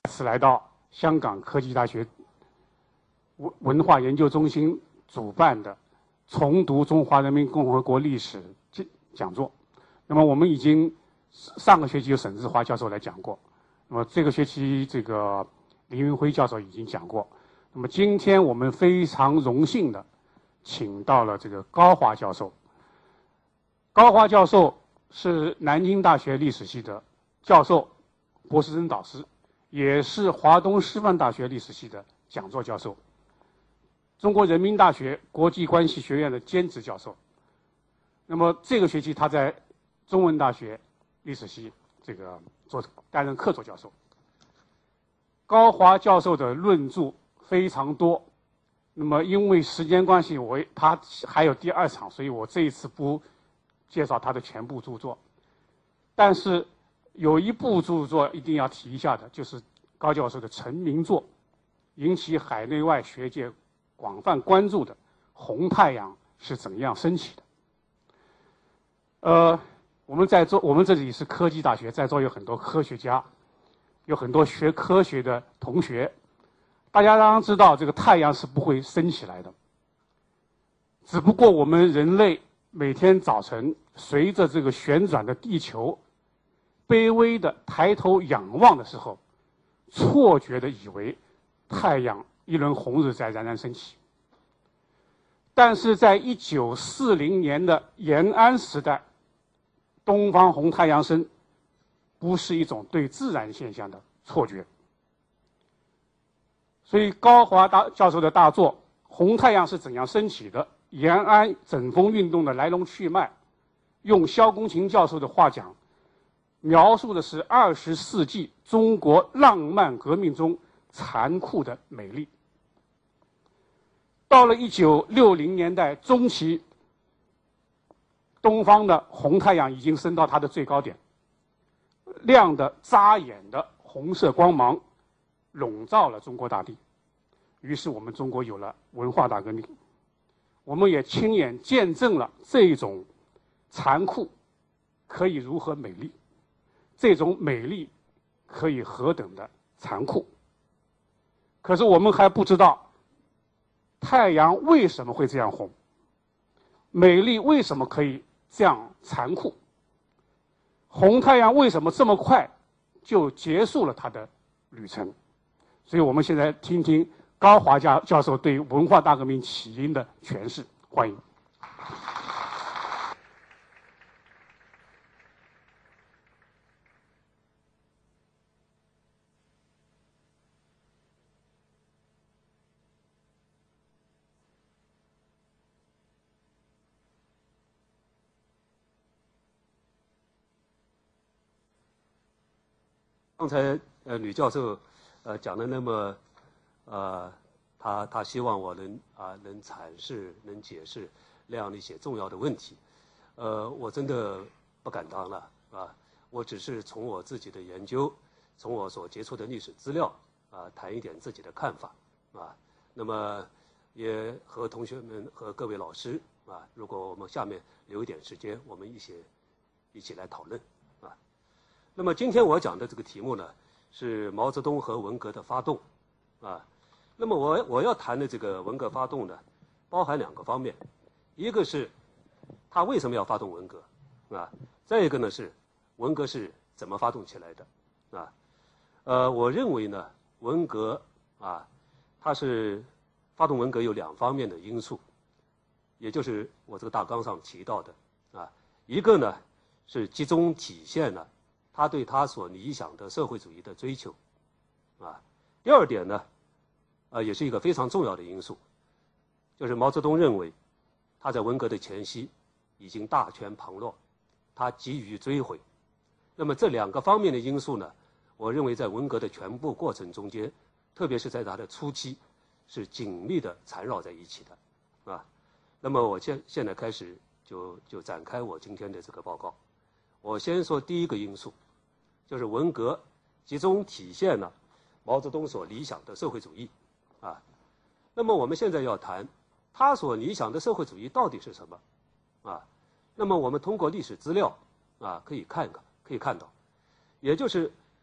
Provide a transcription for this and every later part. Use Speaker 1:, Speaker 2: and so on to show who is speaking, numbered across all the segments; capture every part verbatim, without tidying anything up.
Speaker 1: 次来到香港科技大学文文化研究中心主办的重读中华人民共和国历史讲座。那么我们已经上个学期有沈志华教授来讲过，那么这个学期这个林云辉教授已经讲过。那么今天我们非常荣幸的请到了这个高华教授。高华教授是南京大学历史系的教授、博士生导师，也是华东师范大学历史系的讲座教授，中国人民大学国际关系学院的兼职教授。那么这个学期他在中文大学历史系这个做担任客座教授。高华教授的论著非常多，那么因为时间关系，我他还有第二场，所以我这一次不介绍他的全部著作。但是有一部著作一定要提一下的，就是高教授的成名作，引起海内外学界广泛关注的《红太阳是怎样升起的》。呃，我们在座，我们这里是科技大学，在座有很多科学家，有很多学科学的同学。大家当然知道，这个太阳是不会升起来的，只不过我们人类每天早晨随着这个旋转的地球，卑微的抬头仰望的时候，错觉的以为太阳一轮红日在冉冉升起。但是在一九四零年的延安时代，东方红太阳升不是一种对自然现象的错觉。所以高华大教授的大作《红太阳是怎样升起的》，延安整风运动的来龙去脉，用萧功勤教授的话讲，描述的是二十世纪中国浪漫革命中残酷的美丽。到了一九六零年代中期，东方的红太阳已经升到它的最高点，亮的扎眼的红色光芒笼罩了中国大地。于是我们中国有了文化大革命，我们也亲眼见证了这种残酷可以如何美丽，这种美丽可以何等的残酷。可是我们还不知道太阳为什么会这样红，美丽为什么可以这样残酷，红太阳为什么这么快就结束了它的旅程。所以我们现在听听高华教教授对文化大革命起因的诠释，欢迎。
Speaker 2: 刚才呃吕教授呃讲的那么呃他他希望我能啊、呃、能阐释能解释那样的一些重要的问题，呃我真的不敢当了啊，我只是从我自己的研究，从我所接触的历史资料啊谈一点自己的看法啊，那么也和同学们和各位老师啊，如果我们下面留一点时间，我们一起一起来讨论。那么今天我讲的这个题目呢，是毛泽东和文革的发动，啊，那么我我要谈的这个文革发动呢，包含两个方面，一个是他为什么要发动文革，啊，再一个呢是文革是怎么发动起来的，啊，呃，我认为呢，文革啊，它是发动文革有两方面的因素，也就是我这个大纲上提到的，啊，一个呢是集中体现了他对他所理想的社会主义的追求，啊，第二点呢，呃，也是一个非常重要的因素，就是毛泽东认为他在文革的前夕已经大权旁落，他急于追悔。那么这两个方面的因素呢，我认为在文革的全部过程中间，特别是在它的初期，是紧密的缠绕在一起的，啊。那么我现现在开始就就展开我今天的这个报告。我先说第一个因素，就是文革集中体现了毛泽东所理想的社会主义，啊。那么我们现在要谈他所理想的社会主义到底是什么，啊。那么我们通过历史资料啊可以看看可以看到，也就是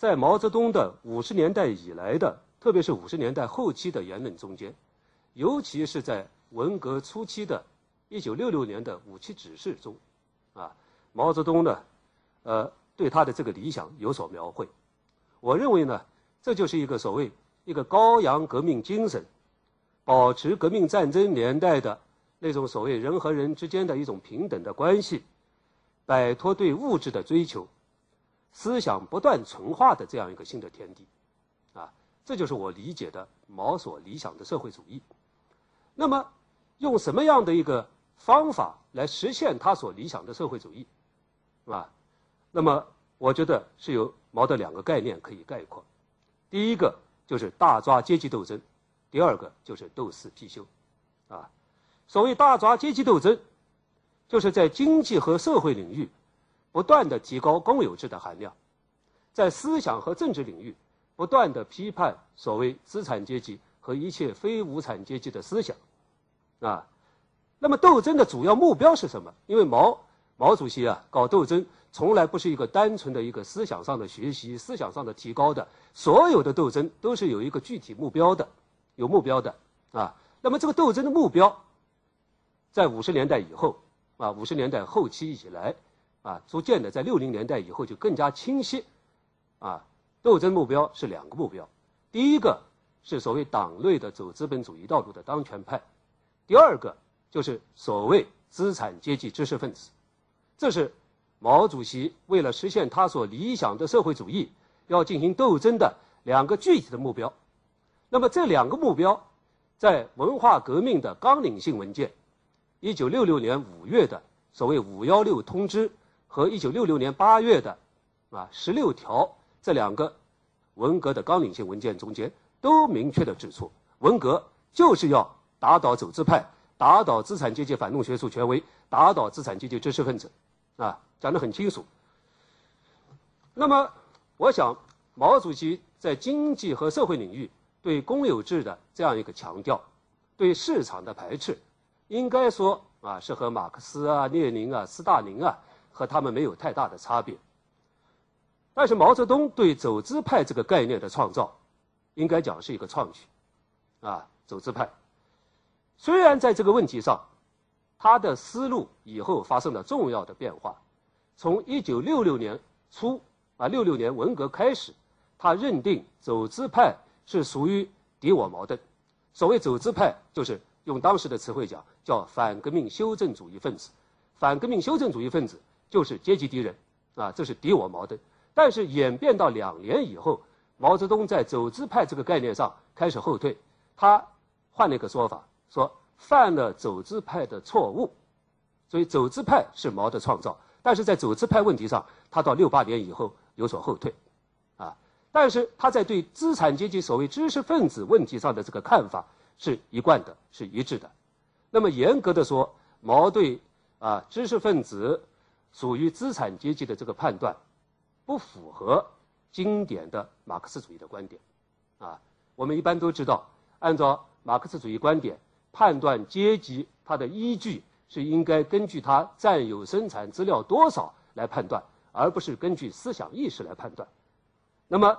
Speaker 2: 在毛泽东的五十年代以来的，特别是五十年代后期的言论中间，尤其是在文革初期的一九六六年的五七指示中，啊，毛泽东呢，呃，对他的这个理想有所描绘。我认为呢，这就是一个所谓一个高扬革命精神，保持革命战争年代的那种所谓人和人之间的一种平等的关系，摆脱对物质的追求，思想不断纯化的这样一个新的天地，啊，这就是我理解的毛所理想的社会主义。那么，用什么样的一个方法来实现他所理想的社会主义，啊？那么，我觉得是有毛的两个概念可以概括。第一个就是大抓阶级斗争，第二个就是斗私批修，啊，所谓大抓阶级斗争，就是在经济和社会领域不断的提高公有制的含量，在思想和政治领域不断的批判所谓资产阶级和一切非无产阶级的思想，啊，那么斗争的主要目标是什么？因为毛毛主席啊搞斗争从来不是一个单纯的一个思想上的学习、思想上的提高的，所有的斗争都是有一个具体目标的，有目标的啊。那么这个斗争的目标，在五十年代以后啊，五十年代后期以来啊，逐渐的在六零年代以后就更加清晰啊。斗争目标是两个目标，第一个是所谓党内的走资本主义道路的当权派，第二个就是所谓资产阶级知识分子。这是毛主席为了实现他所理想的社会主义要进行斗争的两个具体的目标。那么这两个目标在文化革命的纲领性文件一九六六年五月的所谓五一六通知和一九六六年八月的啊十六条这两个文革的纲领性文件中间都明确地指出，文革就是要打倒走资派，打倒资产阶级反动学术权威，打倒资产阶级知识分子，啊，讲得很清楚。那么，我想毛主席在经济和社会领域对公有制的这样一个强调，对市场的排斥，应该说啊是和马克思啊、列宁啊、斯大林啊和他们没有太大的差别。但是毛泽东对走资派这个概念的创造，应该讲是一个创举，啊，走资派。虽然在这个问题上，他的思路以后发生了重要的变化。从一九六六年初啊，六六年文革开始，他认定走资派是属于敌我矛盾。所谓走资派，就是用当时的词汇讲，叫反革命修正主义分子。反革命修正主义分子就是阶级敌人啊，这是敌我矛盾。但是演变到两年以后，毛泽东在走资派这个概念上开始后退，他换了一个说法，说犯了走资派的错误。所以走资派是毛的创造，但是在走资派问题上，他到六八年以后有所后退，啊，但是他在对资产阶级所谓知识分子问题上的这个看法是一贯的，是一致的。那么严格的说，毛对啊知识分子属于资产阶级的这个判断，不符合经典的马克思主义的观点，啊，我们一般都知道，按照马克思主义观点，判断阶级它的依据是应该根据它占有生产资料多少来判断，而不是根据思想意识来判断。那么，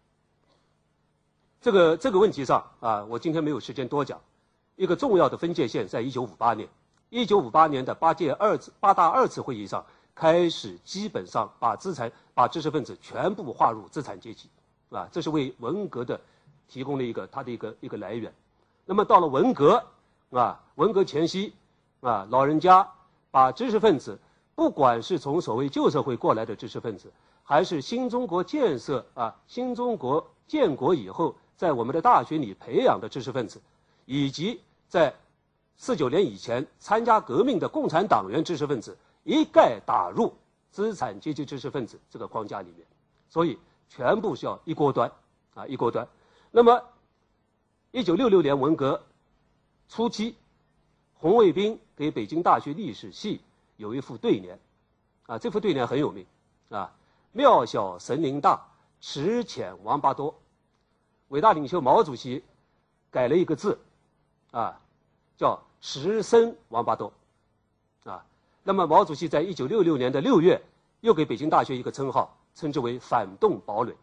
Speaker 2: 这个这个问题上啊，我今天没有时间多讲。一个重要的分界线在一九五八年，一九五八年的八届二次八大二次会议上，开始基本上把资产把知识分子全部划入资产阶级，啊，这是为文革的提供了一个它的一个一个来源。那么到了文革啊，文革前夕啊，老人家把知识分子，不管是从所谓旧社会过来的知识分子，还是新中国建设啊，新中国建国以后在我们的大学里培养的知识分子，以及在四九年以前参加革命的共产党员知识分子，一概打入资产阶级知识分子这个框架里面，所以全部是要一锅端啊，一锅端。那么一九六六年文革初期，红卫兵给北京大学历史系有一副对联，啊，这副对联很有名啊，庙小神灵大，池浅王八多。伟大领袖毛主席改了一个字，啊，叫池深王八多，啊。那么毛主席在一九六六年的六月，又给北京大学一个称号，称之为反动堡垒，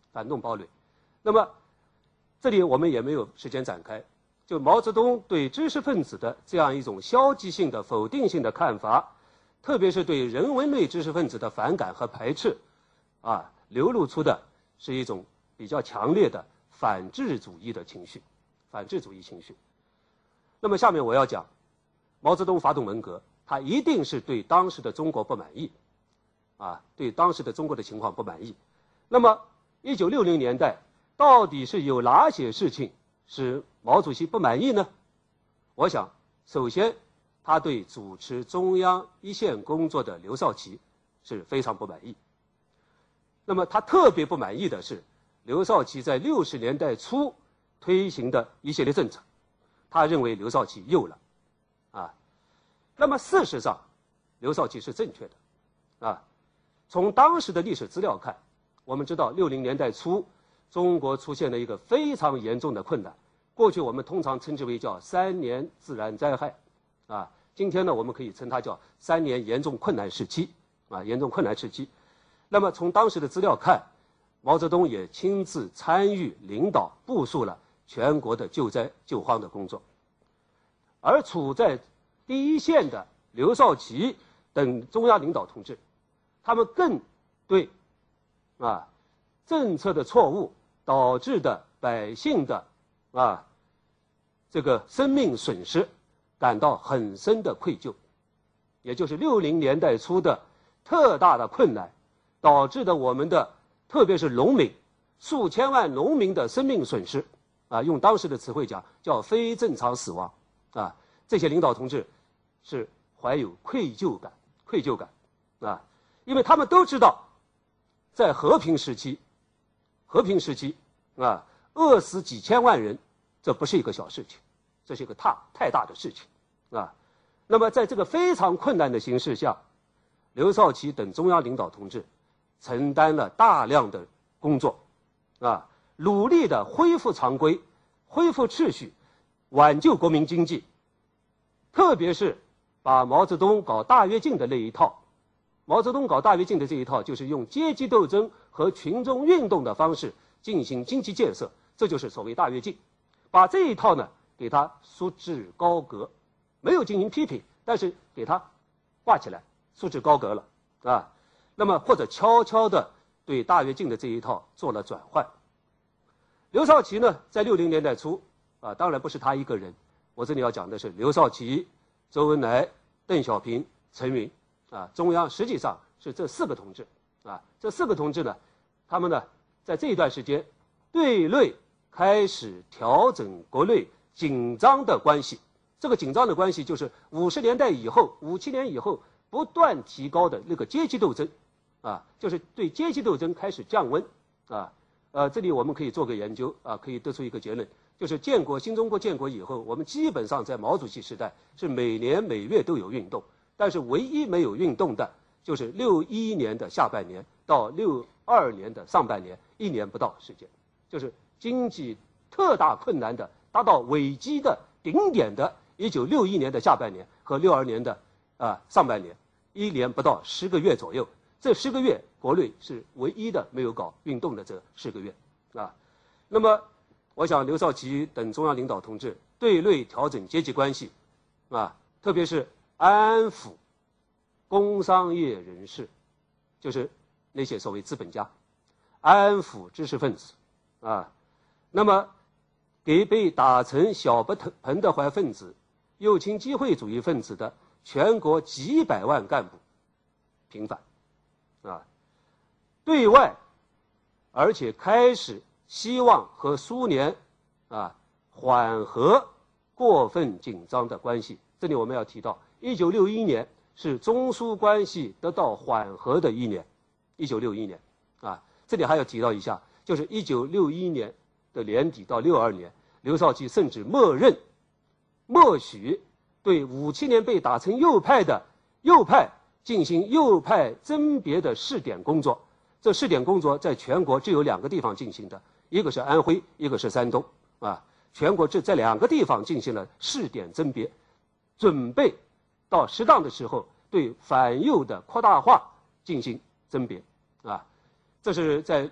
Speaker 2: 反动堡垒。那么，这里我们也没有时间展开。就毛泽东对知识分子的这样一种消极性的、否定性的看法，特别是对人文类知识分子的反感和排斥，啊，流露出的是一种比较强烈的反智主义的情绪，反智主义情绪。那么下面我要讲，毛泽东发动文革，他一定是对当时的中国不满意，啊，对当时的中国的情况不满意。那么一九六零年代到底是有哪些事情使毛主席不满意呢？我想，首先，他对主持中央一线工作的刘少奇是非常不满意。那么，他特别不满意的是刘少奇在六十年代初推行的一系列政策，他认为刘少奇幼了，啊。那么，事实上，刘少奇是正确的，啊。从当时的历史资料看，我们知道六零年代初，中国出现了一个非常严重的困难。过去我们通常称之为叫三年自然灾害，啊，今天呢我们可以称它叫三年严重困难时期，啊，严重困难时期。那么从当时的资料看，毛泽东也亲自参与领导部署了全国的救灾救荒的工作，而处在第一线的刘少奇等中央领导同志，他们更对，啊，政策的错误导致的百姓的，啊。这个生命损失感到很深的愧疚，也就是六零年代初的特大的困难导致的我们的特别是农民数千万农民的生命损失，啊，用当时的词汇讲叫非正常死亡，啊，这些领导同志是怀有愧疚感，愧疚感，啊，因为他们都知道，在和平时期，和平时期，啊，饿死几千万人。这不是一个小事情，这是一个太太大的事情，啊，那么在这个非常困难的形势下，刘少奇等中央领导同志承担了大量的工作，啊，努力的恢复常规，恢复秩序，挽救国民经济，特别是把毛泽东搞大跃进的那一套，毛泽东搞大跃进的这一套，就是用阶级斗争和群众运动的方式进行经济建设，这就是所谓大跃进。把这一套呢给他束之高阁，没有进行批评，但是给他挂起来，束之高阁了啊。那么或者悄悄的对大跃进的这一套做了转换。刘少奇呢，在六零年代初啊，当然不是他一个人，我这里要讲的是刘少奇、周恩来、邓小平、陈云啊，中央实际上是这四个同志啊，这四个同志呢，他们呢在这一段时间对内开始调整国内紧张的关系，这个紧张的关系就是五十年代以后、五七年以后不断提高的那个阶级斗争，啊，就是对阶级斗争开始降温，啊，呃，这里我们可以做个研究啊，可以得出一个结论，就是建国新中国建国以后，我们基本上在毛主席时代是每年每月都有运动，但是唯一没有运动的就是六一年的下半年到六二年的上半年，一年不到时间，就是经济特大困难的达到危机的顶点的一九六一年的下半年和六二年的啊上半年，一年不到十个月左右，这十个月国内是唯一的没有搞运动的这十个月啊。那么我想刘少奇等中央领导同志对内调整阶级关系啊，特别是安抚工商业人士，就是那些所谓资本家，安抚知识分子啊。那么，给被打成小不彭德怀分子、右倾机会主义分子的全国几百万干部平反，啊，对外，而且开始希望和苏联啊缓和过分紧张的关系。这里我们要提到，一九六一年是中苏关系得到缓和的一年，一九六一年啊，这里还要提到一下，就是一九六一年。的年底到六二年，刘少奇甚至默认、默许对五七年被打成右派的右派进行右派甄别的试点工作。这试点工作在全国只有两个地方进行的，一个是安徽，一个是山东啊。全国这在两个地方进行了试点甄别，准备到适当的时候对反右的扩大化进行甄别啊。这是在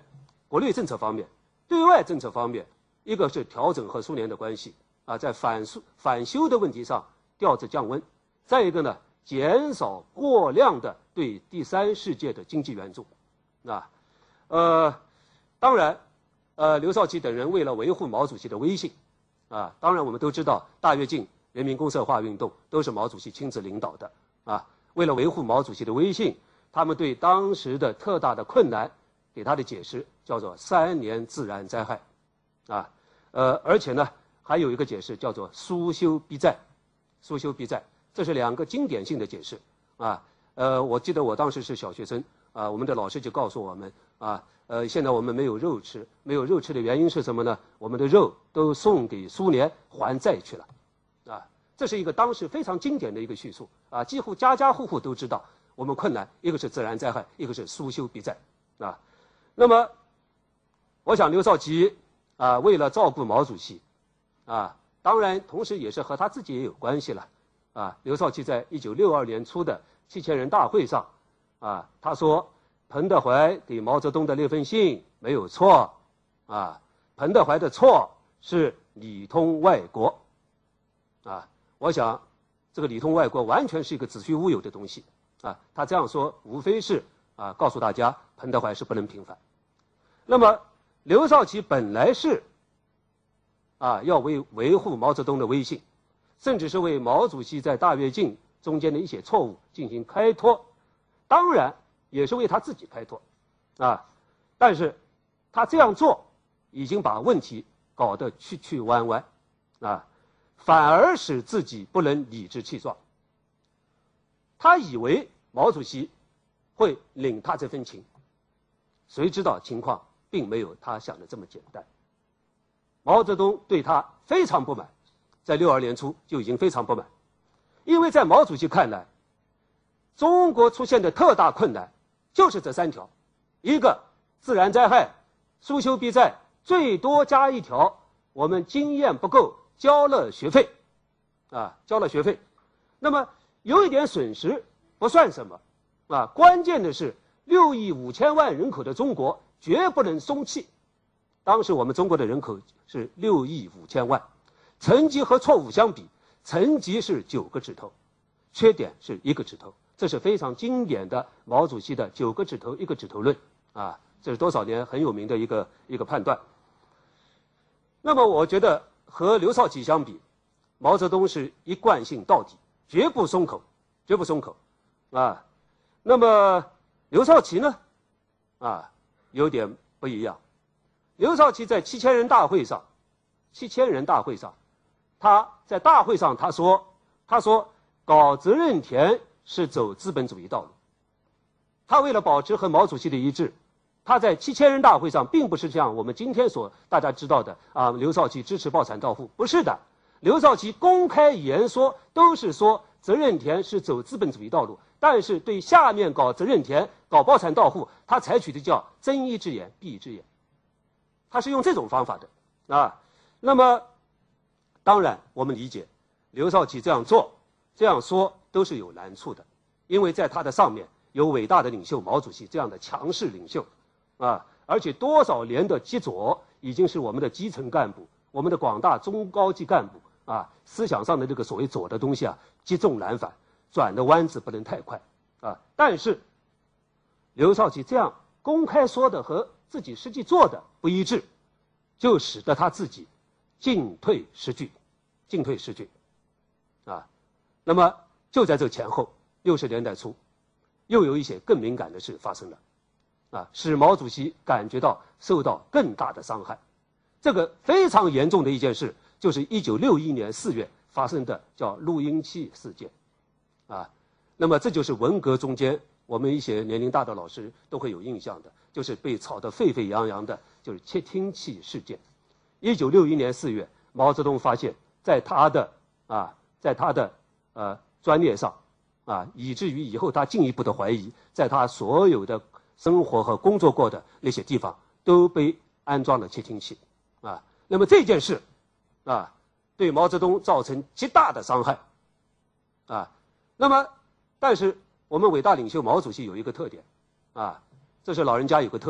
Speaker 2: 国内政策方面，对外政策方面，一个是调整和苏联的关系啊，在反苏反修的问题上调制降温；再一个呢，减少过量的对第三世界的经济援助。啊，呃，当然，呃，刘少奇等人为了维护毛主席的威信，啊，当然我们都知道大跃进、人民公社化运动都是毛主席亲自领导的啊。为了维护毛主席的威信，他们对当时的特大的困难给他的解释叫做三年自然灾害，啊，呃，而且呢还有一个解释叫做苏修必在，苏修必在，这是两个经典性的解释啊。呃，我记得我当时是小学生啊，我们的老师就告诉我们啊，呃，现在我们没有肉吃，没有肉吃的原因是什么呢？我们的肉都送给苏联还债去了，啊，这是一个当时非常经典的一个叙述啊，几乎家家户户都知道我们困难，一个是自然灾害，一个是苏修必在啊。那么，我想刘少奇啊，为了照顾毛主席啊，当然同时也是和他自己也有关系了啊。刘少奇在一九六二年初的七千人大会上啊，他说彭德怀给毛泽东的那封信没有错啊，彭德怀的错是里通外国啊。我想这个里通外国完全是一个子虚乌有的东西啊。他这样说无非是啊告诉大家彭德怀是不能平反。那么刘少奇本来是啊要为维护毛泽东的威信，甚至是为毛主席在大跃进中间的一些错误进行开脱，当然也是为他自己开脱啊。但是他这样做已经把问题搞得曲曲弯弯啊，反而使自己不能理直气壮。他以为毛主席会领他这份情，谁知道情况并没有他想的这么简单。毛泽东对他非常不满，在六二年初就已经非常不满，因为在毛主席看来，中国出现的特大困难就是这三条：一个自然灾害，苏修必在，最多加一条我们经验不够，交了学费啊，交了学费。那么有一点损失不算什么啊，关键的是六亿五千万人口的中国绝不能松气。当时我们中国的人口是六亿五千万，成绩和错误相比，成绩是九个指头，缺点是一个指头，这是非常经典的毛主席的九个指头一个指头论啊，这是多少年很有名的一个一个判断。那么我觉得和刘少奇相比，毛泽东是一贯性到底，绝不松口，绝不松口啊。那么刘少奇呢啊有点不一样。刘少奇在七千人大会上，七千人大会上，他在大会上他说，他说搞责任田是走资本主义道路。他为了保持和毛主席的一致，他在七千人大会上并不是像我们今天所大家知道的啊，刘少奇支持抱残到户，不是的。刘少奇公开言说都是说责任田是走资本主义道路，但是对下面搞责任田、搞抱残到户，他采取的叫睁一只眼闭一只眼。他是用这种方法的啊。那么当然我们理解刘少奇这样做这样说都是有难处的，因为在他的上面有伟大的领袖毛主席这样的强势领袖啊，而且多少年的积左已经是我们的基层干部，我们的广大中高级干部啊，思想上的这个所谓左的东西啊，积重难返，转的弯子不能太快啊。但是刘少奇这样公开说的和自己实际做的不一致，就使得他自己进退失据，进退失据啊。那么就在这前后，六十年代初，又有一些更敏感的事发生了啊，使毛主席感觉到受到更大的伤害。这个非常严重的一件事，就是一九六一年四月发生的叫录音器事件啊。那么这就是文革中间我们一些年龄大的老师都会有印象的，就是被炒得沸沸扬扬的，就是窃听器事件。一九六一年四月，毛泽东发现，在他的啊，在他的呃专列上啊，以至于以后他进一步的怀疑，在他所有的生活和工作过的那些地方都被安装了窃听器啊。那么这件事啊，对毛泽东造成极大的伤害啊。那么，但是我们伟大领袖毛主席有一个特点啊，这是老人家有个特点，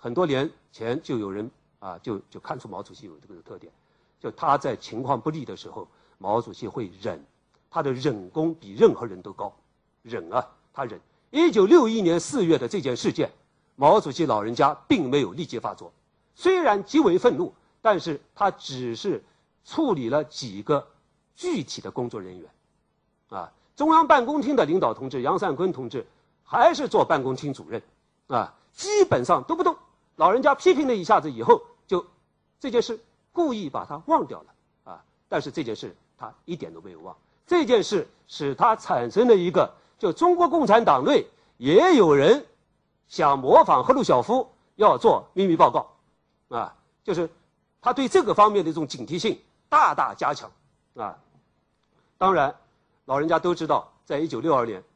Speaker 2: 很多年前就有人啊，就就看出毛主席有这个特点，就他在情况不利的时候，毛主席会忍，他的忍功比任何人都高，忍啊，他忍。一九六一年四月的这件事件，毛主席老人家并没有立即发作，虽然极为愤怒，但是他只是处理了几个具体的工作人员，啊，中央办公厅的领导同志杨善坤同志还是做办公厅主任，啊，基本上都不动。老人家批评了一下子以后，就这件事故意把它忘掉了，啊，但是这件事他一点都没有忘。这件事使他产生了一个，就中国共产党内也有人想模仿赫鲁晓夫要做秘密报告，啊，就是他对这个方面的这种警惕性大大加强，啊，当然，老人家都知道，在一九六二年，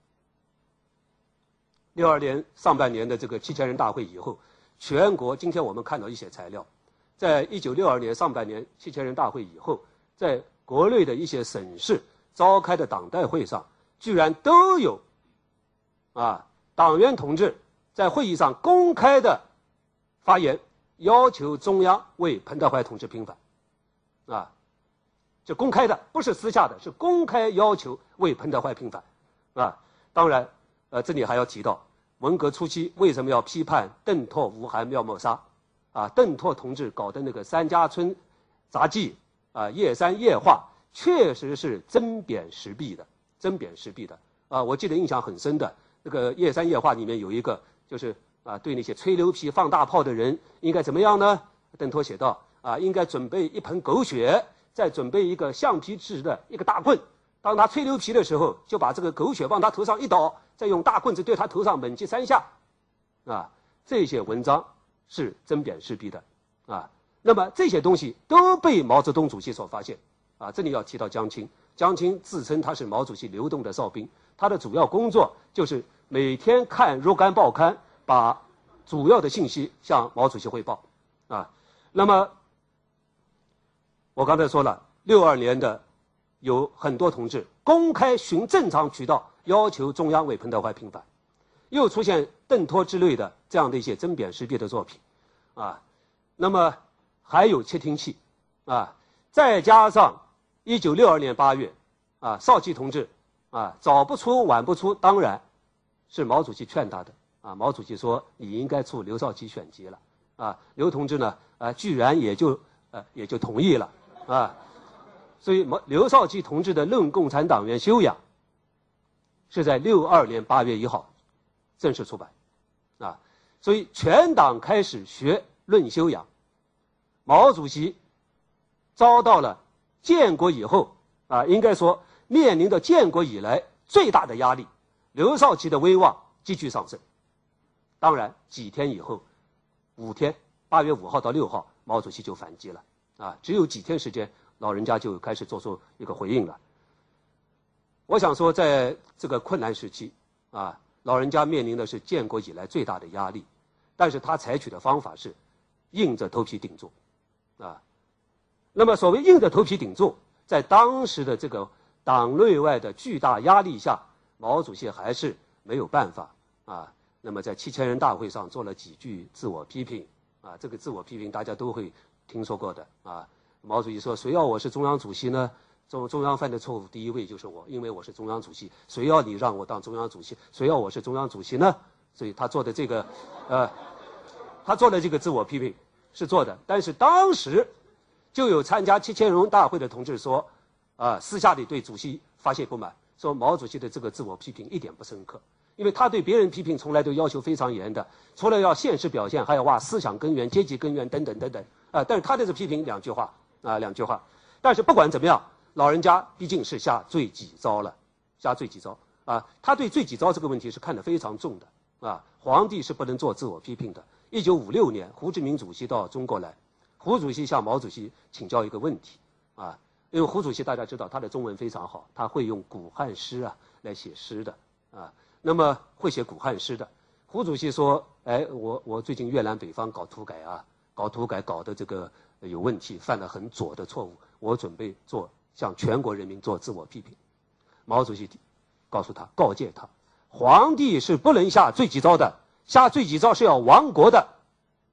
Speaker 2: 六二年上半年的这个七千人大会以后，全国今天我们看到一些材料，在一九六二年上半年七千人大会以后，在国内的一些省市召开的党代会上，居然都有啊党员同志在会议上公开的发言，要求中央为彭德怀同志平反，啊，就公开的，不是私下的，是公开要求为彭德怀平反，啊，当然，呃，这里还要提到，文革初期为什么要批判邓拓、吴晗、廖沫沙？啊，邓拓同志搞的那个三家村杂技啊，夜山夜话，确实是针砭时弊的，针砭时弊的。啊，我记得印象很深的那个夜山夜话里面有一个，就是啊，对那些吹牛皮、放大炮的人应该怎么样呢？邓拓写道啊，应该准备一盆狗血，再准备一个橡皮制的一个大棍。当他吹牛皮的时候，就把这个狗血往他头上一倒，再用大棍子对他头上猛击三下，啊，这些文章是针砭时弊的，啊，那么这些东西都被毛泽东主席所发现，啊，这里要提到江青，江青自称他是毛主席流动的哨兵，他的主要工作就是每天看若干报刊，把主要的信息向毛主席汇报，啊，那么我刚才说了，六二年的有很多同志公开循正常渠道要求中央为彭德怀平反，又出现邓拓之类的这样的一些针砭时弊的作品，啊，那么还有窃听器，啊，再加上一九六二年八月，啊，少奇同志，啊，早不出晚不出，当然是毛主席劝他的，啊，毛主席说你应该出刘少奇选集了，啊，刘同志呢，啊，居然也就呃也就同意了，啊。所以，刘少奇同志的《论共产党员修养》是在六二年八月一号正式出版，啊，所以全党开始学论修养。毛主席遭到了建国以后啊，应该说面临着建国以来最大的压力，刘少奇的威望急剧上升。当然，几天以后，五天，八月五号到六号，毛主席就反击了，啊，只有几天时间。老人家就开始做出一个回应了。我想说，在这个困难时期，啊，老人家面临的是建国以来最大的压力，但是他采取的方法是硬着头皮顶住，啊，那么所谓硬着头皮顶住，在当时的这个党内外的巨大压力下，毛主席还是没有办法，啊，那么在七千人大会上做了几句自我批评，啊，这个自我批评大家都会听说过的，啊。毛主席说：“谁要我是中央主席呢？中中央犯的错误第一位就是我，因为我是中央主席。谁要你让我当中央主席？谁要我是中央主席呢？”所以他做的这个，呃，他做的这个自我批评是做的。但是当时就有参加七千人大会的同志说，啊、呃，私下里对主席发泄不满，说毛主席的这个自我批评一点不深刻，因为他对别人批评从来都要求非常严的，除了要现实表现，还要挖思想根源、阶级根源等等等等。啊、呃，但是他的这批评两句话。啊，两句话，但是不管怎么样，老人家毕竟是下罪己招了，下罪己招啊，他对罪己招这个问题是看得非常重的啊。皇帝是不能做自我批评的。一九五六年，胡志明主席到中国来，胡主席向毛主席请教一个问题啊，因为胡主席大家知道他的中文非常好，他会用古汉诗啊来写诗的啊，那么会写古汉诗的。胡主席说：“哎，我我最近越南北方搞土改啊，搞土改搞的这个。”有问题，犯了很左的错误，我准备做向全国人民做自我批评。毛主席告诉他，告诫他，皇帝是不能下罪己招的，下罪己招是要亡国的，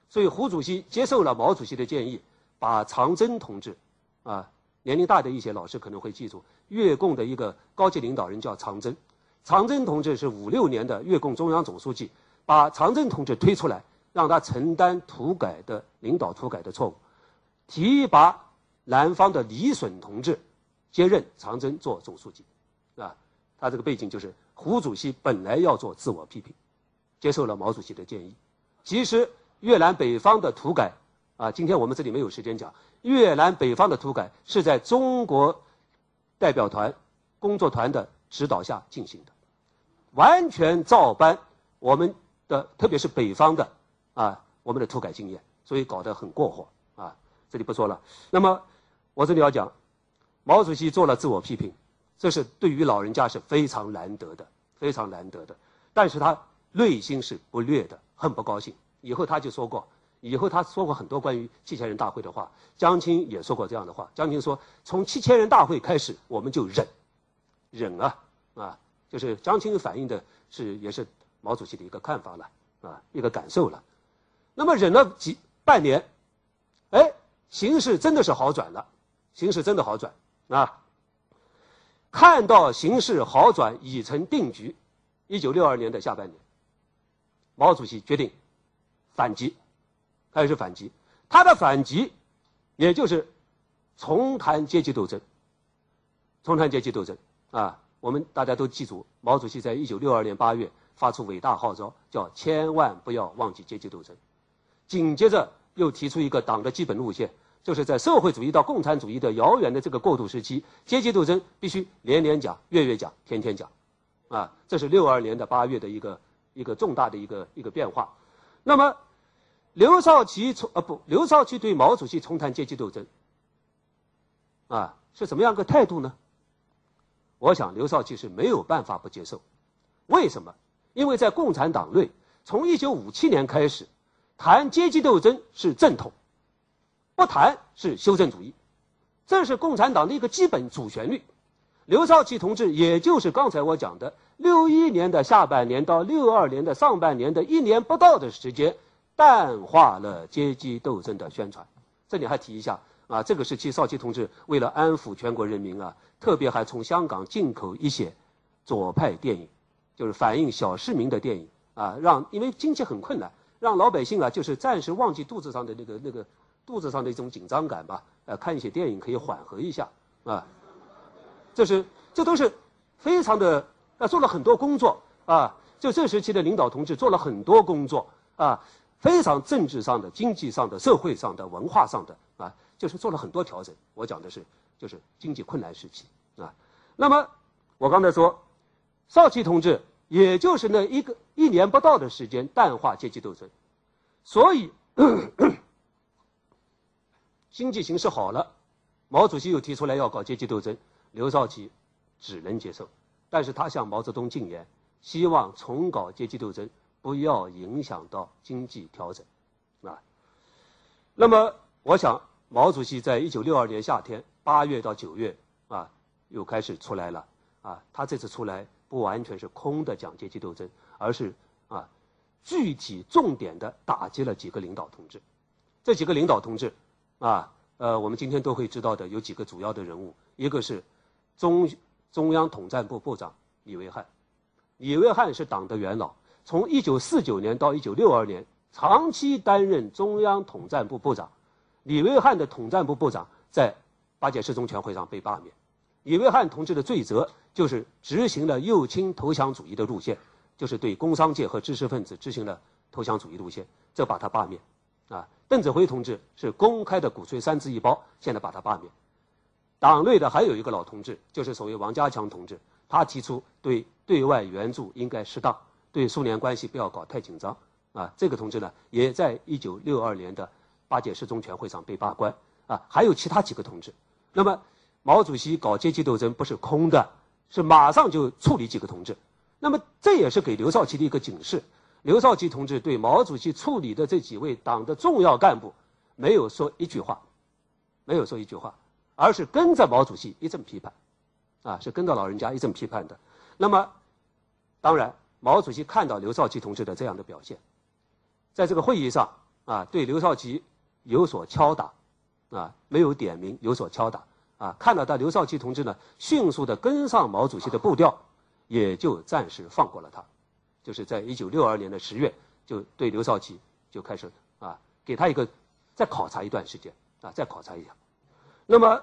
Speaker 2: 所以胡主席接受了毛主席的建议，把长征同志，啊，年龄大的一些老师可能会记住，越共的一个高级领导人叫长征，长征同志是五六年的越共中央总书记，把长征同志推出来，让他承担土改的领导土改的错误，提拔南方的李隼同志接任长征做总书记，啊，他这个背景就是胡主席本来要做自我批评，接受了毛主席的建议。其实越南北方的土改啊，今天我们这里没有时间讲，越南北方的土改是在中国代表团工作团的指导下进行的，完全照搬我们的特别是北方的啊我们的土改经验，所以搞得很过火啊，这里不说了。那么我这里要讲，毛主席做了自我批评，这是对于老人家是非常难得的，非常难得的。但是他内心是不悦的，很不高兴。以后他就说过，以后他说过很多关于七千人大会的话。江青也说过这样的话。江青说，从七千人大会开始，我们就忍，忍啊啊，就是江青反映的是也是毛主席的一个看法了啊，一个感受了。那么忍了几半年，哎，形势真的是好转了，形势真的好转啊。看到形势好转已成定局，一九六二年的下半年，毛主席决定反击，开始反击。他的反击，也就是重谈阶级斗争，重谈阶级斗争啊！我们大家都记住，毛主席在一九六二年八月发出伟大号召，叫千万不要忘记阶级斗争。紧接着又提出一个党的基本路线，就是在社会主义到共产主义的遥远的这个过渡时期，阶级斗争必须年年讲、月月讲、天天讲，啊，这是六二年的八月的一个一个重大的一个一个变化。那么，刘少奇从啊不，刘少奇对毛主席重谈阶级斗争，啊，是怎么样个态度呢？我想刘少奇是没有办法不接受。为什么？因为在共产党内，从一九五七年开始，谈阶级斗争是正统，不谈是修正主义，这是共产党的一个基本主旋律。刘少奇同志也就是刚才我讲的六一年的下半年到六二年的上半年的一年不到的时间，淡化了阶级斗争的宣传。这里还提一下啊，这个时期少奇同志为了安抚全国人民啊，特别还从香港进口一些左派电影，就是反映小市民的电影啊，让因为经济很困难，让老百姓啊就是暂时忘记肚子上的那个那个肚子上的一种紧张感吧，呃，看一些电影可以缓和一下啊。这是这都是非常的啊，做了很多工作啊，就这时期的领导同志做了很多工作啊，非常政治上的、经济上的、社会上的、文化上的啊，就是做了很多调整。我讲的是就是经济困难时期啊。那么我刚才说，少奇同志也就是那一个一年不到的时间淡化阶级斗争，所以咳咳经济形势好了，毛主席又提出来要搞阶级斗争。刘少奇只能接受，但是他向毛泽东进言，希望重搞阶级斗争，不要影响到经济调整，啊。那么，我想毛主席在一九六二年夏天八月到九月啊，又开始出来了啊。他这次出来不完全是空的讲阶级斗争，而是啊，具体重点的打击了几个领导同志。这几个领导同志啊，呃，我们今天都会知道的有几个主要的人物，一个是中中央统战部部长李维汉。李维汉是党的元老，从一九四九年到一九六二年长期担任中央统战部部长。李维汉的统战部部长在八届十中全会上被罢免。李维汉同志的罪责就是执行了右倾投降主义的路线，就是对工商界和知识分子执行了投降主义路线，这把他罢免。啊，邓子恢同志是公开的鼓吹三自一包，现在把他罢免。党内的还有一个老同志，就是所谓王家强同志，他提出对对外援助应该适当，对苏联关系不要搞太紧张啊。这个同志呢，也在一九六二年的八届十中全会上被罢官啊。还有其他几个同志。那么毛主席搞阶级斗争不是空的，是马上就处理几个同志。那么这也是给刘少奇的一个警示。刘少奇同志对毛主席处理的这几位党的重要干部，没有说一句话，没有说一句话。而是跟着毛主席一阵批判，啊，是跟着老人家一阵批判的。那么，当然，毛主席看到刘少奇同志的这样的表现，在这个会议上啊对刘少奇有所敲打，啊没有点名，有所敲打，啊看到他刘少奇同志呢迅速的跟上毛主席的步调，也就暂时放过了他，就是在一九六二年的十月，就对刘少奇就开始啊给他一个再考察一段时间啊再考察一下。那么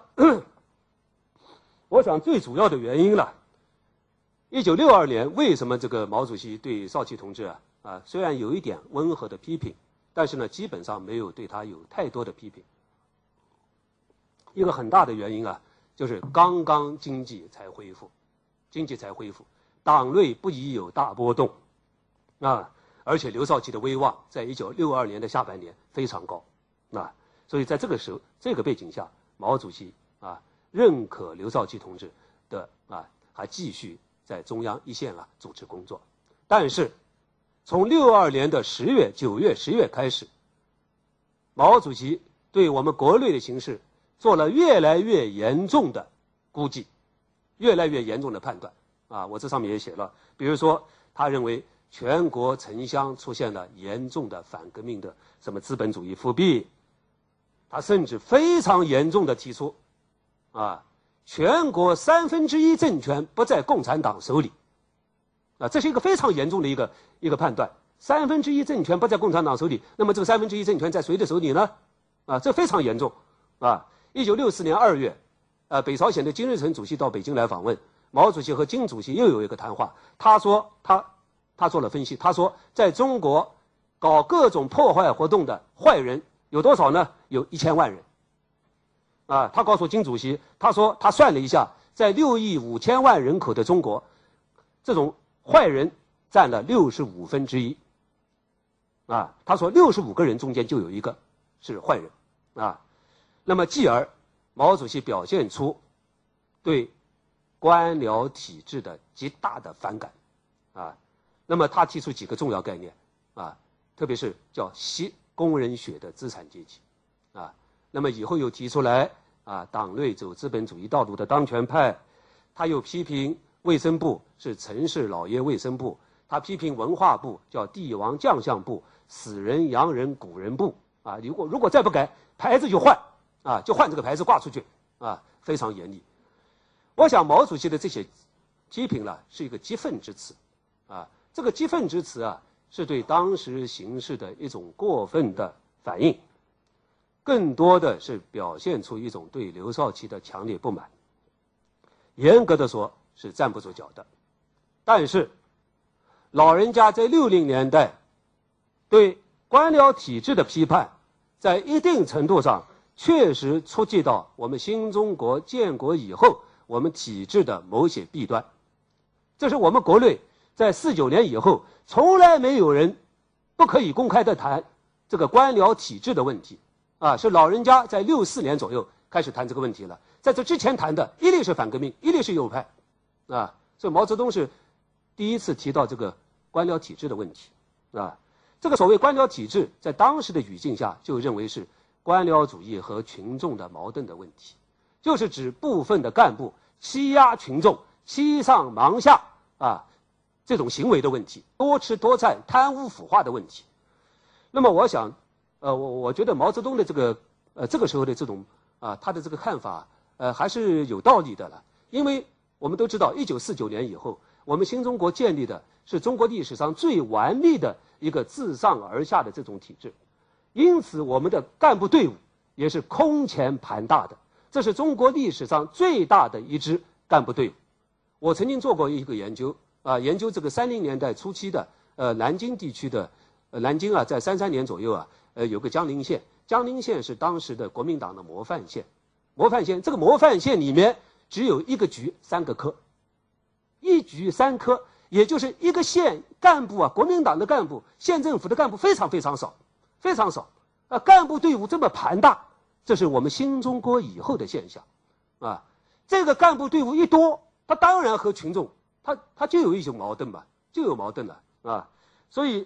Speaker 2: 我想最主要的原因呢，一九六二年为什么这个毛主席对少奇同志啊啊虽然有一点温和的批评，但是呢基本上没有对他有太多的批评。一个很大的原因啊，就是刚刚经济才恢复，经济才恢复，党内不宜有大波动啊，而且刘少奇的威望在一九六二年的下半年非常高啊，所以在这个时候这个背景下，毛主席啊认可刘少奇同志的啊还继续在中央一线啊主持工作。但是从六二年的十月、九月、十月开始，毛主席对我们国内的形势做了越来越严重的估计，越来越严重的判断啊！我这上面也写了，比如说，他认为全国城乡出现了严重的反革命的什么资本主义复辟，他甚至非常严重的提出，啊，全国三分之一政权不在共产党手里，啊，这是一个非常严重的一个一个判断。三分之一政权不在共产党手里，那么这个三分之一政权在谁的手里呢？啊，这非常严重，啊。一九六四年二月，呃，北朝鲜的金日成主席到北京来访问，毛主席和金主席又有一个谈话。他说他他做了分析，他说在中国搞各种破坏活动的坏人有多少呢？有一千万人。啊，他告诉金主席，他说他算了一下，在六亿五千万人口的中国，这种坏人占了六十五分之一。啊，他说六十五个人中间就有一个是坏人，啊。那么继而毛主席表现出对官僚体制的极大的反感啊，那么他提出几个重要概念啊，特别是叫吸工人血的资产阶级啊，那么以后又提出来啊，党内走资本主义道路的当权派，他又批评卫生部是城市老爷卫生部，他批评文化部叫帝王将相部，死人洋人古人部啊，如果如果再不改牌子就换。啊，就换这个牌子挂出去，啊，非常严厉。我想毛主席的这些批评呢，是一个激愤之词，啊，这个激愤之词啊，是对当时形势的一种过分的反应，更多的是表现出一种对刘少奇的强烈不满。严格的说，是站不住脚的。但是，老人家在六零年代对官僚体制的批判，在一定程度上确实触及到我们新中国建国以后我们体制的某些弊端，这是我们国内在四九年以后从来没有人不可以公开的谈这个官僚体制的问题啊，是老人家在六四年左右开始谈这个问题了，在这之前谈的一律是反革命，一律是右派啊，所以毛泽东是第一次提到这个官僚体制的问题啊，这个所谓官僚体制在当时的语境下就认为是官僚主义和群众的矛盾的问题，就是指部分的干部欺压群众、欺上瞒下啊这种行为的问题，多吃多占、贪污腐化的问题。那么，我想，呃，我我觉得毛泽东的这个呃这个时候的这种啊他的这个看法，呃还是有道理的了，因为我们都知道，一九四九年以后，我们新中国建立的是中国历史上最完美的一个自上而下的这种体制。因此，我们的干部队伍也是空前庞大的，这是中国历史上最大的一支干部队伍。我曾经做过一个研究啊，研究这个三零年代初期的呃南京地区的，呃南京啊，在三三年左右啊，呃有个江陵县，江陵县是当时的国民党的模范县，模范县这个模范县里面只有一个局三个科，一局三科，也就是一个县干部啊，国民党的干部，县政府的干部非常非常少。非常少，啊，干部队伍这么庞大，这是我们新中国以后的现象，啊，这个干部队伍一多，他当然和群众，他他就有一种矛盾嘛，就有矛盾了，啊，所以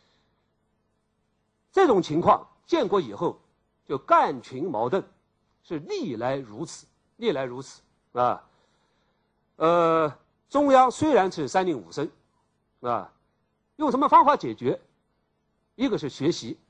Speaker 2: 这种情况建国以后，就干群矛盾是历来如此，历来如此，啊，呃，中央虽然是三令五申，啊，用什么方法解决？一个是学习。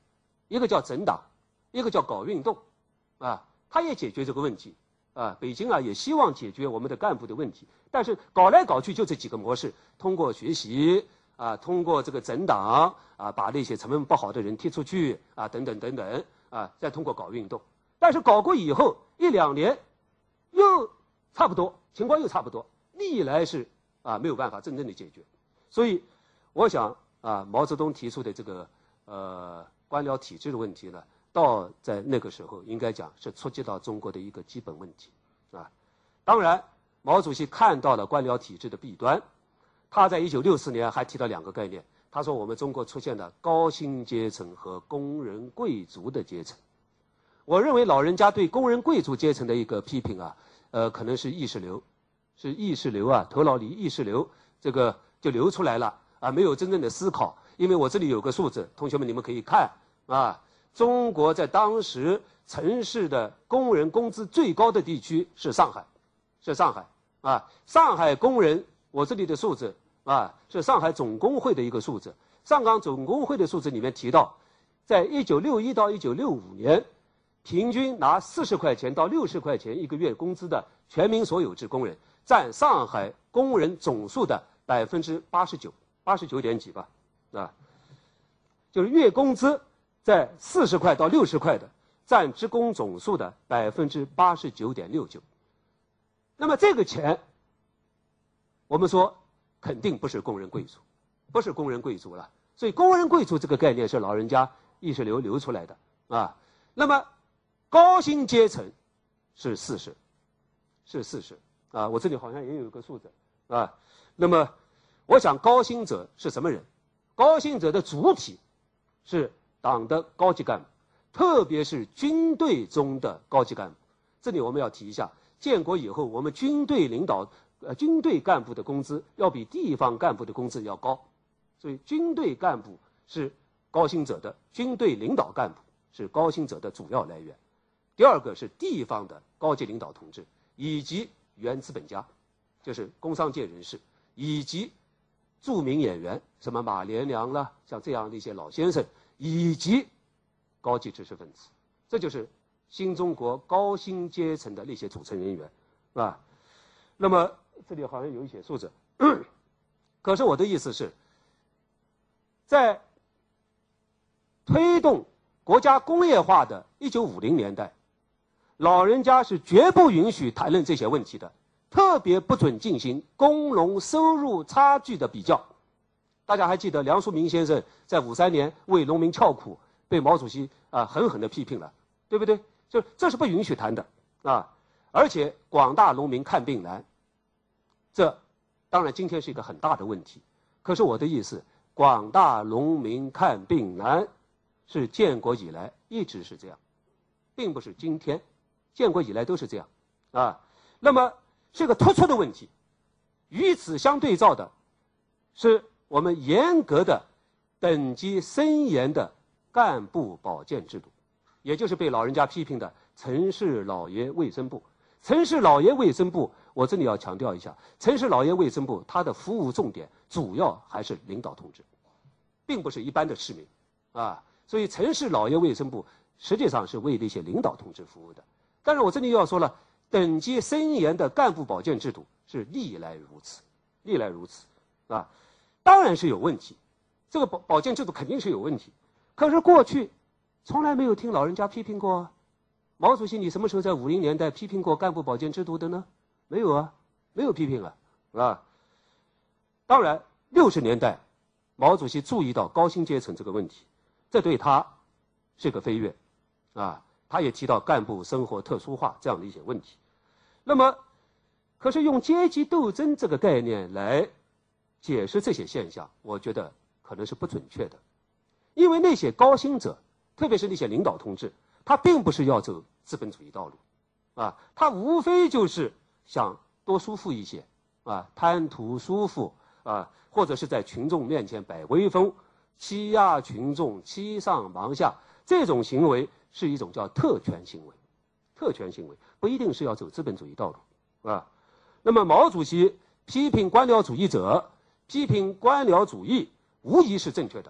Speaker 2: 一个叫整党，一个叫搞运动，啊，他也解决这个问题，啊，北京啊也希望解决我们的干部的问题，但是搞来搞去就这几个模式，通过学习啊，通过这个整党啊，把那些成分不好的人踢出去啊，等等等等啊，再通过搞运动，但是搞过以后一两年，又差不多，情况又差不多，历来是啊没有办法真正的解决，所以我想啊，毛泽东提出的这个呃官僚体制的问题呢，到在那个时候应该讲是触及到中国的一个基本问题，啊，当然毛主席看到了官僚体制的弊端，他在一九六四年还提到两个概念，他说我们中国出现了高薪阶层和工人贵族的阶层。我认为老人家对工人贵族阶层的一个批评啊，呃，可能是意识流，是意识流啊，头脑里意识流这个就流出来了啊，没有真正的思考。因为我这里有个数字，同学们你们可以看啊，中国在当时城市的工人工资最高的地区是上海，是上海啊，上海工人，我这里的数字啊，是上海总工会的一个数字，上港总工会的数字里面提到，在一九六一到一九六五年。平均拿四十块钱到六十块钱一个月工资的全民所有制工人，占上海工人总数的百分之八十九，八十九点几吧，啊，就是月工资在四十块到六十块的，占职工总数的百分之八十九点六九。那么这个钱，我们说肯定不是工人贵族，不是工人贵族了。所以工人贵族这个概念是老人家意识流流出来的啊。那么高薪阶层是四十，是四十啊，我这里好像也有一个数字啊。那么，我想高薪者是什么人？高薪者的主体是党的高级干部，特别是军队中的高级干部。这里我们要提一下，建国以后，我们军队领导呃军队干部的工资要比地方干部的工资要高，所以军队干部是高薪者的，军队领导干部是高薪者的主要来源。第二个是地方的高级领导同志，以及原资本家，就是工商界人士，以及著名演员，什么马连良啦，像这样的一些老先生，以及高级知识分子，这就是新中国高薪阶层的那些组成人员，是吧？那么这里好像有一些数字，可是我的意思是，在推动国家工业化的一九五零年代。老人家是绝不允许谈论这些问题的，特别不准进行工农收入差距的比较。大家还记得梁漱溟先生在五三年为农民翘苦，被毛主席啊狠狠地批评了，对不对？就这是不允许谈的啊！而且广大农民看病难，这当然今天是一个很大的问题。可是我的意思，广大农民看病难是建国以来一直是这样，并不是今天。建国以来都是这样，啊，那么是个突出的问题。与此相对照的，是我们严格的、等级森严的干部保健制度，也就是被老人家批评的城市老爷卫生部。城市老爷卫生部，我这里要强调一下，城市老爷卫生部它的服务重点主要还是领导同志，并不是一般的市民，啊，所以城市老爷卫生部实际上是为那些领导同志服务的。但是我这里又要说了，等级森严的干部保健制度是历来如此，历来如此，啊，当然是有问题，这个保保健制度肯定是有问题。可是过去从来没有听老人家批评过啊。毛主席，你什么时候在五零年代批评过干部保健制度的呢？没有啊，没有批评啊，是吧？当然，六十年代，毛主席注意到高薪阶层这个问题，这对他是个飞跃，啊。他也提到干部生活特殊化这样的一些问题，那么，可是用阶级斗争这个概念来解释这些现象，我觉得可能是不准确的，因为那些高薪者，特别是那些领导同志，他并不是要走资本主义道路，啊，他无非就是想多舒服一些，啊，贪图舒服，啊，或者是在群众面前摆威风，欺压群众，欺上瞒下，这种行为。是一种叫特权行为，特权行为不一定是要走资本主义道路，啊。那么毛主席批评官僚主义者，批评官僚主义，无疑是正确的。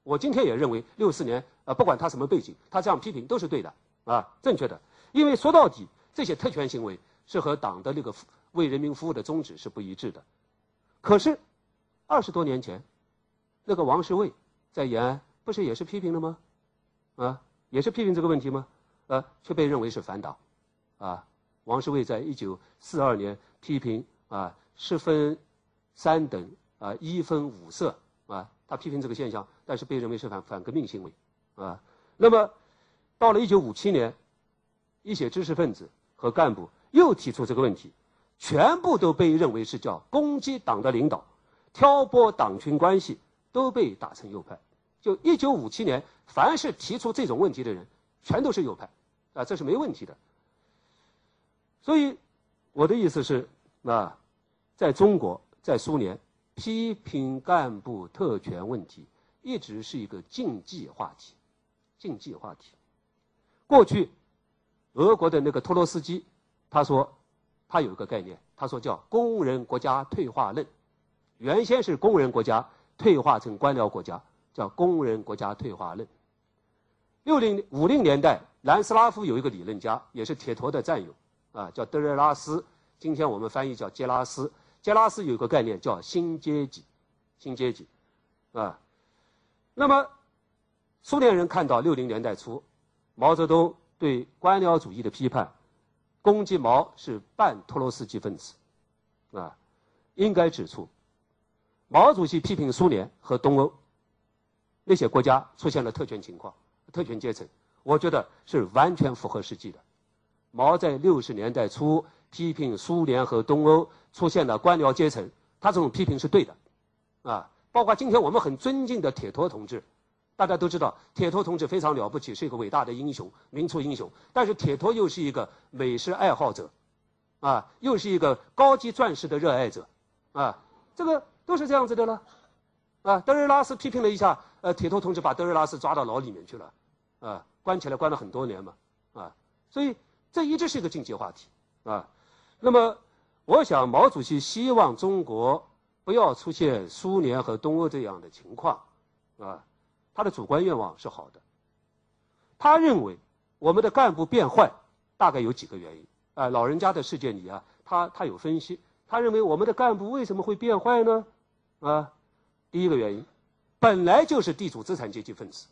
Speaker 2: 我今天也认为六四年，呃，不管他什么背景，他这样批评都是对的，啊，正确的。因为说到底，这些特权行为是和党的那个为人民服务的宗旨是不一致的。可是，二十多年前，那个王世卫在延安不是也是批评了吗？啊，也是批评这个问题吗？呃，却被认为是反党，啊，王世卫在一九四二年批评啊十分三等啊一分五色啊，他批评这个现象，但是被认为是反反革命行为，啊，那么到了一九五七年，一些知识分子和干部又提出这个问题，全部都被认为是叫攻击党的领导，挑拨党群关系，都被打成右派。就一九五七年，凡是提出这种问题的人，全都是右派，啊，这是没问题的。所以我的意思是，啊，在中国，在苏联，批评干部特权问题一直是一个禁忌话题，禁忌话题。过去，俄国的那个托洛斯基，他说，他有一个概念，他说叫工人国家退化论，原先是工人国家退化成官僚国家，叫工人国家退化论。六零五零年代，南斯拉夫有一个理论家，也是铁陀的战友，啊，叫德热拉斯，今天我们翻译叫杰拉斯。杰拉斯有一个概念叫新阶级，新阶级，啊，那么苏联人看到六零年代初，毛泽东对官僚主义的批判，攻击毛是半托洛斯基分子，啊，应该指出，毛主席批评苏联和东欧那些国家出现了特权情况、特权阶层，我觉得是完全符合实际的。毛在六十年代初批评苏联和东欧出现了官僚阶层，他这种批评是对的，啊，包括今天我们很尊敬的铁陀同志，大家都知道铁陀同志非常了不起，是一个伟大的英雄，民族英雄，但是铁陀又是一个美食爱好者，啊，又是一个高级钻石的热爱者，啊，这个都是这样子的了，啊，德瑞拉斯批评了一下，呃，铁陀同志把德瑞拉斯抓到牢里面去了，啊，关起来关了很多年嘛，啊，所以这一直是一个禁忌话题，啊，那么我想毛主席希望中国不要出现苏联和东欧这样的情况，啊，他的主观愿望是好的。他认为我们的干部变坏大概有几个原因，啊，老人家的世界里啊，他他有分析，他认为我们的干部为什么会变坏呢？啊，第一个原因，本来就是地主资产阶级分子，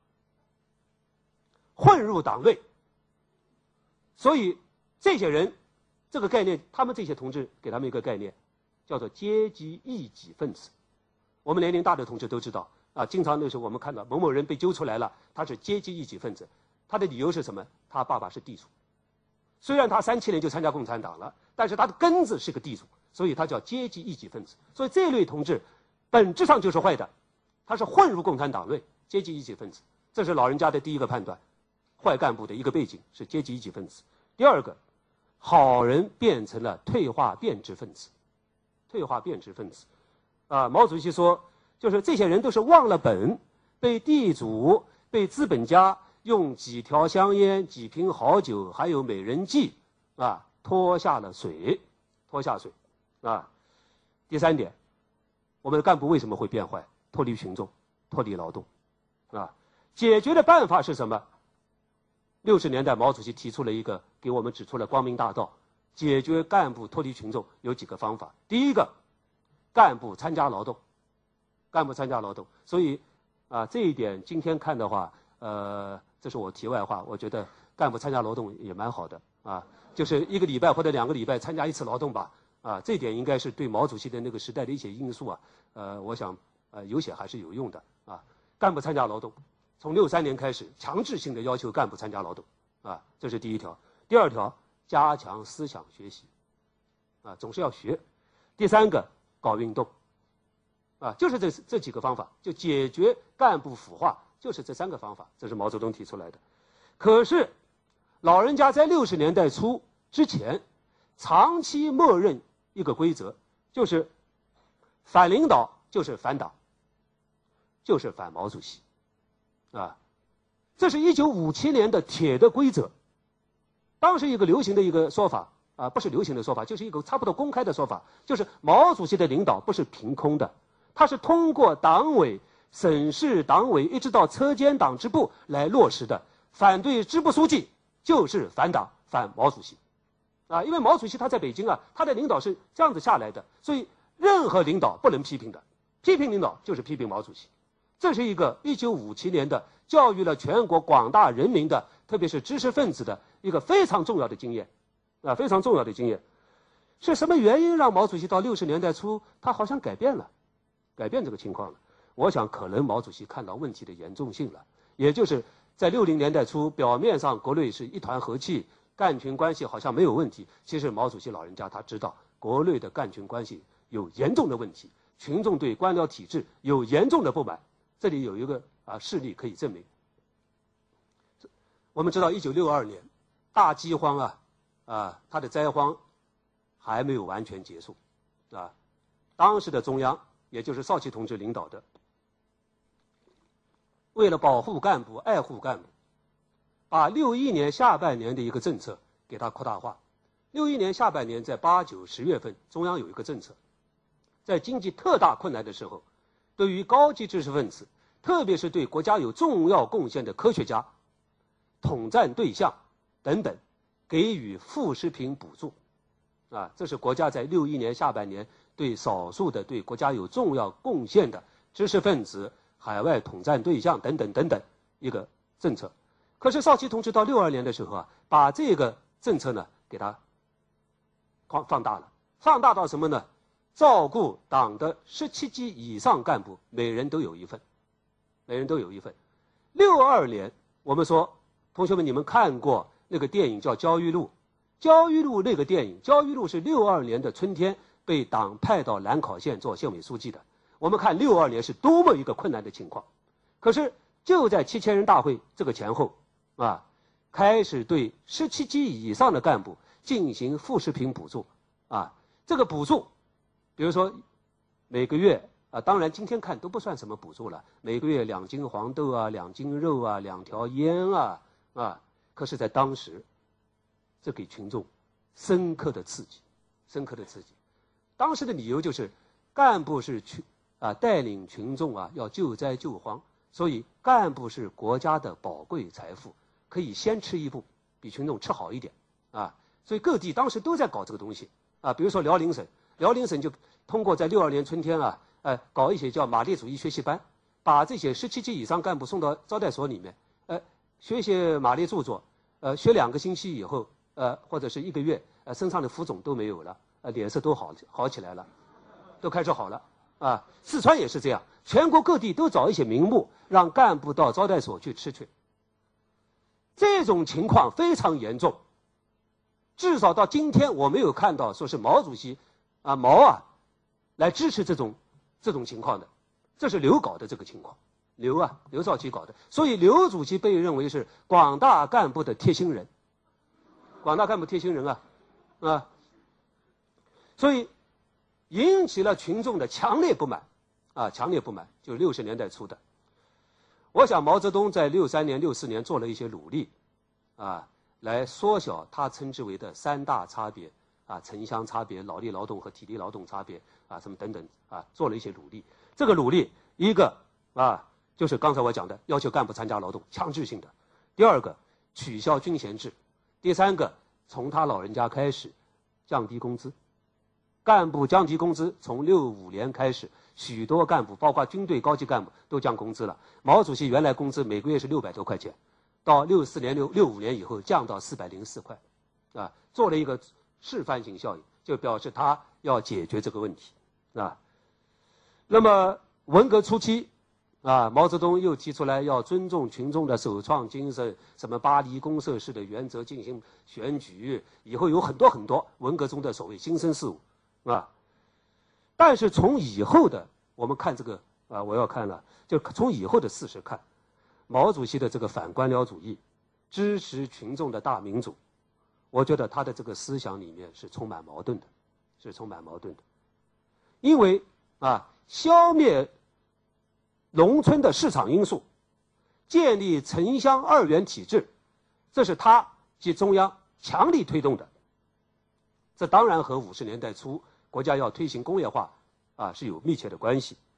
Speaker 2: 混入党内，所以这些人这个概念，他们这些同志给他们一个概念，叫做阶级异己分子。我们年龄大的同志都知道啊，经常那时候我们看到某某人被揪出来了，他是阶级异己分子，他的理由是什么？他爸爸是地主，虽然他三七年就参加共产党了，但是他的根子是个地主，所以他叫阶级异己分子。所以这类同志本质上就是坏的，他是混入共产党内，阶级异己分子。这是老人家的第一个判断，坏干部的一个背景是阶级异己分子。第二个，好人变成了退化变质分子，退化变质分子，啊，毛主席说，就是这些人都是忘了本，被地主、被资本家用几条香烟、几瓶好酒，还有美人计，啊，拖下了水，拖下水，啊。第三点，我们的干部为什么会变坏？脱离群众，脱离劳动，啊，解决的办法是什么？六十年代，毛主席提出了一个，给我们指出了光明大道，解决干部脱离群众有几个方法。第一个，干部参加劳动，干部参加劳动。所以，啊，这一点今天看的话，呃，这是我题外话，我觉得干部参加劳动也蛮好的啊，就是一个礼拜或者两个礼拜参加一次劳动吧，啊，这点应该是对毛主席的那个时代的一些因素啊，呃，我想呃有些还是有用的啊。干部参加劳动。从六三年开始，强制性的要求干部参加劳动，啊，这是第一条。第二条，加强思想学习，啊，总是要学。第三个，搞运动，啊，就是这这几个方法，就解决干部腐化，就是这三个方法，这是毛泽东提出来的。可是，老人家在六十年代初之前，长期默认一个规则，就是反领导就是反党，就是反毛主席。啊，这是一九五七年的铁的规则，当时一个流行的一个说法啊，不是流行的说法，就是一个差不多公开的说法，就是毛主席的领导不是凭空的，他是通过党委省市党委一直到车间党支部来落实的，反对支部书记就是反党反毛主席，啊，因为毛主席他在北京啊，他的领导是这样子下来的，所以任何领导不能批评的，批评领导就是批评毛主席。这是一个一九五七年的教育了全国广大人民的，特别是知识分子的一个非常重要的经验，啊，非常重要的经验。是什么原因让毛主席到六十年代初他好像改变了，改变这个情况了？我想可能毛主席看到问题的严重性了，也就是在六零年代初，表面上国内是一团和气，干群关系好像没有问题，其实毛主席老人家他知道国内的干群关系有严重的问题，群众对官僚体制有严重的不满。这里有一个啊事例可以证明。我们知道一九六二年大饥荒啊啊，它的灾荒还没有完全结束，啊，当时的中央也就是少奇同志领导的，为了保护干部、爱护干部，把六一年下半年的一个政策给它扩大化。六一年下半年在八九十月份，中央有一个政策，在经济特大困难的时候，对于高级知识分子，特别是对国家有重要贡献的科学家、统战对象等等，给予副食品补助，啊，这是国家在六一年下半年对少数的对国家有重要贡献的知识分子、海外统战对象等等等等一个政策。可是少奇同志到六二年的时候啊，把这个政策呢给它放放大了，放大到什么呢？照顾党的十七级以上干部，每人都有一份，每人都有一份。六二年，我们说，同学们，你们看过那个电影叫《焦裕禄》？焦裕禄那个电影，焦裕禄是六二年的春天被党派到兰考县做县委书记的。我们看六二年是多么一个困难的情况，可是就在七千人大会这个前后，啊，开始对十七级以上的干部进行副食品补助，啊，这个补助，比如说每个月啊，当然今天看都不算什么补助了，每个月两斤黄豆啊，两斤肉啊，两条烟啊，啊，可是在当时，这给群众深刻的刺激，深刻的刺激。当时的理由就是，干部是群啊带领群众啊要救灾救荒，所以干部是国家的宝贵财富，可以先吃一步，比群众吃好一点啊。所以各地当时都在搞这个东西啊，比如说辽宁省，辽宁省就通过在六二年春天啊，呃，搞一些叫马列主义学习班，把这些十七级以上干部送到招待所里面，呃，学一些马列著作，呃，学两个星期以后，呃，或者是一个月，呃，身上的浮肿都没有了，呃，脸色都好好起来了，都开始好了啊。四川也是这样，全国各地都找一些名目，让干部到招待所去吃去。这种情况非常严重，至少到今天我没有看到说是毛主席啊毛啊来支持这种这种情况的，这是刘搞的这个情况，刘啊刘少奇搞的，所以刘主席被认为是广大干部的贴心人，广大干部贴心人啊啊，所以引起了群众的强烈不满啊，强烈不满，就六十年代初的。我想毛泽东在六三年、六四年做了一些努力，啊，来缩小他称之为的三大差别啊，城乡差别、脑力劳动和体力劳动差别啊，什么等等啊，做了一些努力。这个努力，一个啊，就是刚才我讲的，要求干部参加劳动，强制性的；第二个，取消军衔制；第三个，从他老人家开始，降低工资。干部降低工资，从六五年开始，许多干部，包括军队高级干部都降工资了。毛主席原来工资每个月是六百多块钱，到六四年、六六五年以后降到四百零四块，啊，做了一个示范性效应，就表示他要解决这个问题，啊。那么文革初期，啊，毛泽东又提出来要尊重群众的首创精神，什么巴黎公社式的原则进行选举，以后有很多很多文革中的所谓新生事物。啊，但是从以后的我们看这个啊，我要看了，就从以后的事实看，毛主席的这个反官僚主义，支持群众的大民主，我觉得他的这个思想里面是充满矛盾的，是充满矛盾的，因为啊，消灭农村的市场因素，建立城乡二元体制，这是他及中央强力推动的，这当然和五十年代初国家要推行工业化啊是有密切的关系，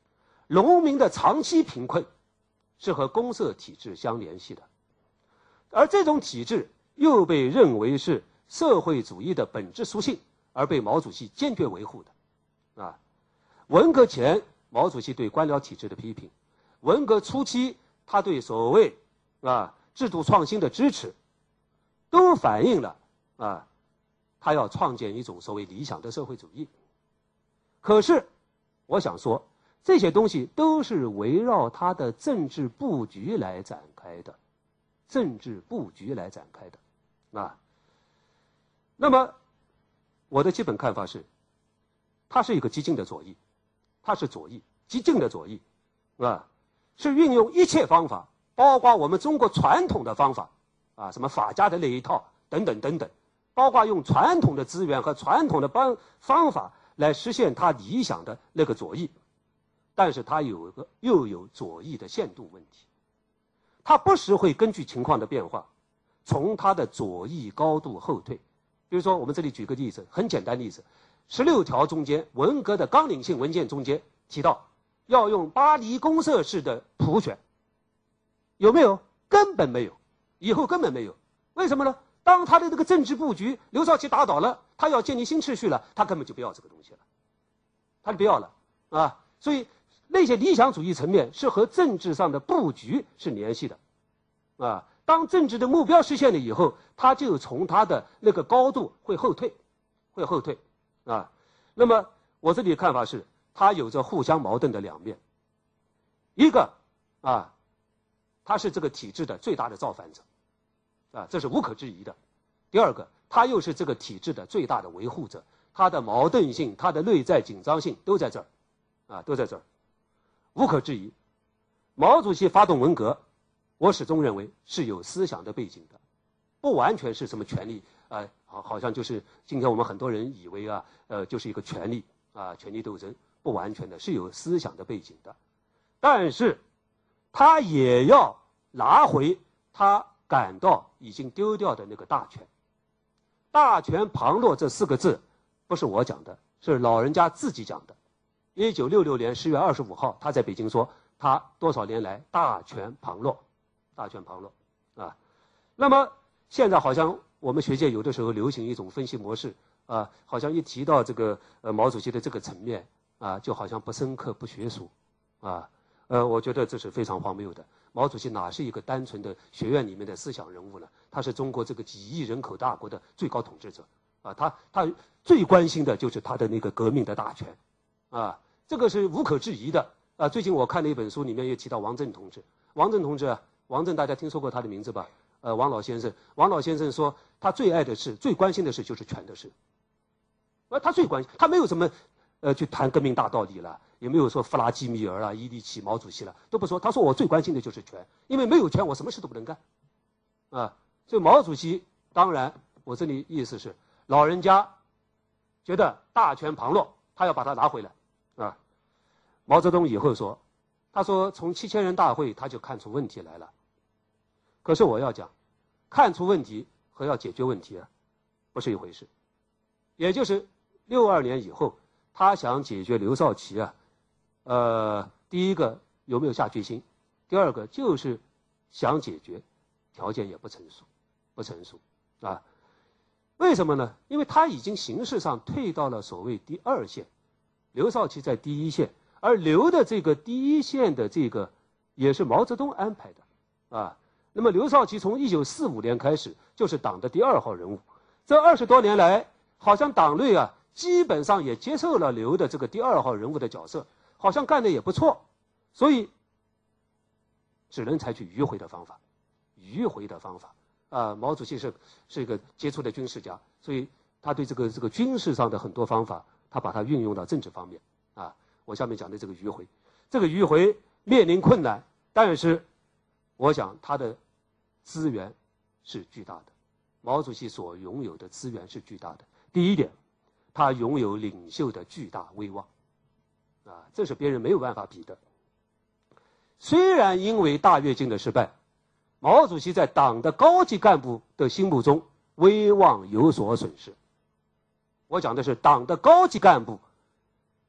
Speaker 2: 农民的长期贫困是和公社体制相联系的，而这种体制又被认为是社会主义的本质属性，而被毛主席坚决维护的。啊，文革前毛主席对官僚体制的批评，文革初期他对所谓啊制度创新的支持，都反映了啊他要创建一种所谓理想的社会主义。可是我想说，这些东西都是围绕他的政治布局来展开的，政治布局来展开的啊。那么我的基本看法是，它是一个激进的左翼，它是左翼，激进的左翼啊，是运用一切方法，包括我们中国传统的方法啊，什么法家的那一套等等等等，包括用传统的资源和传统的方方法来实现他理想的那个左翼。但是它有一个又有左翼的限度问题，它不时会根据情况的变化，从它的左翼高度后退。比如说，我们这里举个例子，很简单的例子，十六条中间，文革的纲领性文件中间提到要用巴黎公社式的普选，有没有？根本没有，以后根本没有。为什么呢？当他的这个政治布局刘少奇打倒了，他要建立新秩序了，他根本就不要这个东西了，他就不要了啊。所以那些理想主义层面是和政治上的布局是联系的啊。当政治的目标实现了以后，他就从他的那个高度会后退，会后退啊。那么我这里的看法是，它有着互相矛盾的两面。一个啊，他是这个体制的最大的造反者啊，这是无可置疑的。第二个，他又是这个体制的最大的维护者，他的矛盾性、他的内在紧张性都在这儿啊，都在这儿，无可置疑。毛主席发动文革，我始终认为是有思想的背景的，不完全是什么权力啊、呃，好，好像就是今天我们很多人以为啊，呃，就是一个权力啊，权力斗争，不完全的，是有思想的背景的。但是，他也要拿回他感到已经丢掉的那个大权。大权旁落这四个字，不是我讲的，是老人家自己讲的。一九六六年十月二十五号，他在北京说，他多少年来大权旁落。大权旁落啊，那么现在好像我们学界有的时候流行一种分析模式啊，好像一提到这个呃毛主席的这个层面啊，就好像不深刻不学术啊，呃，我觉得这是非常荒谬的。毛主席哪是一个单纯的学院里面的思想人物呢？他是中国这个几亿人口大国的最高统治者啊，他他最关心的就是他的那个革命的大权啊，这个是无可置疑的啊。最近我看了一本书，里面也提到王震同志，王震同志啊。王震大家听说过他的名字吧？呃，王老先生，王老先生说他最爱的事、最关心的事就是权的事。而他最关心，他没有什么，呃，去谈革命大道理了，也没有说弗拉基米尔啊、伊利奇、毛主席了，都不说。他说我最关心的就是权，因为没有权，我什么事都不能干。啊，所以毛主席当然，我这里意思是，老人家觉得大权旁落，他要把它拿回来。啊，毛泽东以后说。他说：“从七千人大会，他就看出问题来了。可是我要讲，看出问题和要解决问题啊，不是一回事。也就是六二年以后，他想解决刘少奇啊，呃，第一个有没有下决心？第二个就是想解决，条件也不成熟，不成熟啊。为什么呢？因为他已经形式上退到了所谓第二线，刘少奇在第一线。”而刘的这个第一线的这个，也是毛泽东安排的，啊，那么刘少奇从一九四五年开始就是党的第二号人物，这二十多年来，好像党内啊基本上也接受了刘的这个第二号人物的角色，好像干得也不错，所以只能采取迂回的方法，迂回的方法啊。毛主席是是一个杰出的军事家，所以他对这个这个军事上的很多方法，他把它运用到政治方面啊。我下面讲的这个迂回，这个迂回面临困难，但是我想他的资源是巨大的，毛主席所拥有的资源是巨大的。第一点，他拥有领袖的巨大威望，啊，这是别人没有办法比的。虽然因为大跃进的失败，毛主席在党的高级干部的心目中威望有所损失。我讲的是党的高级干部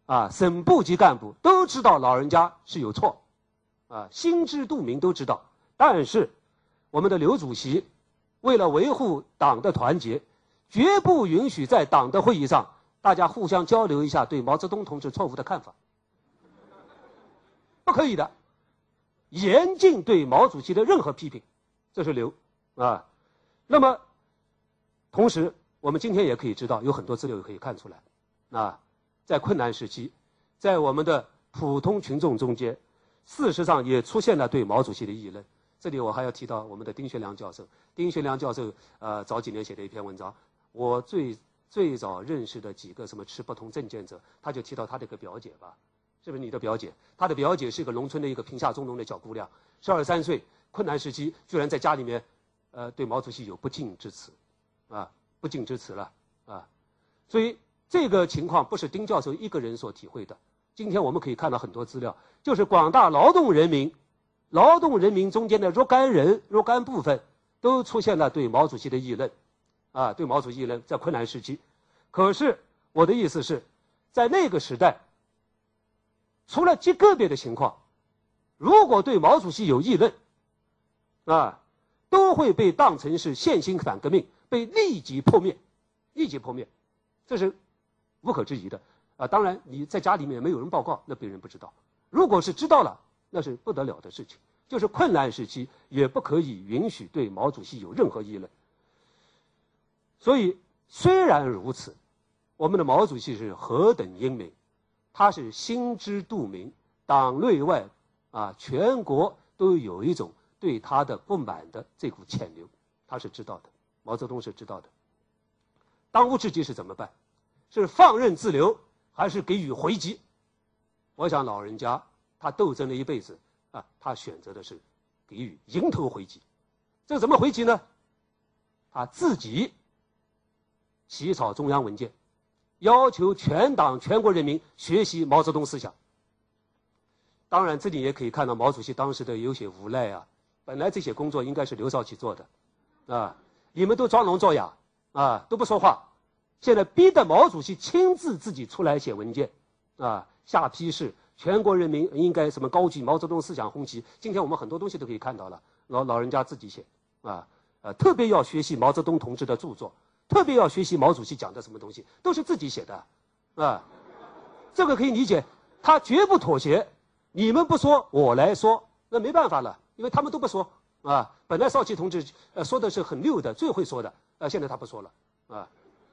Speaker 2: 啊，省部级干部都知道老人家是有错，啊，心知肚明都知道。但是，我们的刘主席为了维护党的团结，绝不允许在党的会议上大家互相交流一下对毛泽东同志错误的看法，不可以的，严禁对毛主席的任何批评，这是刘啊。那么，同时我们今天也可以知道，有很多资料可以看出来，啊，在困难时期，在我们的普通群众中间，事实上也出现了对毛主席的议论。这里我还要提到我们的丁学良教授。丁学良教授，呃，早几年写的一篇文章，我最最早认识的几个什么持不同政见者，他就提到他的一个表姐吧，是不是你的表姐？他的表姐是一个农村的一个贫下中农的小姑娘，十二三岁，困难时期居然在家里面，呃，对毛主席有不敬之词，啊，不敬之词了啊。所以这个情况不是丁教授一个人所体会的。今天我们可以看到很多资料，就是广大劳动人民。劳动人民中间的若干人、若干部分，都出现了对毛主席的议论，啊，对毛主席议论，在困难时期。可是我的意思是，在那个时代，除了极个别的情况，如果对毛主席有议论，啊，都会被当成是现行反革命，被立即破灭，立即破灭，这是无可置疑的。啊，当然你在家里面没有人报告，那别人不知道。如果是知道了，那是不得了的事情，就是困难时期也不可以允许对毛主席有任何议论。所以虽然如此，我们的毛主席是何等英明，他是心知肚明，党内外啊全国都有一种对他的不满的这股潜流，他是知道的，毛泽东是知道的。当务之急是怎么办？是放任自流，还是给予回击？我想老人家他斗争了一辈子啊，他选择的是给予迎头回击。这怎么回击呢？他自己起草中央文件，要求全党全国人民学习毛泽东思想。当然这里也可以看到毛主席当时的有些无奈啊，本来这些工作应该是刘少奇做的啊，你们都装聋作哑啊，都不说话，现在逼得毛主席亲自自己出来写文件啊，下批示全国人民应该什么高举毛泽东思想红旗。今天我们很多东西都可以看到了，老老人家自己写啊，呃，特别要学习毛泽东同志的著作，特别要学习毛主席讲的什么东西，都是自己写的啊。这个可以理解，他绝不妥协。你们不说，我来说，那没办法了，因为他们都不说啊。本来少奇同志呃说的是很溜的，最会说的，呃，现在他不说了啊。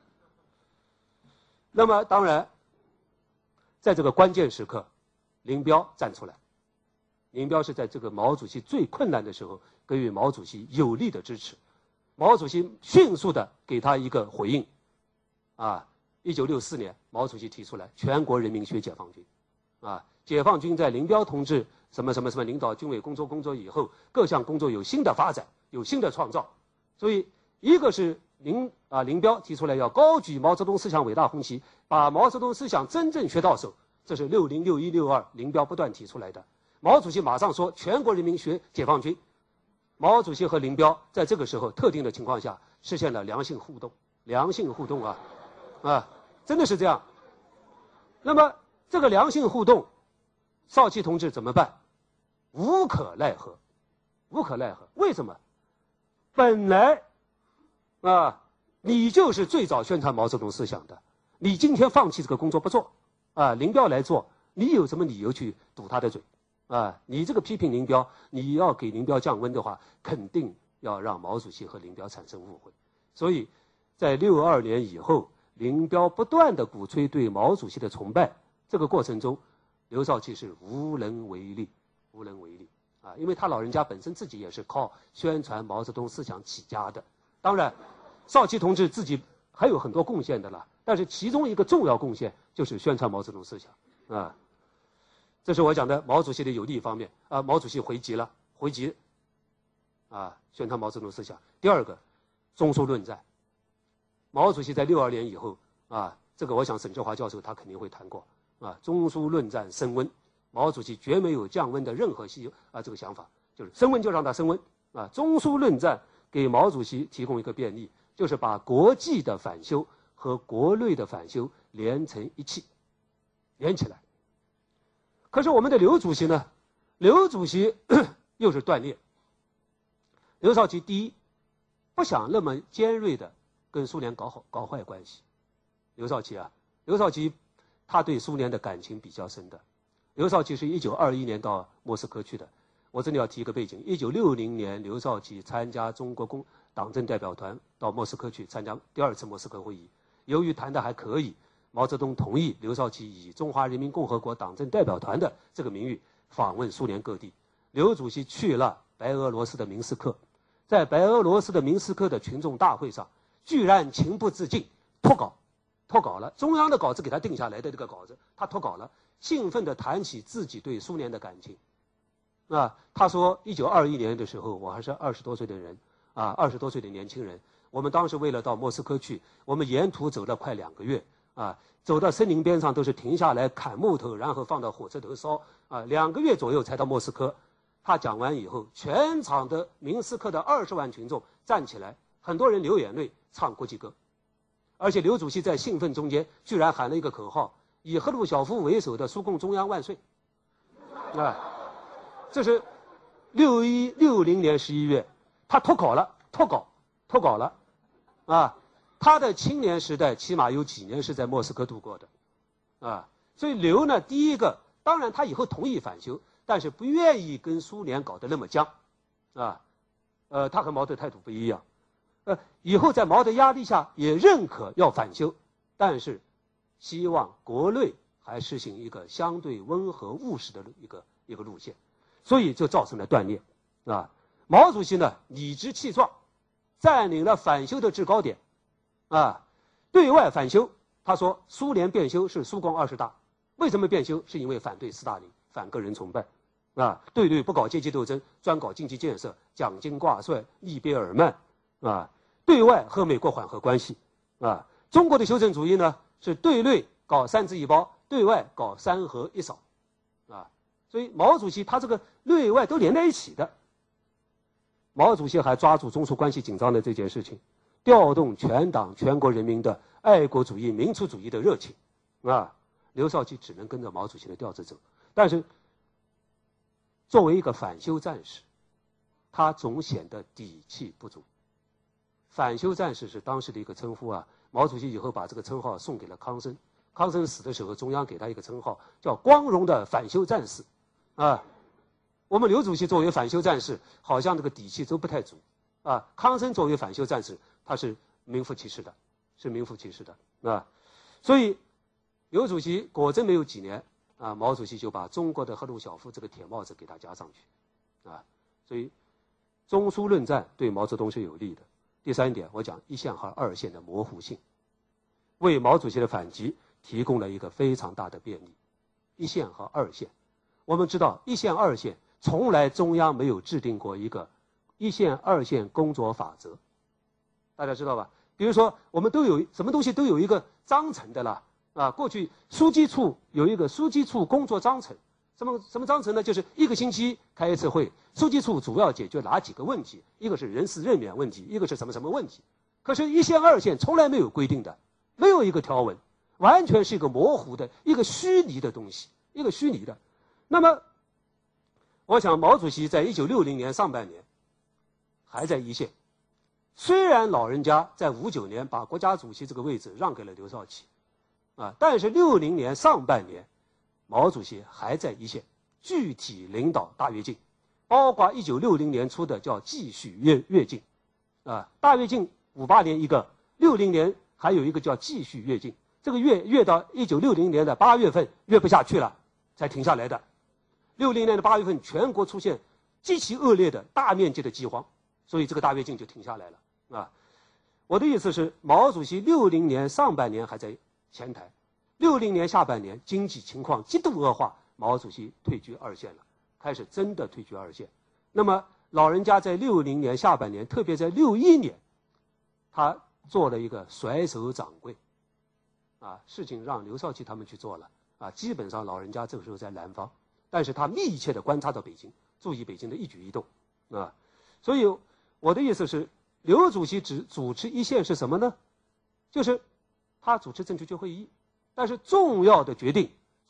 Speaker 2: 那么当然，在这个关键时刻，林彪站出来，林彪是在这个毛主席最困难的时候给予毛主席有力的支持，毛主席迅速的给他一个回应，啊，一九六四年，毛主席提出来全国人民学解放军，啊，解放军在林彪同志什么什么什么领导军委工作工作以后，各项工作有新的发展，有新的创造，所以一个是林啊林彪提出来要高举毛泽东思想伟大红旗，把毛泽东思想真正学到手。这是六零六一六二林彪不断提出来的，毛主席马上说全国人民学解放军。毛主席和林彪在这个时候特定的情况下实现了良性互动，良性互动啊，啊，真的是这样。那么这个良性互动，少奇同志怎么办？无可奈何，无可奈何。为什么？本来啊，你就是最早宣传毛泽东思想的，你今天放弃这个工作不做。啊，林彪来做，你有什么理由去堵他的嘴？啊，你这个批评林彪，你要给林彪降温的话，肯定要让毛主席和林彪产生误会。所以，在六二年以后，林彪不断的鼓吹对毛主席的崇拜，这个过程中，刘少奇是无能为力，无能为力啊，因为他老人家本身自己也是靠宣传毛泽东思想起家的。当然，少奇同志自己还有很多贡献的了。但是其中一个重要贡献就是宣传毛泽东思想，啊，这是我讲的毛主席的有利方面啊。毛主席回击了，回击，啊，宣传毛泽东思想。第二个，中苏论战，毛主席在六二年以后啊，这个我想沈志华教授他肯定会谈过啊。中苏论战升温，毛主席绝没有降温的任何希啊这个想法，就是升温就让它升温啊。中苏论战给毛主席提供一个便利，就是把国际的反修和国内的反修连成一气， 连起来。可是我们的刘主席呢，刘主席又是断裂。刘少奇第一，不想那么尖锐的跟苏联搞好搞坏关系。刘少奇啊，刘少奇他对苏联的感情比较深的。刘少奇是一九二一年到莫斯科去的。我这里要提一个背景：一九六零年，刘少奇参加中国共党政代表团到莫斯科去参加第二次莫斯科会议。由于谈得还可以，毛泽东同意刘少奇以中华人民共和国党政代表团的这个名誉访问苏联各地。刘主席去了白俄罗斯的明斯克，在白俄罗斯的明斯克的群众大会上，居然情不自禁脱稿，脱稿了。中央的稿子给他定下来的这个稿子，他脱稿了，兴奋地谈起自己对苏联的感情。啊，他说，一九二一年的时候，我还是二十多岁的人，啊，二十多岁的年轻人。我们当时为了到莫斯科去，我们沿途走了快两个月，啊，走到森林边上都是停下来砍木头，然后放到火车头烧，啊，两个月左右才到莫斯科。他讲完以后，全场的明斯克的二十万群众站起来，很多人流眼泪，唱国际歌，而且刘主席在兴奋中间居然喊了一个口号：以赫鲁晓夫为首的苏共中央万岁！啊。这是六一六零年十一月，他脱稿了，脱稿，脱稿了，啊，他的青年时代起码有几年是在莫斯科度过的，啊，所以刘呢，第一个，当然他以后同意反修，但是不愿意跟苏联搞得那么僵，啊，呃，他和毛的态度不一样，呃，以后在毛的压力下也认可要反修，但是希望国内还实行一个相对温和务实的一个一个路线。所以就造成了断裂，啊，毛主席呢理直气壮，占领了反修的制高点，啊，对外反修。他说苏联变修是苏共二十大，为什么变修？是因为反对斯大林，反个人崇拜，啊，对内不搞阶级斗争，专搞经济建设，奖金挂帅，利别尔曼，啊，对外和美国缓和关系，啊，中国的修正主义呢是对内搞三支一包，对外搞三合一扫，啊。所以毛主席他这个内外都连在一起的。毛主席还抓住中苏关系紧张的这件事情，调动全党全国人民的爱国主义民族主义的热情，啊，刘少奇只能跟着毛主席的调子走。但是作为一个反修战士，他总显得底气不足。反修战士是当时的一个称呼啊，毛主席以后把这个称号送给了康生，康生死的时候，中央给他一个称号叫光荣的反修战士。啊，我们刘主席作为反修战士，好像这个底气都不太足，啊，康生作为反修战士，他是名副其实的，是名副其实的，啊，所以刘主席果真没有几年，啊，毛主席就把中国的赫鲁晓夫这个铁帽子给他加上去，啊，所以中苏论战对毛泽东是有利的。第三点，我讲一线和二线的模糊性，为毛主席的反击提供了一个非常大的便利。一线和二线。我们知道一线二线从来中央没有制定过一个一线二线工作法则，大家知道吧？比如说我们都有什么东西都有一个章程的啦，啊，过去书记处有一个书记处工作章程，什么什么章程呢？就是一个星期开一次会，书记处主要解决哪几个问题？一个是人事任免问题，一个是什么什么问题？可是，一线二线从来没有规定的，没有一个条文，完全是一个模糊的、一个虚拟的东西，一个虚拟的。那么，我想毛主席在一九六零年上半年还在一线，虽然老人家在五九年把国家主席这个位置让给了刘少奇，啊，但是六零年上半年，毛主席还在一线，具体领导大跃进，包括一九六零年初的叫继续跃跃进，啊，大跃进五八年一个，六零年还有一个叫继续跃进，这个跃跃到一九六零年的八月份跃不下去了，才停下来的。六零年的八月份，全国出现极其恶劣的大面积的饥荒，所以这个大跃进就停下来了啊。我的意思是，毛主席六零年上半年还在前台，六零年下半年经济情况极度恶化，毛主席退居二线了，开始真的退居二线。那么老人家在六零年下半年，特别在六一年，他做了一个甩手掌柜，啊，事情让刘少奇他们去做了啊，基本上老人家这个时候在南方。但是他密切地观察到北京，注意北京的一举一动，啊，所以我的意思是，刘主席只主持一线是什么呢？就是他主持政治局会议，但是重要的决定、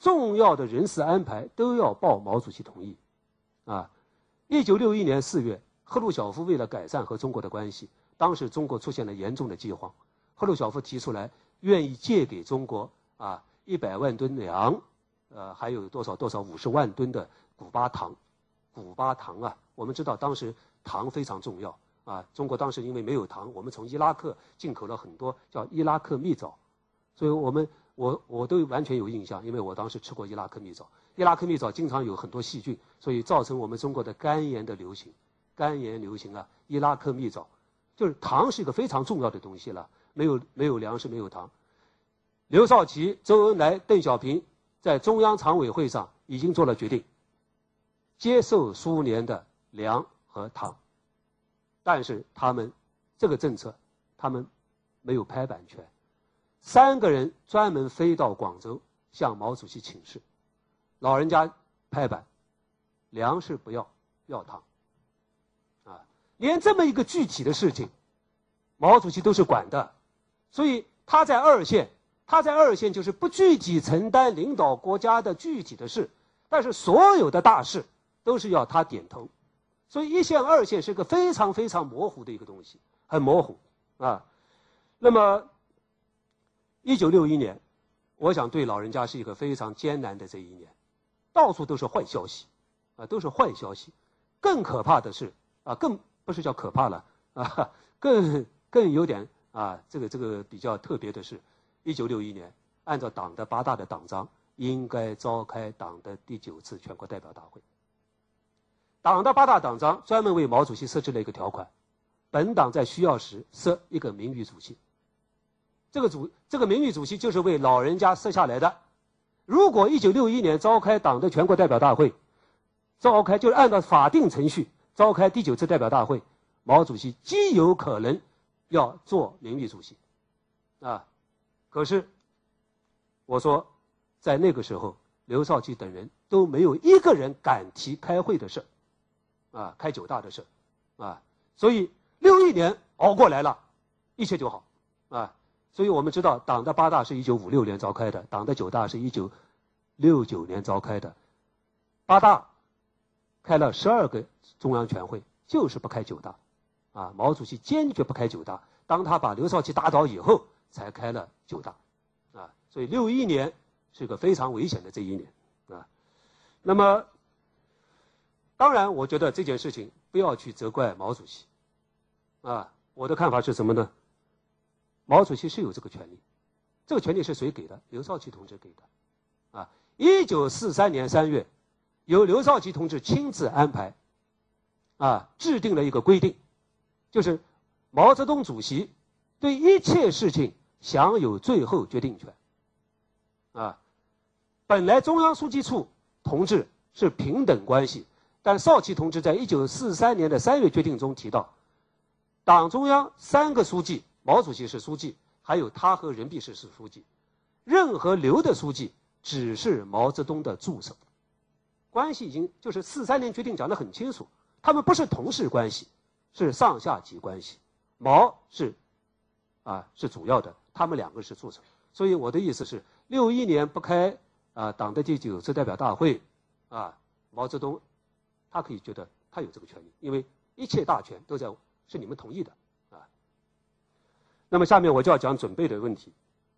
Speaker 2: 重要的人事安排都要报毛主席同意。啊，一九六一年四月，赫鲁晓夫为了改善和中国的关系，当时中国出现了严重的饥荒，赫鲁晓夫提出来愿意借给中国啊一百万吨粮，呃，还有多少多少五十万吨的古巴糖。古巴糖啊，我们知道当时糖非常重要啊。中国当时因为没有糖，我们从伊拉克进口了很多叫伊拉克蜜枣，所以我们我我都完全有印象，因为我当时吃过伊拉克蜜枣。伊拉克蜜枣经常有很多细菌，所以造成我们中国的肝炎的流行。肝炎流行啊，伊拉克蜜枣，就是糖是一个非常重要的东西了。没有没有粮食，没有糖。刘少奇、周恩来、邓小平在中央常委会上已经做了决定，接受苏联的粮和糖，但是他们这个政策，他们没有拍板权。三个人专门飞到广州向毛主席请示，老人家拍板，粮食不要，要糖。啊，连这么一个具体的事情，毛主席都是管的，所以他在二线，他在二线就是不具体承担领导国家的具体的事，但是所有的大事都是要他点头，所以一线二线是个非常非常模糊的一个东西，很模糊啊。那么，一九六一年，我想对老人家是一个非常艰难的这一年，到处都是坏消息，啊，都是坏消息。更可怕的是啊，更不是叫可怕了啊，更更有点啊，这个这个比较特别的是，一九六一年，按照党的八大的党章，应该召开党的第九次全国代表大会。党的八大党章专门为毛主席设置了一个条款，本党在需要时设一个名誉主席。这个主这个名誉主席就是为老人家设下来的。如果一九六一年召开党的全国代表大会，召开就是按照法定程序召开第九次代表大会，毛主席极有可能要做名誉主席，啊，可是我说，在那个时候，刘少奇等人都没有一个人敢提开会的事，啊，开九大的事，啊，所以六一年熬过来了，一切就好，啊。所以我们知道，党的八大是一九五六年召开的，党的九大是一九六九年召开的。八大开了十二个中央全会，就是不开九大，啊，毛主席坚决不开九大。当他把刘少奇打倒以后，才开了九大，啊，所以六一年是个非常危险的这一年，啊。那么，当然，我觉得这件事情不要去责怪毛主席，啊，我的看法是什么呢？毛主席是有这个权利，这个权利是谁给的？刘少奇同志给的，啊，一九四三年三月，由刘少奇同志亲自安排，啊，制定了一个规定，就是毛泽东主席对一切事情享有最后决定权，啊，本来中央书记处同志是平等关系，但少奇同志在一九四三年的三月决定中提到，党中央三个书记。毛主席是书记，还有他和任弼时是书记，任何刘的书记只是毛泽东的助手，关系已经就是四三年决定讲得很清楚，他们不是同事关系，是上下级关系，毛是啊是主要的，他们两个是助手。所以我的意思是，六一年不开啊党的第九次代表大会，啊毛泽东他可以觉得他有这个权利，因为一切大权都在是你们同意的。那么下面我就要讲准备的问题。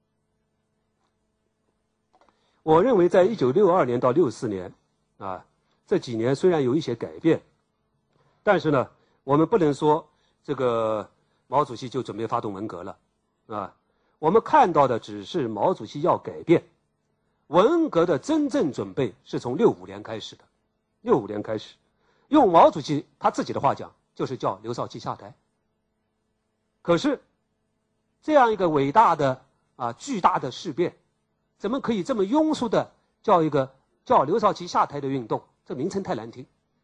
Speaker 2: 我认为在一九六二年到六四年，啊，这几年虽然有一些改变，但是呢，我们不能说这个毛主席就准备发动文革了，啊，我们看到的只是毛主席要改变，文革的真正准备是从六五年开始的，六五年开始，用毛主席他自己的话讲，就是叫刘少奇下台。可是。这样一个伟大的啊巨大的事变，怎么可以这么庸俗的叫一个叫刘少奇下台的运动？这名称太难听，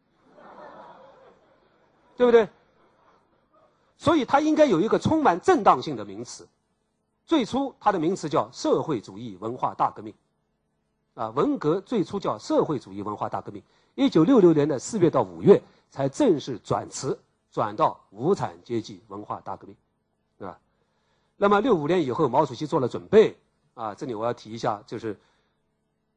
Speaker 2: 对不对？所以它应该有一个充满正当性的名词。最初它的名词叫社会主义文化大革命，啊，文革最初叫社会主义文化大革命，一九六六年的四月到五月才正式转词，转到无产阶级文化大革命，对吧？那么六五年以后，毛主席做了准备啊，这里我要提一下，就是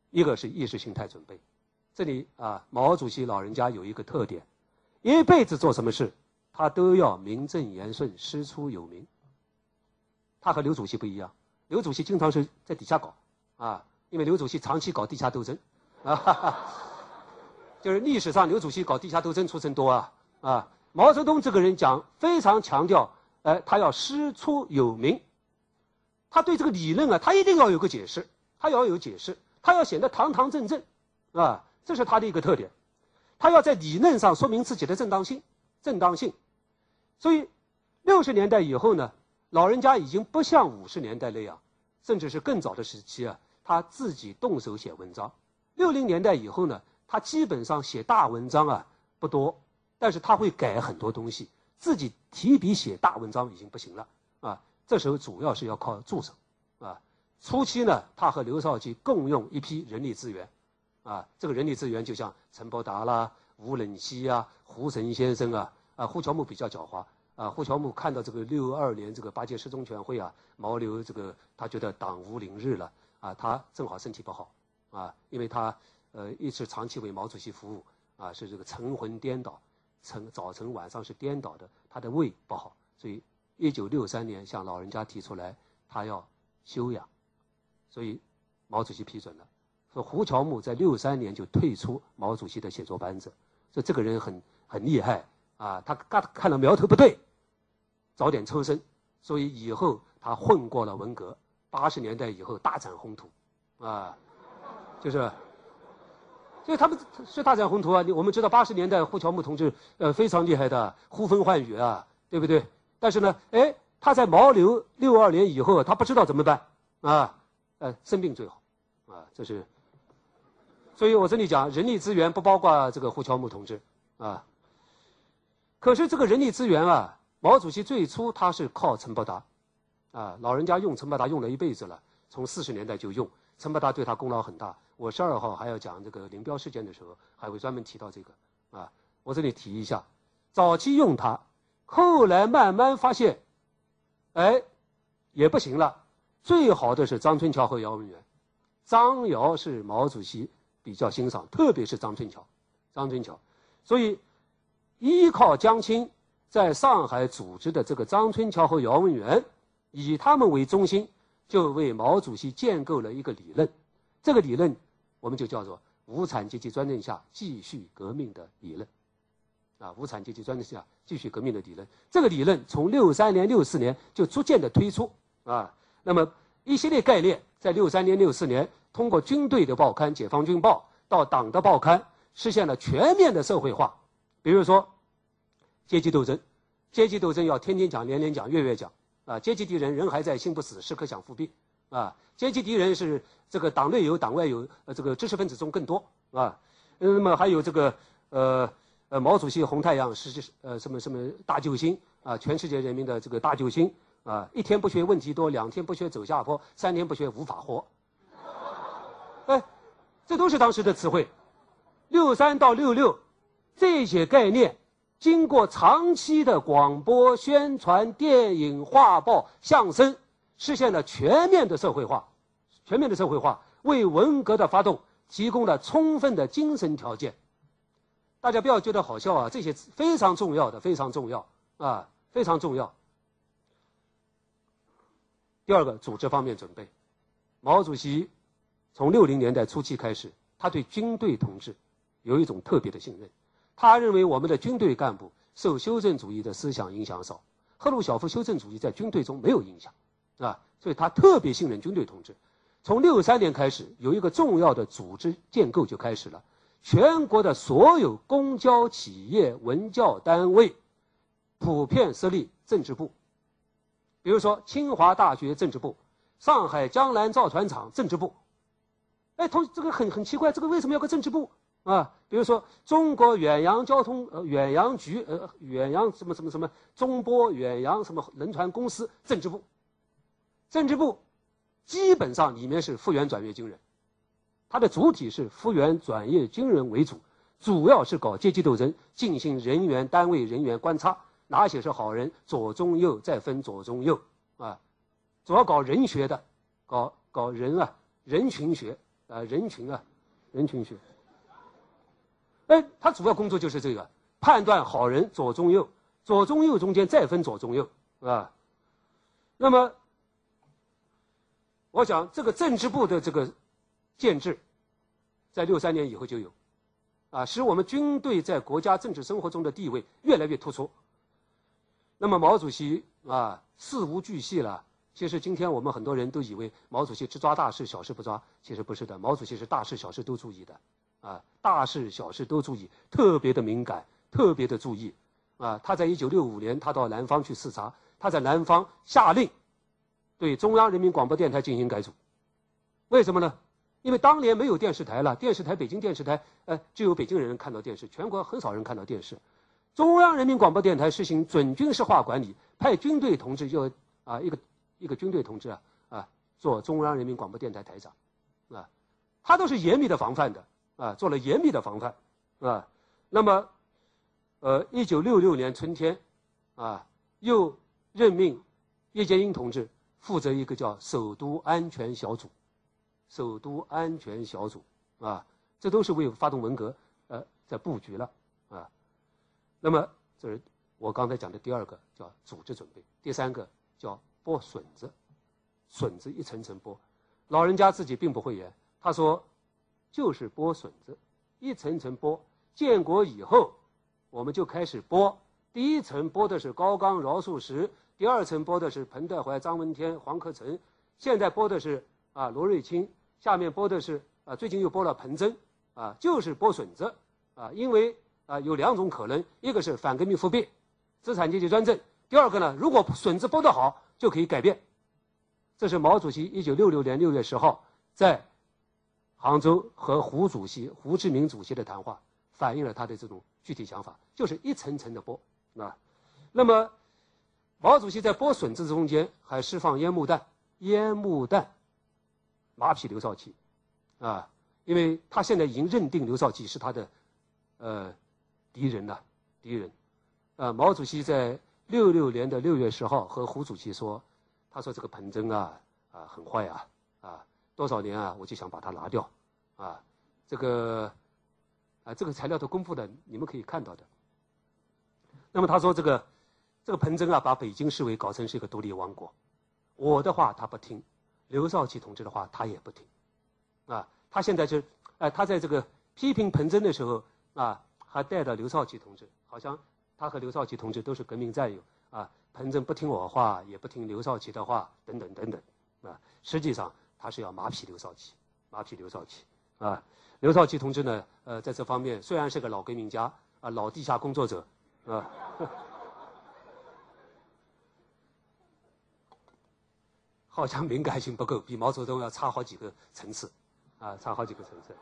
Speaker 2: 一个是意识形态准备。这里啊，毛主席老人家有一个特点，一辈子做什么事，他都要名正言顺，师出有名。他和刘主席不一样，刘主席经常是在底下搞啊，因为刘主席长期搞地下斗争啊，哈哈，就是历史上刘主席搞地下斗争出身多啊啊。毛泽东这个人讲非常强调，呃，他要师出有名，他对这个理论啊，他一定要有个解释，他要有解释，他要显得堂堂正正啊，这是他的一个特点。他要在理论上说明自己的正当性，正当性。所以六十年代以后呢，老人家已经不像五十年代那样，甚至是更早的时期啊，他自己动手写文章。六零年代以后呢，他基本上写大文章啊不多，但是他会改很多东西，自己提笔写大文章已经不行了啊。这时候主要是要靠助手啊。初期呢，他和刘少奇共用一批人力资源啊，这个人力资源就像陈伯达啦、吴冷西啊、胡神先生啊，啊，胡乔木比较狡猾。啊，胡乔木看到这个六二年这个八届十中全会啊，毛刘这个他觉得党无宁日了啊，他正好身体不好啊，因为他呃一直长期为毛主席服务啊，是这个晨魂颠倒，晨早晨晚上是颠倒的，他的胃不好，所以一九六三年向老人家提出来他要休养，所以毛主席批准了，说胡乔木在六三年就退出毛主席的写作班子，所以这个人很很厉害啊，他看看到苗头不对。早点抽身，所以以后他混过了文革，八十年代以后大展宏图，啊，就是，所以他们是大展宏图啊。我们知道八十年代胡乔木同志呃非常厉害的，呼风唤雨啊，对不对？但是呢，哎，他在毛刘六二年以后，他不知道怎么办啊，呃，生病最好，啊，这是。所以我这里讲人力资源不包括这个胡乔木同志啊，可是这个人力资源啊。毛主席最初他是靠陈伯达，啊，老人家用陈伯达用了一辈子了，从四十年代就用，陈伯达对他功劳很大。我十二号还要讲这个林彪事件的时候，还会专门提到这个，啊，我这里提一下，早期用他，后来慢慢发现，哎，也不行了。最好的是张春桥和姚文元，张姚是毛主席比较欣赏，特别是张春桥，张春桥，所以依靠江青。在上海组织的这个张春桥和姚文元，以他们为中心，就为毛主席建构了一个理论。这个理论我们就叫做无产阶级专政下继续革命的理论。啊，无产阶级专政下继续革命的理论。这个理论从六三年、六四年就逐渐的推出啊。那么一系列概念，在六三年、六四年通过军队的报刊《解放军报》到党的报刊，实现了全面的社会化。比如说。阶级斗争，阶级斗争要天天讲、年年讲、月月讲啊！阶级敌人人还在心不死，时刻想复辟啊！阶级敌人是这个党内有、党外有，呃，这个知识分子中更多啊。那么还有这个呃呃，毛主席红太阳是呃什么什么大救星啊，全世界人民的这个大救星啊！一天不学问题多，两天不学走下坡，三天不学无法活。哎，这都是当时的词汇。六三到六六这些概念。经过长期的广播宣传、电影、画报、相声，实现了全面的社会化，全面的社会化为文革的发动提供了充分的精神条件。大家不要觉得好笑啊，这些非常重要的，非常重要啊，非常重要。第二个，组织方面准备，毛主席从六零年代初期开始，他对军队同志有一种特别的信任。他认为我们的军队干部受修正主义的思想影响少，赫鲁晓夫修正主义在军队中没有影响，啊，所以他特别信任军队同志。从六三年开始，有一个重要的组织建构就开始了，全国的所有公交企业、文教单位普遍设立政治部，比如说清华大学政治部、上海江南造船厂政治部。哎，同这个很很奇怪，这个为什么要个政治部？啊，比如说中国远洋交通呃远洋局呃远洋什么什么什么中波远洋什么轮船公司政治部，政治部基本上里面是复员转业军人，它的主体是复员转业军人为主，主要是搞阶级斗争，进行人员单位人员观察，哪些是好人，左中右再分左中右啊，主要搞人学的，搞搞人啊人群学呃人群啊，人群学。哎，他主要工作就是这个，判断好人左中右，左中右中间再分左中右啊。那么，我想这个政治部的这个建制，在六三年以后就有，啊，使我们军队在国家政治生活中的地位越来越突出。那么毛主席啊，事无巨细了。其实今天我们很多人都以为毛主席只抓大事，小事不抓，其实不是的。毛主席是大事小事都注意的，啊，大事小事都注意，特别的敏感，特别的注意，啊，他在一九六五年他到南方去视察，他在南方下令对中央人民广播电台进行改组。为什么呢？因为当年没有电视台了，电视台北京电视台，呃，只有北京人看到电视，全国很少人看到电视。中央人民广播电台实行准军事化管理，派军队同志就啊一个。一个军队同志啊啊，做中央人民广播电台台长，啊，他都是严密的防范的啊，做了严密的防范啊。那么，呃，一九六六年春天，啊，又任命叶剑英同志负责一个叫首都安全小组，首都安全小组啊，这都是为发动文革呃在布局了啊。那么，这是我刚才讲的第二个叫组织准备，第三个叫剥笋子，笋子一层层剥，老人家自己并不会演，他说，就是剥笋子，一层层剥。建国以后，我们就开始剥，第一层剥的是高岗、饶漱石，第二层剥的是彭德怀、张闻天、黄克诚，现在剥的是啊罗瑞卿，下面剥的是啊最近又剥了彭真，啊就是剥笋子啊，因为啊有两种可能，一个是反革命复辟，资产阶级专政，第二个呢，如果笋子剥得好。就可以改变，这是毛主席一九六六年六月十号在杭州和胡主席、胡志明主席的谈话，反映了他的这种具体想法，就是一层层的剥啊。那么，毛主席在剥笋子中间还释放烟幕弹，烟幕弹，马匹刘少奇，啊，因为他现在已经认定刘少奇是他的呃敌人了，敌人，啊，毛主席在。六六年的六月十号，和胡主席说，他说这个彭真啊啊很坏啊啊，多少年啊我就想把它拿掉，啊，这个啊这个材料都公布的，你们可以看到的。那么他说这个这个彭真啊，把北京市委搞成是一个独立王国，我的话他不听，刘少奇同志的话他也不听，啊，他现在就哎、呃、他在这个批评彭真的时候啊，还带着刘少奇同志，好像。他和刘少奇同志都是革命战友啊，彭真不听我话，也不听刘少奇的话，等等等等，啊，实际上他是要马匹刘少奇，马匹刘少奇啊。刘少奇同志呢，呃，在这方面虽然是个老革命家啊，老地下工作者啊，好像敏感性不够，比毛泽东要差好几个层次，啊，差好几个层次。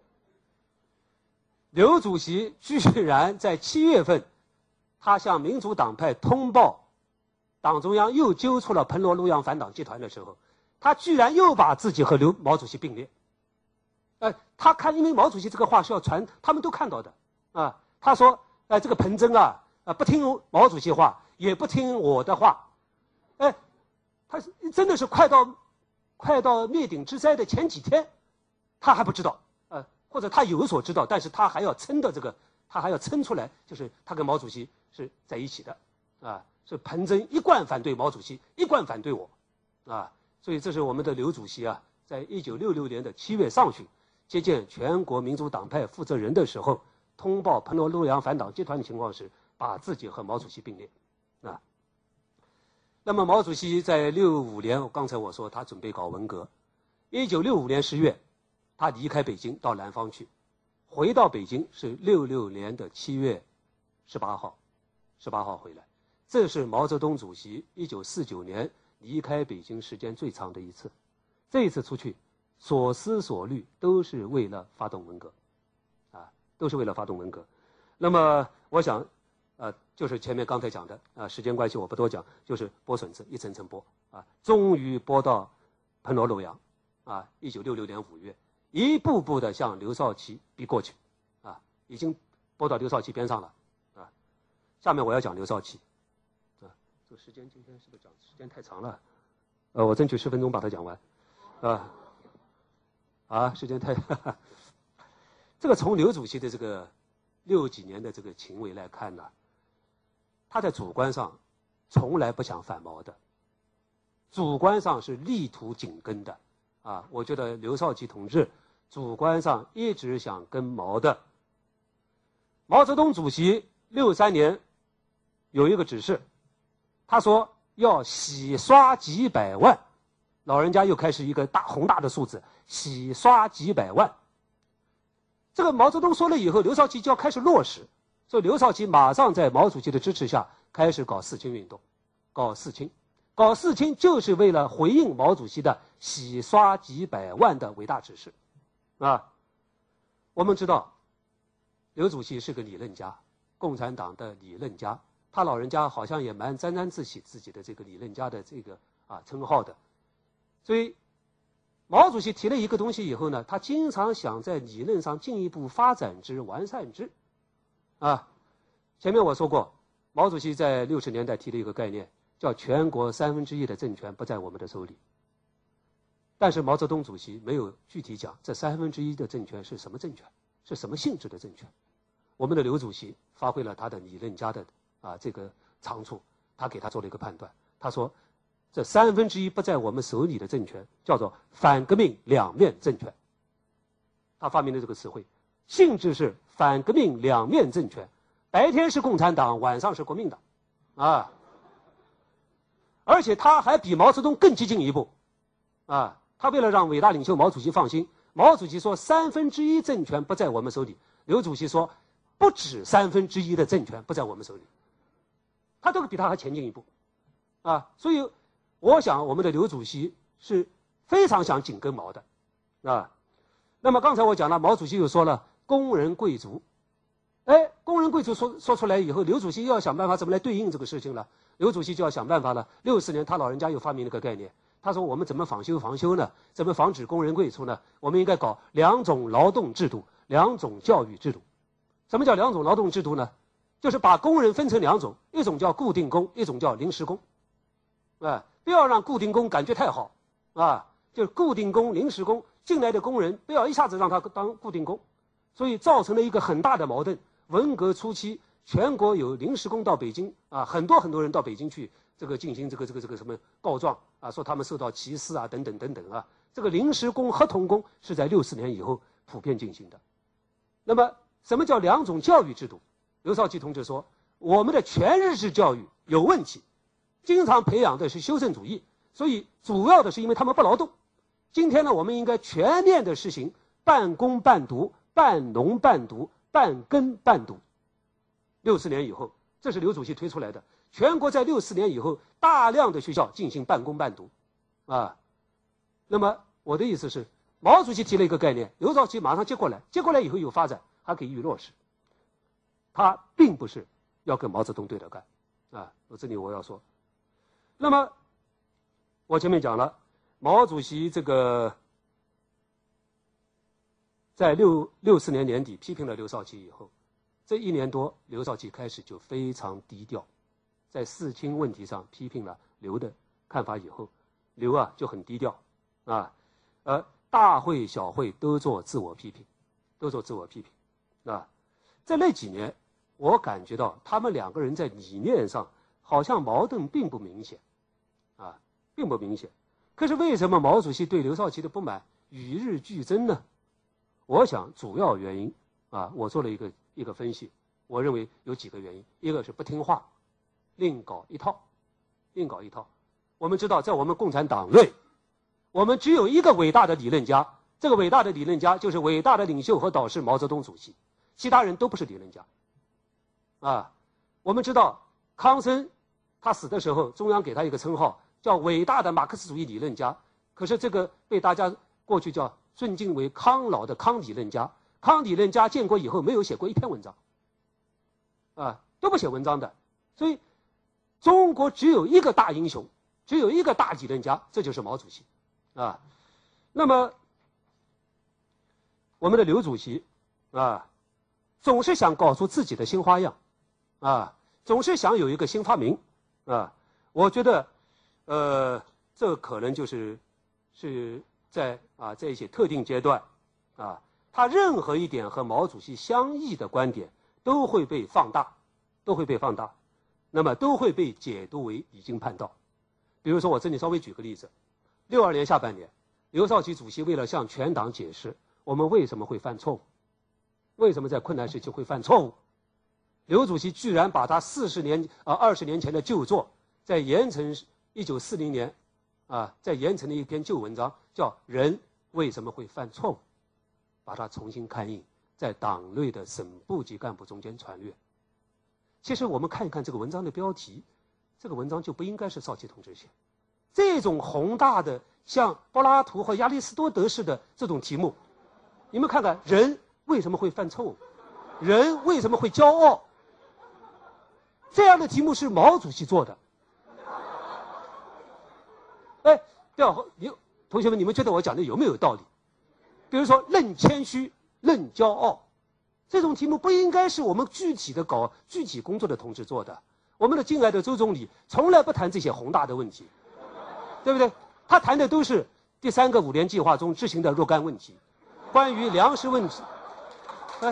Speaker 2: 刘主席居然在七月份。他向民主党派通报，党中央又揪出了彭罗陆杨反党集团的时候，他居然又把自己和刘毛主席并列。呃，他看，因为毛主席这个话是要传，他们都看到的啊。他说，呃，这个彭真啊，啊，不听毛主席话，也不听我的话，哎，他真的是快到快到灭顶之灾的前几天，他还不知道，呃，或者他有所知道，但是他还要撑的这个。他还要撑出来，就是他跟毛主席是在一起的，啊，是彭真一贯反对毛主席，一贯反对我，啊，所以这是我们的刘主席啊，在一九六六年的七月上旬接见全国民主党派负责人的时候，通报彭罗陆杨反党集团的情况时，把自己和毛主席并列，啊。那么毛主席在六五年，刚才我说他准备搞文革，一九六五年十月，他离开北京到南方去。回到北京是六六年的七月十八号，十八号回来，这是毛泽东主席一九四九年离开北京时间最长的一次。这一次出去，所思所虑都是为了发动文革，啊，都是为了发动文革。那么我想，呃，就是前面刚才讲的啊，时间关系我不多讲，就是剥笋子，一层层剥啊，终于剥到彭罗陆杨，啊，一九六六年五月。一步步的向刘少奇逼过去，啊，已经拨到刘少奇边上了，啊，下面我要讲刘少奇，啊，这个时间今天是不是讲时间太长了？呃，我争取十分钟把它讲完，啊， 啊，时间太，这个从刘主席的这个六几年的这个行为来看呢，他在主观上从来不想反毛的，主观上是力图紧跟的，啊，我觉得刘少奇同志主观上一直想跟毛的。毛泽东主席六三年有一个指示，他说要洗刷几百万，老人家又开始一个大宏大的数字，洗刷几百万。这个毛泽东说了以后，刘少奇就要开始落实，所以刘少奇马上在毛主席的支持下开始搞四清运动，搞四清，搞四清就是为了回应毛主席的洗刷几百万的伟大指示，啊，我们知道。刘主席是个理论家，共产党的理论家，他老人家好像也蛮沾沾自喜自己的这个理论家的这个啊称号的，所以毛主席提了一个东西以后呢，他经常想在理论上进一步发展之、完善之，啊，前面我说过，毛主席在六十年代提了一个概念，叫全国三分之一的政权不在我们的手里，但是毛泽东主席没有具体讲这三分之一的政权是什么政权，是什么性质的政权。我们的刘主席发挥了他的理论家的啊这个长处，他给他做了一个判断，他说这三分之一不在我们手里的政权叫做反革命两面政权，他发明了这个词汇，性质是反革命两面政权，白天是共产党，晚上是国民党，啊，而且他还比毛泽东更激进一步，啊，他为了让伟大领袖毛主席放心，毛主席说三分之一政权不在我们手里，刘主席说不止三分之一的政权不在我们手里，他这个比他还前进一步，啊，所以我想我们的刘主席是非常想紧跟毛的，啊，那么刚才我讲了，毛主席又说了工人贵族，哎，工人贵族说说出来以后，刘主席又要想办法怎么来对应这个事情了，刘主席就要想办法了。六十年他老人家又发明了个概念，他说我们怎么防修防修呢？怎么防止工人贵族呢？我们应该搞两种劳动制度，两种教育制度。什么叫两种劳动制度呢？就是把工人分成两种，一种叫固定工，一种叫临时工，啊，不要让固定工感觉太好，啊，就是固定工、临时工进来的工人，不要一下子让他当固定工，所以造成了一个很大的矛盾。文革初期，全国有临时工到北京啊，很多很多人到北京去，这个进行这个这个这个什么告状啊，说他们受到歧视啊，等等等等啊。这个临时工、合同工是在六四年以后普遍进行的。那么，什么叫两种教育制度？刘少奇同志说，我们的全日制教育有问题，经常培养的是修正主义，所以主要的是因为他们不劳动。今天呢，我们应该全面的实行半工半读、半农半读、半耕半读。六四年以后，这是刘主席推出来的。全国在六四年以后，大量的学校进行半工半读，啊，那么我的意思是，毛主席提了一个概念，刘少奇马上接过来，接过来以后有发展，还可以予以落实。他并不是要跟毛泽东对着干，啊，我这里我要说，那么我前面讲了，毛主席这个在六六四年年底批评了刘少奇以后，这一年多，刘少奇开始就非常低调，在四清问题上批评了刘的看法以后，刘啊就很低调，啊，呃，大会小会都做自我批评，都做自我批评，啊，在那几年，我感觉到他们两个人在理念上好像矛盾并不明显，啊，并不明显。可是为什么毛主席对刘少奇的不满与日俱增呢？我想主要原因啊，我做了一个一个分析，我认为有几个原因，一个是不听话，另搞一套，另搞一套。我们知道，在我们共产党内，我们只有一个伟大的理论家，这个伟大的理论家就是伟大的领袖和导师毛泽东主席，其他人都不是理论家。啊，我们知道康生他死的时候，中央给他一个称号叫伟大的马克思主义理论家，可是这个被大家过去叫尊敬为康老的康理论家。康理论家建国以后没有写过一篇文章，啊，都不写文章的。所以中国只有一个大英雄，只有一个大理论家，这就是毛主席，啊。那么我们的刘主席啊，总是想搞出自己的新花样，啊，总是想有一个新发明，啊，我觉得，呃，这可能就是是在啊在一些特定阶段，啊，他任何一点和毛主席相异的观点都会被放大，都会被放大，那么都会被解读为离经叛道。比如说，我这里稍微举个例子，六二年下半年，刘少奇主席为了向全党解释我们为什么会犯错误，为什么在困难时期会犯错误，刘主席居然把他四十年啊二十年前的旧作，在盐城一九四零年，啊，在盐城的一篇旧文章叫《人为什么会犯错误》，把它重新刊印，在党内的省部级干部中间传阅。其实我们看一看这个文章的标题，这个文章就不应该是少奇同志写。这种宏大的像柏拉图和亚里士多德式的这种题目，你们看看人为什么会犯错误，人为什么会骄傲，这样的题目是毛主席做的。哎，对啊，你同学们，你们觉得我讲的有没有道理？比如说论谦虚，论骄傲，这种题目不应该是我们具体的搞具体工作的同志做的。我们的敬爱的周总理从来不谈这些宏大的问题，对不对？他谈的都是第三个五年计划中执行的若干问题，关于粮食问题。哎，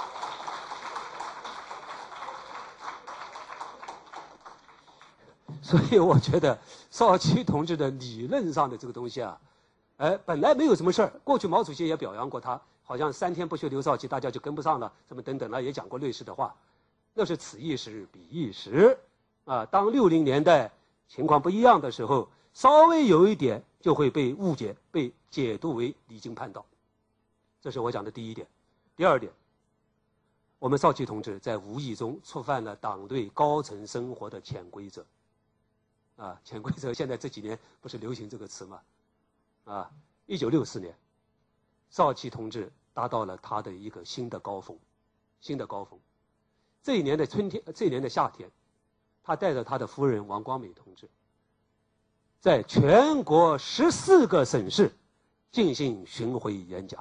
Speaker 2: 所以我觉得少奇同志的理论上的这个东西啊，哎，本来没有什么事儿。过去毛主席也表扬过他，好像三天不学刘少奇，大家就跟不上了，什么等等了，也讲过类似的话。那是此一时彼一时，啊，当六零年代情况不一样的时候，稍微有一点就会被误解、被解读为离经叛道。这是我讲的第一点。第二点，我们少奇同志在无意中触犯了党对高层生活的潜规则。啊，潜规则现在这几年不是流行这个词吗？啊，一九六四年，少奇同志达到了他的一个新的高峰，新的高峰。这一年的春天，这一年的夏天，他带着他的夫人王光美同志，在全国十四个省市进行巡回演讲，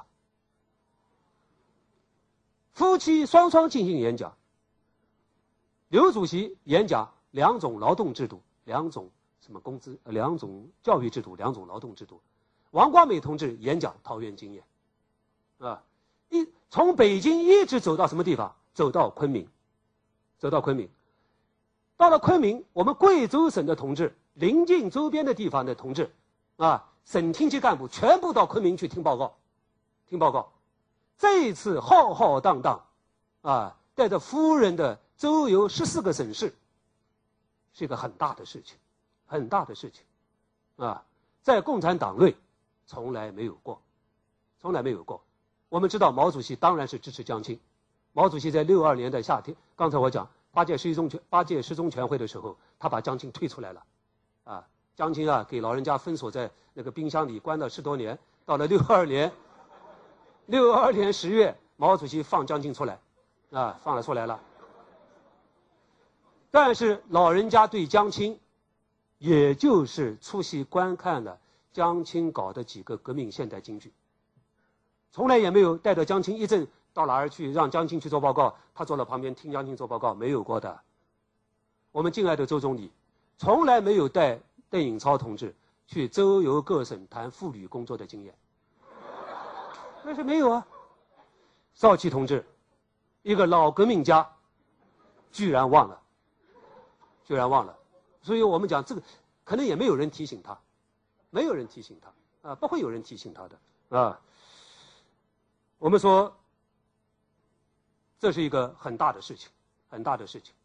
Speaker 2: 夫妻双双进行演讲。刘主席演讲两种劳动制度，两种什么工资，两种教育制度，两种劳动制度。王光美同志演讲桃园经验，啊，一从北京一直走到什么地方？走到昆明。走到昆明，到了昆明，我们贵州省的同志，临近周边的地方的同志，啊，省厅级干部全部到昆明去听报告，听报告。这一次浩浩荡荡，啊，带着夫人的周游十四个省市，是一个很大的事情，很大的事情，啊，在共产党内从来没有过，从来没有过。我们知道毛主席当然是支持江青。毛主席在六二年的夏天，刚才我讲八届十中全八届十中全会的时候，他把江青推出来了，啊，江青啊给老人家封锁在那个冰箱里关了十多年，到了六二年，六二年十月，毛主席放江青出来，啊，放了出来了。但是老人家对江青，也就是出席观看了江青搞的几个革命现代京剧，从来也没有带着江青一阵。到哪儿去让江青去做报告，他坐在旁边听江青做报告，没有过的。我们敬爱的周总理从来没有带邓颖超同志去周游各省谈妇女工作的经验，那是没有啊。少奇同志一个老革命家居然忘了，居然忘了。所以我们讲这个可能也没有人提醒他，没有人提醒他啊，不会有人提醒他的啊。我们说这是一个很大的事情，很大的事情。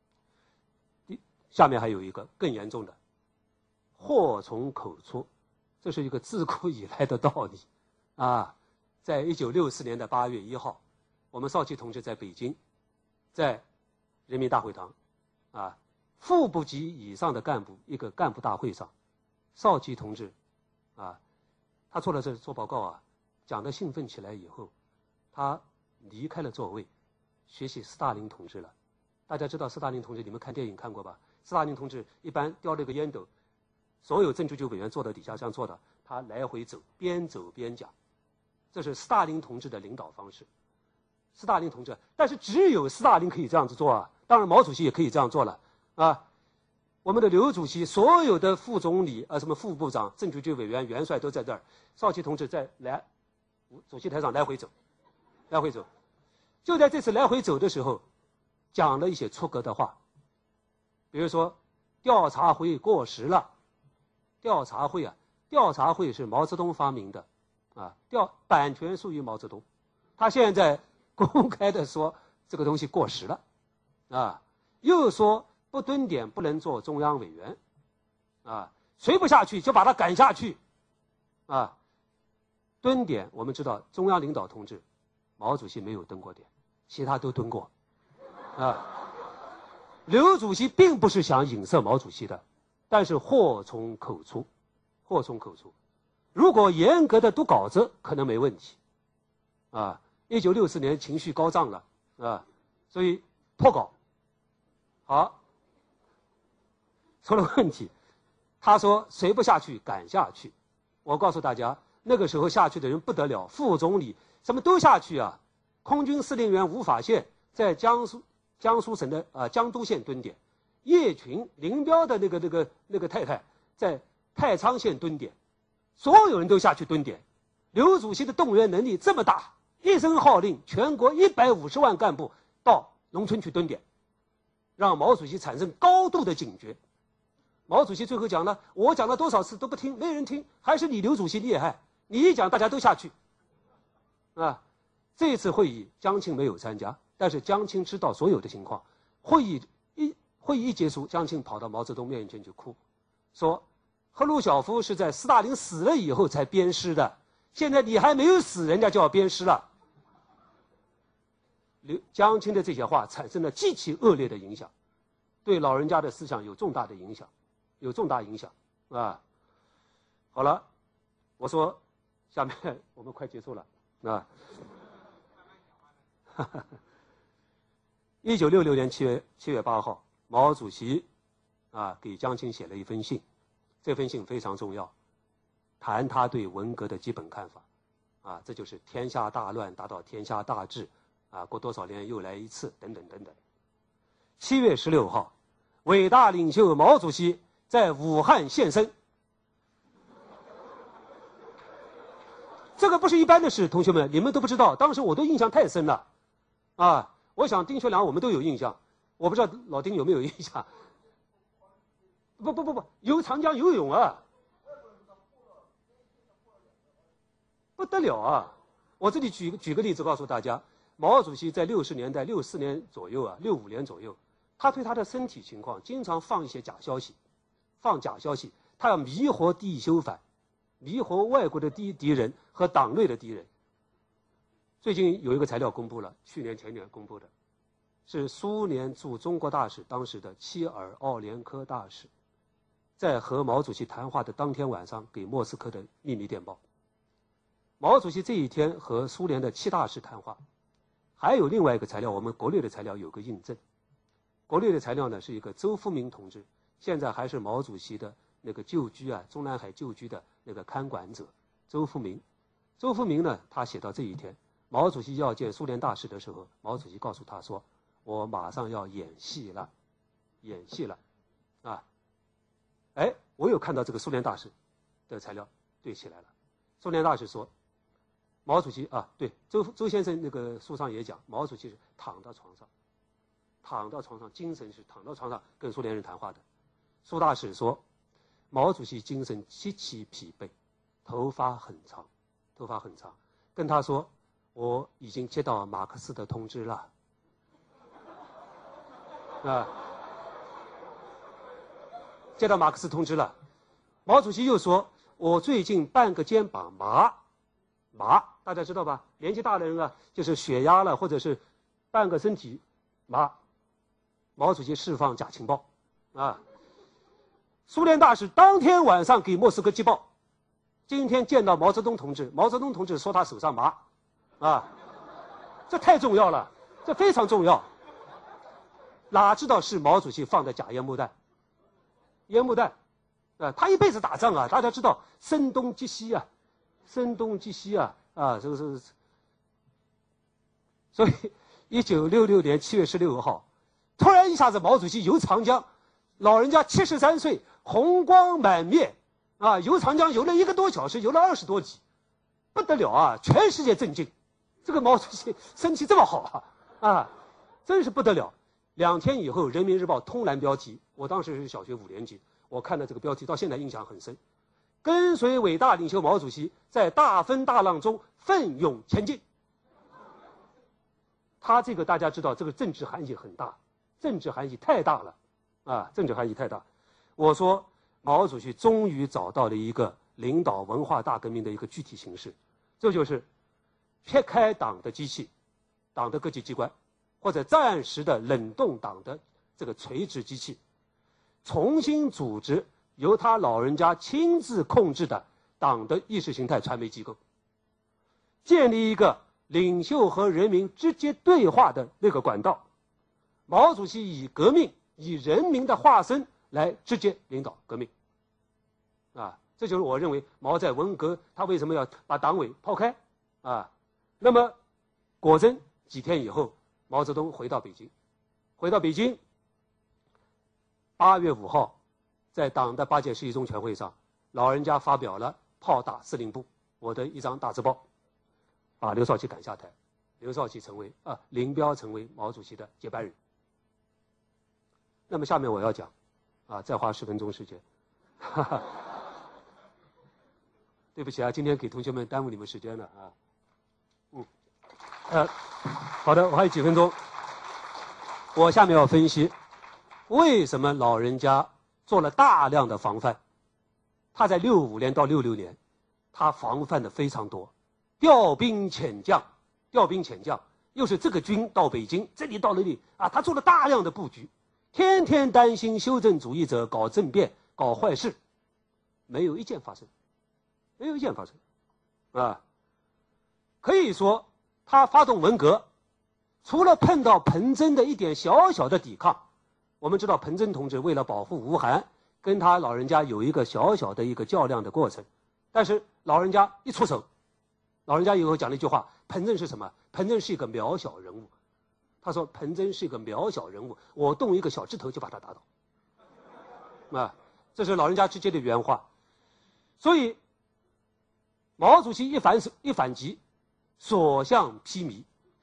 Speaker 2: 下面还有一个更严重的，祸从口出，这是一个自古以来的道理啊。在一九六四年的八月一号，我们少奇同志在北京，在人民大会堂啊，副部级以上的干部一个干部大会上，少奇同志啊，他做了这做报告啊，讲得兴奋起来以后，他离开了座位，学习斯大林同志了。大家知道斯大林同志，你们看电影看过吧？斯大林同志一般叼了一个烟斗，所有政治局委员坐到底下这样坐的，他来回走，边走边讲，这是斯大林同志的领导方式。斯大林同志，但是只有斯大林可以这样子做啊，当然毛主席也可以这样做了啊。 我们的刘主席，所有的副总理、呃什么副部长、政治局委员、元帅都在这儿。少奇同志在来主席台上来回走，来回走。就在这次来回走的时候，讲了一些出格的话，比如说调查会过时了。调查会啊，调查会是毛泽东发明的，啊，调版权属于毛泽东，他现在公开的说这个东西过时了，啊，又说不蹲点不能做中央委员，啊，谁不下去就把他赶下去，啊，蹲点我们知道中央领导同志，毛主席没有蹲过点，其他都蹲过，啊，刘主席并不是想影射毛主席的。但是祸从口出，祸从口出。如果严格的读稿子，可能没问题，啊，一九六四年情绪高涨了，啊，所以脱稿，好，出了问题。他说谁不下去赶下去。我告诉大家，那个时候下去的人不得了，副总理什么都下去啊。空军司令员吴法宪在江苏江苏省的啊、呃、江都县蹲点。叶群、林彪的那个、那个、那个太太在太仓县蹲点，所有人都下去蹲点。刘主席的动员能力这么大，一声号令，全国一百五十万干部到农村去蹲点，让毛主席产生高度的警觉。毛主席最后讲了：“我讲了多少次都不听，没人听，还是你刘主席厉害，你一讲大家都下去。”啊，这次会议江青没有参加，但是江青知道所有的情况，会议一。会议一结束，江青跑到毛泽东面前去哭，说：“赫鲁晓夫是在斯大林死了以后才鞭尸的，现在你还没有死，人家就要鞭尸了。”刘江青的这些话产生了极其恶劣的影响，对老人家的思想有重大的影响，有重大影响啊。好了，我说，下面我们快结束了啊。一九六六年七月七月八号。毛主席啊给江青写了一封信，这封信非常重要，谈他对文革的基本看法，啊，这就是天下大乱达到天下大治，啊，过多少年又来一次，等等等等。七月十六号，伟大领袖毛主席在武汉现身，这个不是一般的事，同学们，你们都不知道，当时我都印象太深了，啊，我想丁学良我们都有印象。我不知道老丁有没有印象？不不不不，游长江游泳啊，不得了啊！我这里举举个例子告诉大家，毛主席在六十年代六四年左右啊，六五年左右，他对他的身体情况经常放一些假消息，放假消息，他要迷惑地修反，迷惑外国的敌敌人和党内的敌人。最近有一个材料公布了，去年前年公布的。是苏联驻中国大使当时的齐尔奥连科大使，在和毛主席谈话的当天晚上给莫斯科的秘密电报。毛主席这一天和苏联的七大使谈话，还有另外一个材料，我们国内的材料有个印证。国内的材料呢是一个周福明同志，现在还是毛主席的那个旧居啊，中南海旧居的那个看管者周福明。周福明呢，他写到这一天，毛主席要见苏联大使的时候，毛主席告诉他说。我马上要演戏了，演戏了，啊，哎，我有看到这个苏联大使的材料对起来了。苏联大使说，毛主席啊，对，周周先生那个书上也讲，毛主席是躺到床上，躺到床上，精神是躺到床上跟苏联人谈话的。苏大使说，毛主席精神极其疲惫，头发很长，头发很长，跟他说，我已经接到马克思的通知了。啊，接到马克思通知了，毛主席又说：“我最近半个肩膀麻，麻，大家知道吧？年纪大的人啊，就是血压了，或者是半个身体麻。”毛主席释放假情报，啊，苏联大使当天晚上给莫斯科寄报，今天见到毛泽东同志，毛泽东同志说他手上麻，啊，这太重要了，这非常重要。哪知道是毛主席放的假烟幕弹，烟幕弹，啊、呃，他一辈子打仗啊，大家知道声东击西啊，声东击西啊，啊，这个是，所以一九六六年七月十六号，突然一下子毛主席游长江， 老人家七十三岁，红光满面，啊，游长江游了一个多小时，游了二十多里，不得了啊！全世界震惊，这个毛主席身体这么好啊，啊，真是不得了。两天以后，《人民日报》通栏标题，我当时是小学五年级，我看了这个标题，到现在印象很深。跟随伟大领袖毛主席在大风大浪中奋勇前进。他这个大家知道，这个政治含义很大，政治含义太大了，啊，政治含义太大。我说，毛主席终于找到了一个领导文化大革命的一个具体形式，这就是撇开党的机器，党的各级机关，或者暂时的冷冻党的这个垂直机器，重新组织由他老人家亲自控制的党的意识形态传媒机构，建立一个领袖和人民直接对话的那个管道。毛主席以革命，以人民的化身来直接领导革命。啊，这就是我认为毛在文革他为什么要把党委抛开啊？那么果真几天以后，毛泽东回到北京，回到北京，八月五号。在党的八届十一中全会上，老人家发表了炮打司令部我的一张大字报，把刘少奇赶下台，刘少奇成为啊林彪成为毛主席的接班人。那么下面我要讲，啊，再花十分钟时间，哈哈，对不起啊，今天给同学们耽误你们时间了啊，嗯，呃，好的，我还有几分钟，我下面要分析为什么老人家做了大量的防范。他在六五年到六六年，他防范的非常多，调兵遣将，调兵遣将，又是这个军到北京，这里到那里啊，他做了大量的布局，天天担心修正主义者搞政变、搞坏事，没有一件发生，没有一件发生，啊，可以说他发动文革，除了碰到彭真的一点小小的抵抗。我们知道彭真同志为了保护吴晗，跟他老人家有一个小小的一个较量的过程，但是老人家一出手，老人家以后讲了一句话，彭真是什么？彭真是一个渺小人物。他说彭真是一个渺小人物，我动一个小指头就把他打倒。啊，这是老人家直接的原话。所以毛主席一反一反击，所向披靡。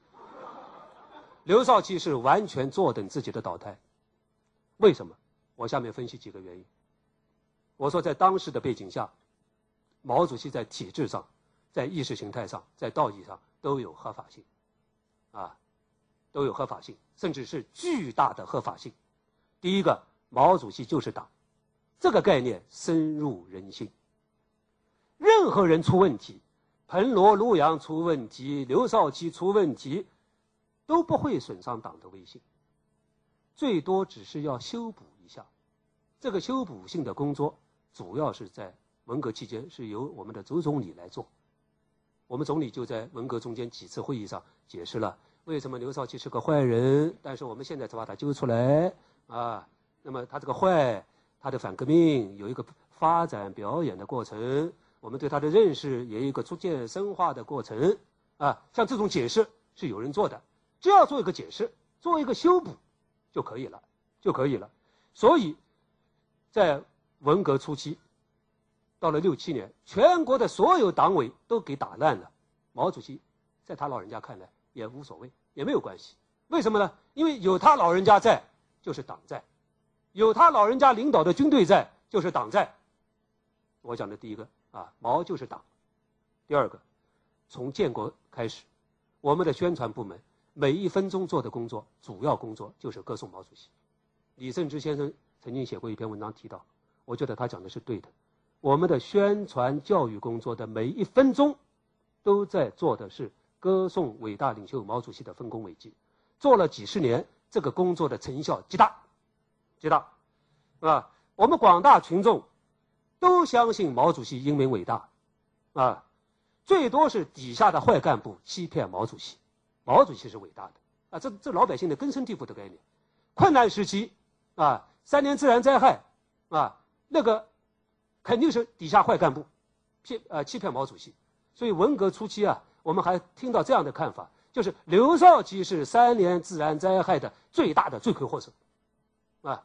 Speaker 2: 刘少奇是完全坐等自己的倒台。为什么？我下面分析几个原因。我说，在当时的背景下，毛主席在体制上、在意识形态上、在道义上都有合法性，啊，都有合法性，甚至是巨大的合法性。第一个，毛主席就是党，这个概念深入人心。任何人出问题，彭罗、陆杨出问题，刘少奇出问题，都不会损伤党的威信。最多只是要修补一下，这个修补性的工作主要是在文革期间是由我们的周总理来做。我们总理就在文革中间几次会议上解释了为什么刘少奇是个坏人，但是我们现在才把他揪出来啊。那么他这个坏，他的反革命有一个发展表演的过程，我们对他的认识也有一个逐渐深化的过程啊。像这种解释是有人做的，只要做一个解释，做一个修补就可以了，就可以了。所以，在文革初期，到了六七年，全国的所有党委都给打烂了。毛主席在他老人家看来也无所谓，也没有关系。为什么呢？因为有他老人家在，就是党在；有他老人家领导的军队在，就是党在。我讲的第一个啊，毛就是党。第二个，从建国开始，我们的宣传部门每一分钟做的工作，主要工作就是歌颂毛主席。李慎之先生曾经写过一篇文章提到，我觉得他讲的是对的。我们的宣传教育工作的每一分钟，都在做的是歌颂伟大领袖毛主席的丰功伟绩。做了几十年，这个工作的成效极大，极大，啊！我们广大群众都相信毛主席英明伟大，啊！最多是底下的坏干部欺骗毛主席。毛主席是伟大的啊，这这老百姓的根深蒂固的概念。困难时期啊，三年自然灾害啊，那个肯定是底下坏干部骗呃欺骗毛主席。所以文革初期啊，我们还听到这样的看法，就是刘少奇是三年自然灾害的最大的罪魁祸首啊。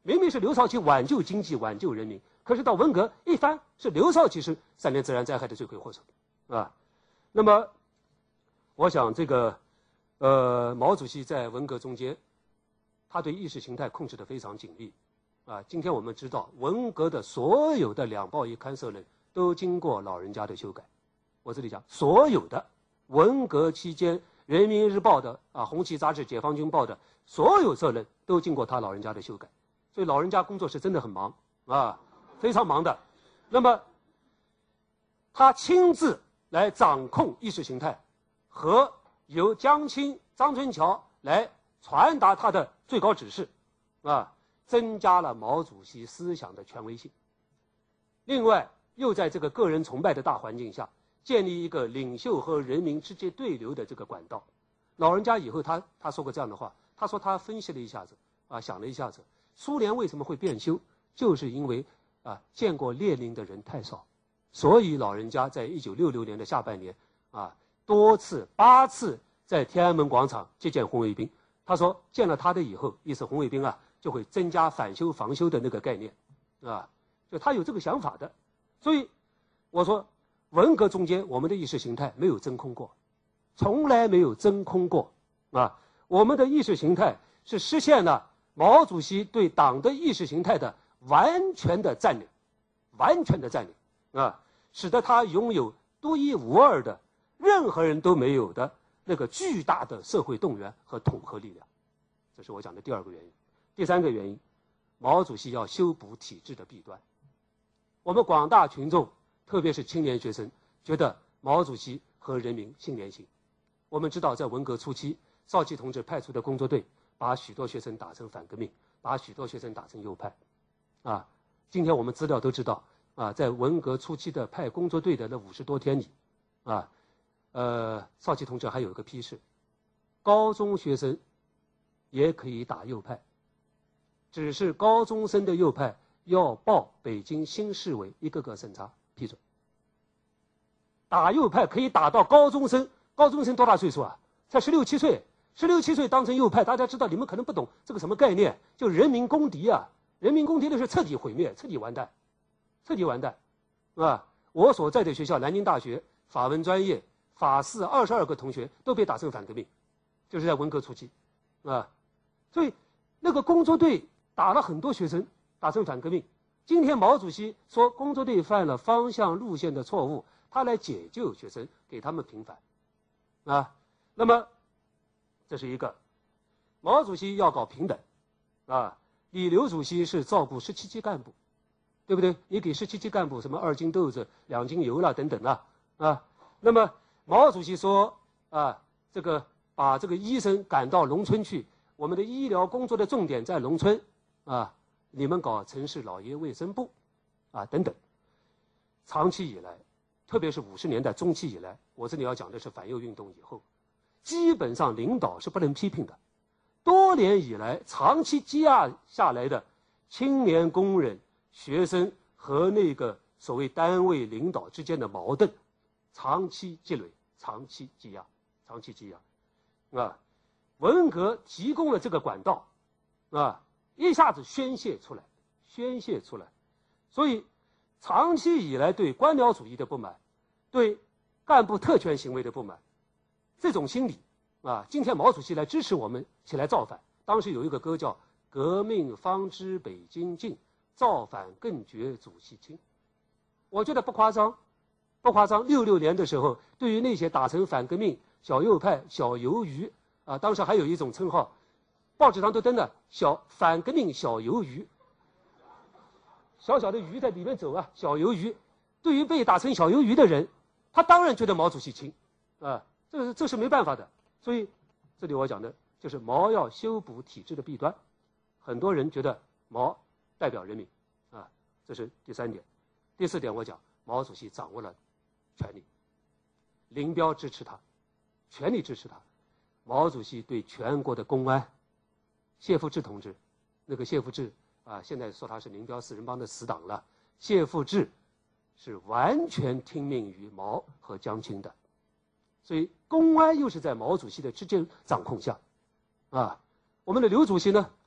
Speaker 2: 明明是刘少奇挽救经济、挽救人民，可是到文革一翻，是刘少奇是三年自然灾害的罪魁祸首，啊，那么，我想这个，呃，毛主席在文革中间，他对意识形态控制得非常紧密，啊，今天我们知道，文革的所有的两报一刊社论都经过老人家的修改，我这里讲所有的文革期间。人民日报的啊，红旗杂志、解放军报的所有社论都经过他老人家的修改，所以老人家工作是真的很忙啊，非常忙的。那么，他亲自来掌控意识形态，和由江青、张春桥来传达他的最高指示，啊，增加了毛主席思想的权威性。另外，又在这个个人崇拜的大环境下。建立一个领袖和人民直接对流的这个管道。老人家以后他他说过这样的话，他说他分析了一下子啊，想了一下子，苏联为什么会变修，就是因为啊见过列宁的人太少，所以老人家在一九六六年的下半年啊多次八次在天安门广场接见红卫兵。他说见了他的以后，意思红卫兵啊就会增加反修防修的那个概念，啊，就他有这个想法的。所以我说。文革中间，我们的意识形态没有真空过，从来没有真空过啊！我们的意识形态是实现了毛主席对党的意识形态的完全的占领，完全的占领啊，使得他拥有独一无二的、任何人都没有的那个巨大的社会动员和统合力量。这是我讲的第二个原因。第三个原因，毛主席要修补体制的弊端。我们广大群众。特别是青年学生觉得毛主席和人民心连心。我们知道，在文革初期，少奇同志派出的工作队把许多学生打成反革命，把许多学生打成右派。啊，今天我们资料都知道，啊，在文革初期的派工作队的那五十多天里，啊，呃，少奇同志还有一个批示，高中学生也可以打右派，只是高中生的右派要报北京新市委一个个审查。批准打右派可以打到高中生，高中生多大岁数啊？才十六七岁，十六七岁当成右派，大家知道，你们可能不懂这个什么概念，就人民公敌啊！人民公敌的是彻底毁灭，彻底完蛋，彻底完蛋，是吧？我所在的学校南京大学法文专业法四二十二个同学都被打成反革命，就是在文革初期，啊，所以那个工作队打了很多学生，打成反革命。今天毛主席说工作队犯了方向路线的错误，他来解救学生，给他们平反，啊，那么这是一个，毛主席要搞平等，啊，李刘主席是照顾十七级干部，对不对？你给十七级干部什么二斤豆子、两斤油了等等啊，啊，那么毛主席说啊，这个把这个医生赶到农村去，我们的医疗工作的重点在农村，啊。你们搞城市老爷卫生部，啊等等，长期以来，特别是五十年代中期以来，我这里要讲的是反右运动以后，基本上领导是不能批评的。多年以来，长期积压下来的青年工人、学生和那个所谓单位领导之间的矛盾，长期积累、长期积压、长期积压，啊，文革提供了这个管道，啊。一下子宣泄出来，宣泄出来，所以长期以来对官僚主义的不满，对干部特权行为的不满，这种心理啊，今天毛主席来支持我们起来造反。当时有一个歌叫《革命方知北京近，造反更觉主席亲》，我觉得不夸张，不夸张。六六年的时候，对于那些打成反革命、小右派、小鱿鱼啊，当时还有一种称号。报纸上都登了小反革命小鱿鱼，小小的鱼在里面走啊，小鱿鱼。对于被打成小鱿鱼的人，他当然觉得毛主席亲，啊，这是这是没办法的。所以，这里我讲的就是毛要修补体制的弊端。很多人觉得毛代表人民，啊，这是第三点。第四点，我讲毛主席掌握了权力，林彪支持他，全力支持他。毛主席对全国的公安。谢富治同志，那个谢富治啊，现在说他是林彪四人帮的死党了。谢富治是完全听命于毛和江青的，所以公安又是在毛主席的直接掌控下，啊，我们的刘主席呢，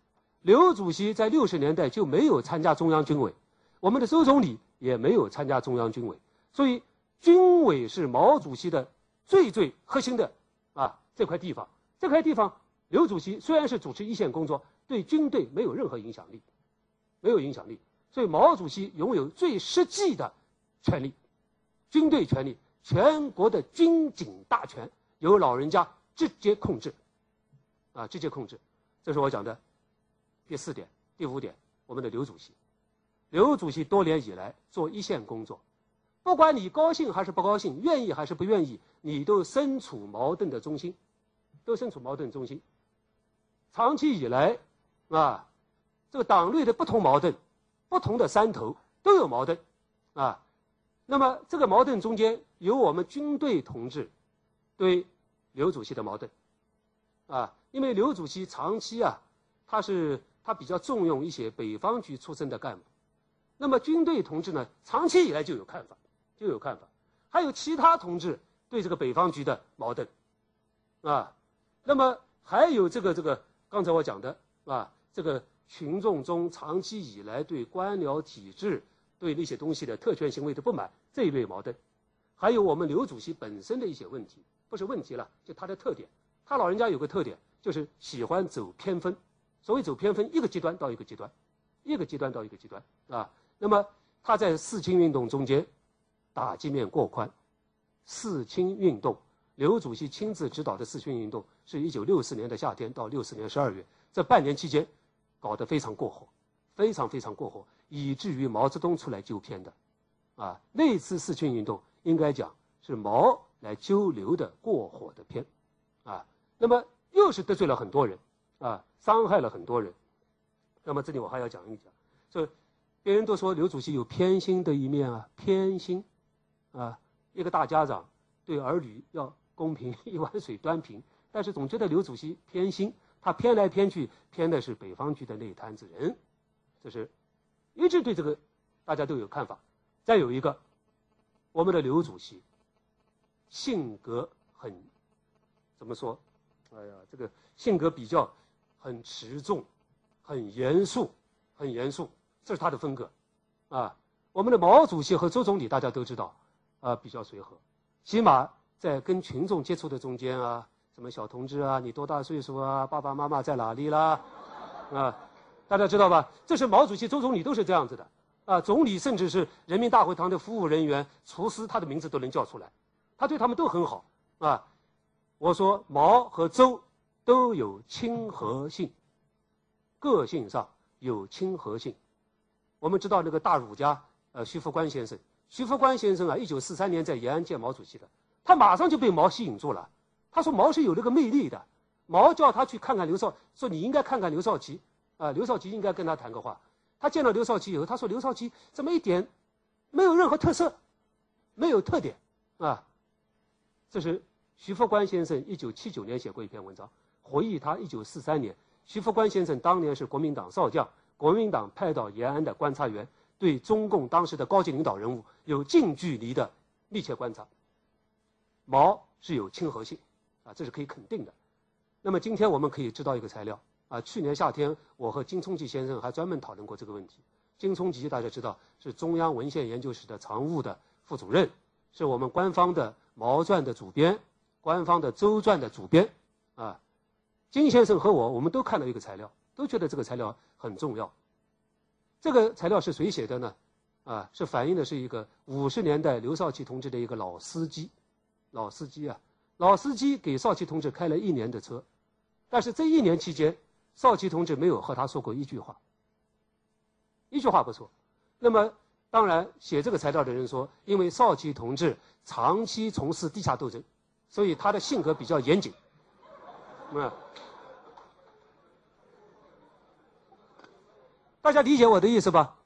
Speaker 2: 刘主席在六十年代就没有参加中央军委，我们的周总理也没有参加中央军委，所以军委是毛主席的最最核心的啊这块地方。这块地方，刘主席虽然是主持一线工作，对军队没有任何影响力，没有影响力。所以毛主席拥有最实际的权利，军队权利，全国的军警大权由老人家直接控制，啊，直接控制。这是我讲的第四点。第五点，我们的刘主席，刘主席多年以来做一线工作，不管你高兴还是不高兴，愿意还是不愿意，你都身处矛盾的中心，都身处矛盾中心。长期以来，啊，这个党内的不同矛盾。不同的山头都有矛盾，啊，那么这个矛盾中间有我们军队同志对刘主席的矛盾，啊，因为刘主席长期啊，他是他比较重用一些北方局出身的干部，那么军队同志呢，长期以来就有看法，就有看法，还有其他同志对这个北方局的矛盾，啊，那么还有这个这个刚才我讲的啊，这个。群众中长期以来对官僚体制、对那些东西的特权行为的不满，这一类矛盾，还有我们刘主席本身的一些问题，不是问题了，就他的特点。他老人家有个特点，就是喜欢走偏锋。所谓走偏锋，一个极端到一个极端，一个极端到一个极端啊。那么他在四清运动中间打击面过宽。四清运动，刘主席亲自指导的四清运动，是一九六四年的夏天到六四年十二月，这半年期间。搞得非常过火，非常非常过火，以至于毛泽东出来纠偏的，啊，那次四清运动应该讲是毛来纠刘的过火的偏，啊，那么又是得罪了很多人，啊，伤害了很多人。那么这里我还要讲一讲，这别人都说刘主席有偏心的一面啊，偏心，啊，一个大家长对儿女要公平，一碗水端平，但是总觉得刘主席偏心。他偏来偏去，偏的是北方局的那摊子人，这是一致对这个大家都有看法。再有一个，我们的刘主席性格很怎么说？哎呀，这个性格比较很持重，很严肃，很严肃，这是他的风格啊。我们的毛主席和周总理大家都知道啊，比较随和，起码在跟群众接触的中间啊。什么小同志啊，你多大岁数啊？爸爸妈妈在哪里啦？啊，大家知道吧？这是毛主席、周总理都是这样子的啊。总理甚至是人民大会堂的服务人员、厨师，他的名字都能叫出来，他对他们都很好啊。我说毛和周都有亲和性，个性上有亲和性。我们知道那个大儒家呃徐福观先生，徐福观先生啊，一九四三年在延安见毛主席的，他马上就被毛吸引住了。他说毛是有那个魅力的，毛叫他去看看刘少，说你应该看看刘少奇，啊、呃，刘少奇应该跟他谈个话。他见到刘少奇以后，他说刘少奇怎么一点没有任何特色，没有特点啊。这是徐福观先生一九七九年写过一篇文章，回忆他一九四三年，徐福观先生当年是国民党少将，国民党派到延安的观察员，对中共当时的高级领导人物有近距离的密切观察。毛是有亲和性。啊，这是可以肯定的。那么今天我们可以知道一个材料啊，去年夏天我和金聪吉先生还专门讨论过这个问题。金聪吉大家知道是中央文献研究室的常务的副主任，是我们官方的毛传的主编，官方的周传的主编啊。金先生和我，我们都看到一个材料，都觉得这个材料很重要。这个材料是谁写的呢？啊，是反映的是一个五十年代刘少奇同志的一个老司机，老司机啊。老司机给少奇同志开了一年的车，但是这一年期间，少奇同志没有和他说过一句话，一句话不说。那么，当然写这个材料的人说，因为少奇同志长期从事地下斗争，所以他的性格比较严谨。嗯，大家理解我的意思吧？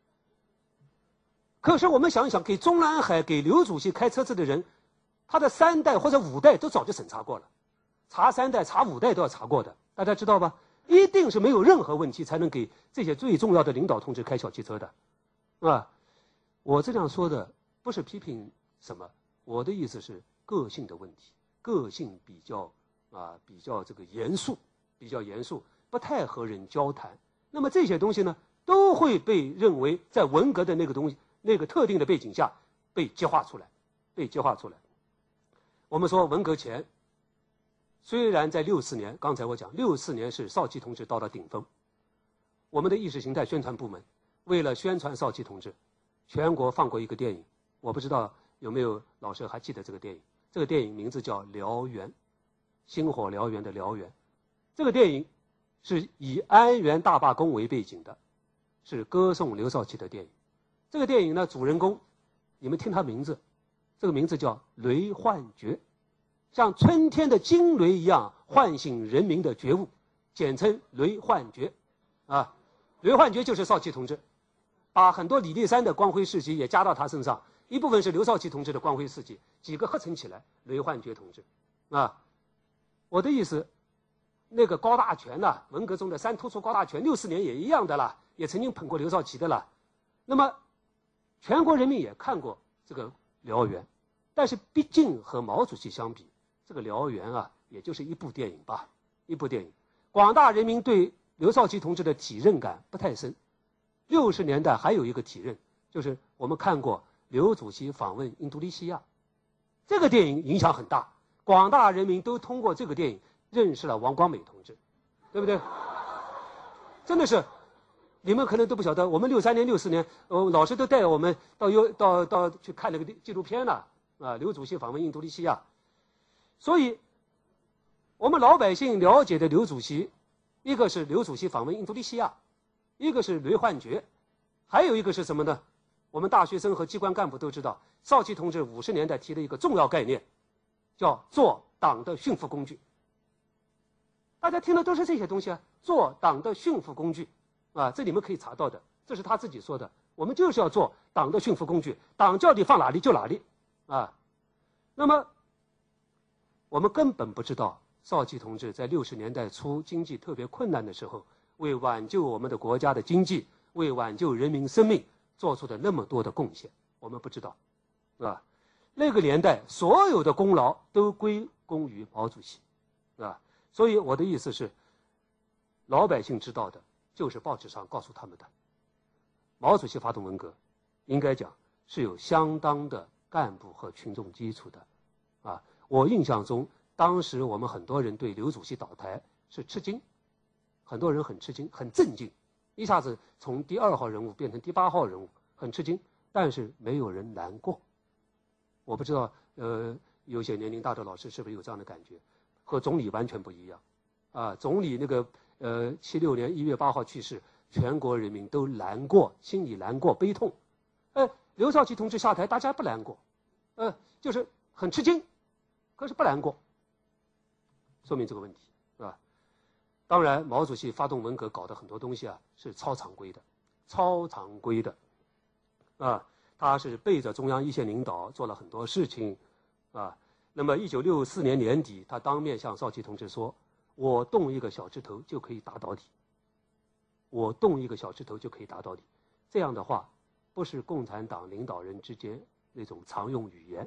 Speaker 2: 可是我们想一想，给中南海、给刘主席开车子的人。他的三代或者五代都早就审查过了，查三代、查五代都要查过的，大家知道吧？一定是没有任何问题才能给这些最重要的领导同志开小汽车的，啊！我这样说的不是批评什么，我的意思是个性的问题，个性比较啊比较这个严肃，比较严肃，不太和人交谈， 那么这些东西呢，都会被认为在文革的那个东西、那个特定的背景下被激化出来，被激化出来。我们说文革前，虽然在六四年，刚才我讲六四年是少奇同志到了顶峰，我们的意识形态宣传部门为了宣传少奇同志，全国放过一个电影，我不知道有没有老师还记得这个电影？这个电影名字叫《燎原》，星火燎原的燎原。这个电影是以安源大罢工为背景的，是歌颂刘少奇的电影。这个电影呢，主人公，你们听他名字，这个名字叫雷幻觉，像春天的惊雷一样唤醒人民的觉悟，简称雷幻觉。啊，雷幻觉就是少奇同志，把很多李立三的光辉事迹也加到他身上，一部分是刘少奇同志的光辉事迹，几个合成起来，雷幻觉同志。啊，我的意思，那个高大全呐、啊，文革中的三突出高大全，六四年也一样的啦，也曾经捧过刘少奇的啦。那么，全国人民也看过这个燎原，但是毕竟和毛主席相比，这个燎原啊，也就是一部电影吧，一部电影。广大人民对刘少奇同志的体认感不太深。六十年代还有一个体认，就是我们看过刘主席访问印度尼西亚，这个电影影响很大，广大人民都通过这个电影认识了王光美同志，对不对？真的是，你们可能都不晓得，我们六三年、六四年，呃，老师都带我们到优到到去看那个纪录片了啊，刘主席访问印度尼西亚。所以，我们老百姓了解的刘主席，一个是刘主席访问印度尼西亚，一个是雷幻觉，还有一个是什么呢？我们大学生和机关干部都知道，少奇同志五十年代提的一个重要概念，叫做党的驯服工具。大家听的都是这些东西啊，做党的驯服工具，啊，这你们可以查到的，这是他自己说的。我们就是要做党的驯服工具，党叫你放哪里就哪里，啊。那么，我们根本不知道少奇同志在六十年代初经济特别困难的时候，为挽救我们的国家的经济，为挽救人民生命做出的那么多的贡献，我们不知道，是吧？那个年代所有的功劳都归功于毛主席，是吧？所以我的意思是，老百姓知道的就是报纸上告诉他们的。毛主席发动文革，应该讲是有相当的干部和群众基础的，啊，我印象中，当时我们很多人对刘主席倒台是吃惊，很多人很吃惊，很震惊，一下子从第二号人物变成第八号人物，很吃惊，但是没有人难过。我不知道，呃，有些年龄大的老师是不是有这样的感觉？和总理完全不一样，啊，总理那个呃七六年一月八号去世，全国人民都难过，心里难过悲痛。呃，刘少奇同志下台，大家不难过，呃，就是很吃惊，可是不难过，说明这个问题是吧？当然，毛主席发动文革搞的很多东西啊是超常规的，超常规的，啊，他是背着中央一线领导做了很多事情，啊。那么，一九六四年年底，他当面向少奇同志说：“我动一个小指头就可以打倒你，我动一个小指头就可以打倒你。”这样的话，不是共产党领导人之间那种常用语言，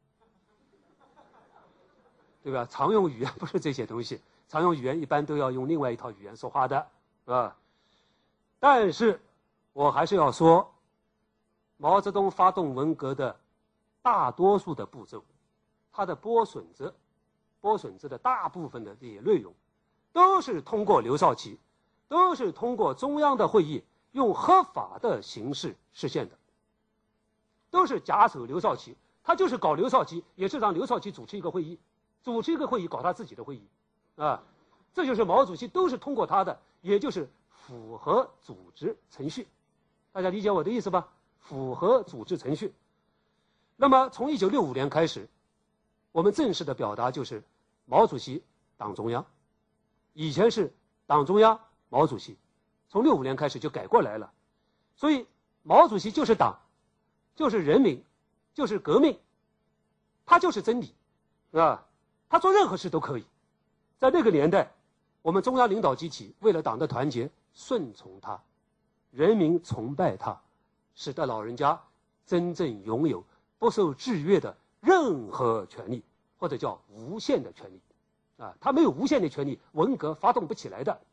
Speaker 2: 对吧？常用语言不是这些东西，常用语言一般都要用另外一套语言说话的，啊。但是，我还是要说，毛泽东发动文革的大多数的步骤。他的剥笋子，剥笋子的大部分的这些内容，都是通过刘少奇，都是通过中央的会议用合法的形式实现的，都是假手刘少奇，他就是搞刘少奇，也是让刘少奇主持一个会议，主持一个会议搞他自己的会议，啊，这就是毛主席都是通过他的，也就是符合组织程序，大家理解我的意思吧？符合组织程序。那么从一九六五年开始。我们正式的表达就是毛主席党中央，以前是党中央毛主席，从六五年开始就改过来了，所以毛主席就是党，就是人民，就是革命，他就是真理，是吧？他做任何事都可以。在那个年代，我们中央领导集体为了党的团结，顺从他，人民崇拜他，使得老人家真正拥有不受制约的任何权利，或者叫无限的权利，啊，他没有无限的权利，文革发动不起来的。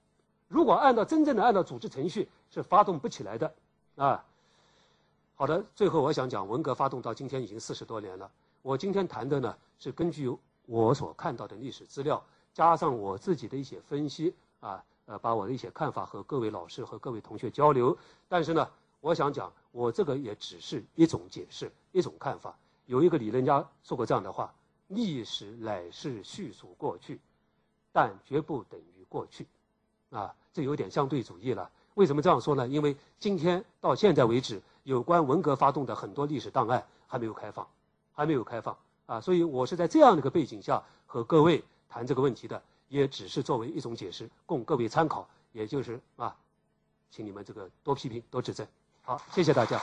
Speaker 2: 如果按照真正的按照组织程序是发动不起来的，啊。好的，最后我想讲，文革发动到今天已经四十多年了。我今天谈的呢，是根据我所看到的历史资料，加上我自己的一些分析啊，呃，把我的一些看法和各位老师和各位同学交流。但是呢，我想讲，我这个也只是一种解释，一种看法。有一个理论家说过这样的话：历史乃是叙述过去，但绝不等于过去。啊，这有点相对主义了。为什么这样说呢？因为今天到现在为止，有关文革发动的很多历史档案还没有开放，还没有开放啊，所以我是在这样的一个背景下和各位谈这个问题的，也只是作为一种解释，供各位参考。也就是啊，请你们这个多批评、多指正。好，谢谢大家。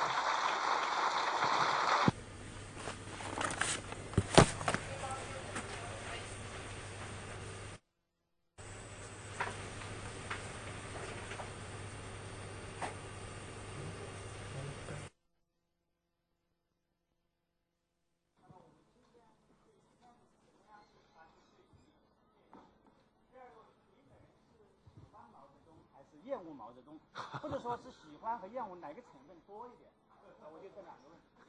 Speaker 3: 厌恶毛泽东，或者说是喜欢和厌恶哪个成分多一点？我就这两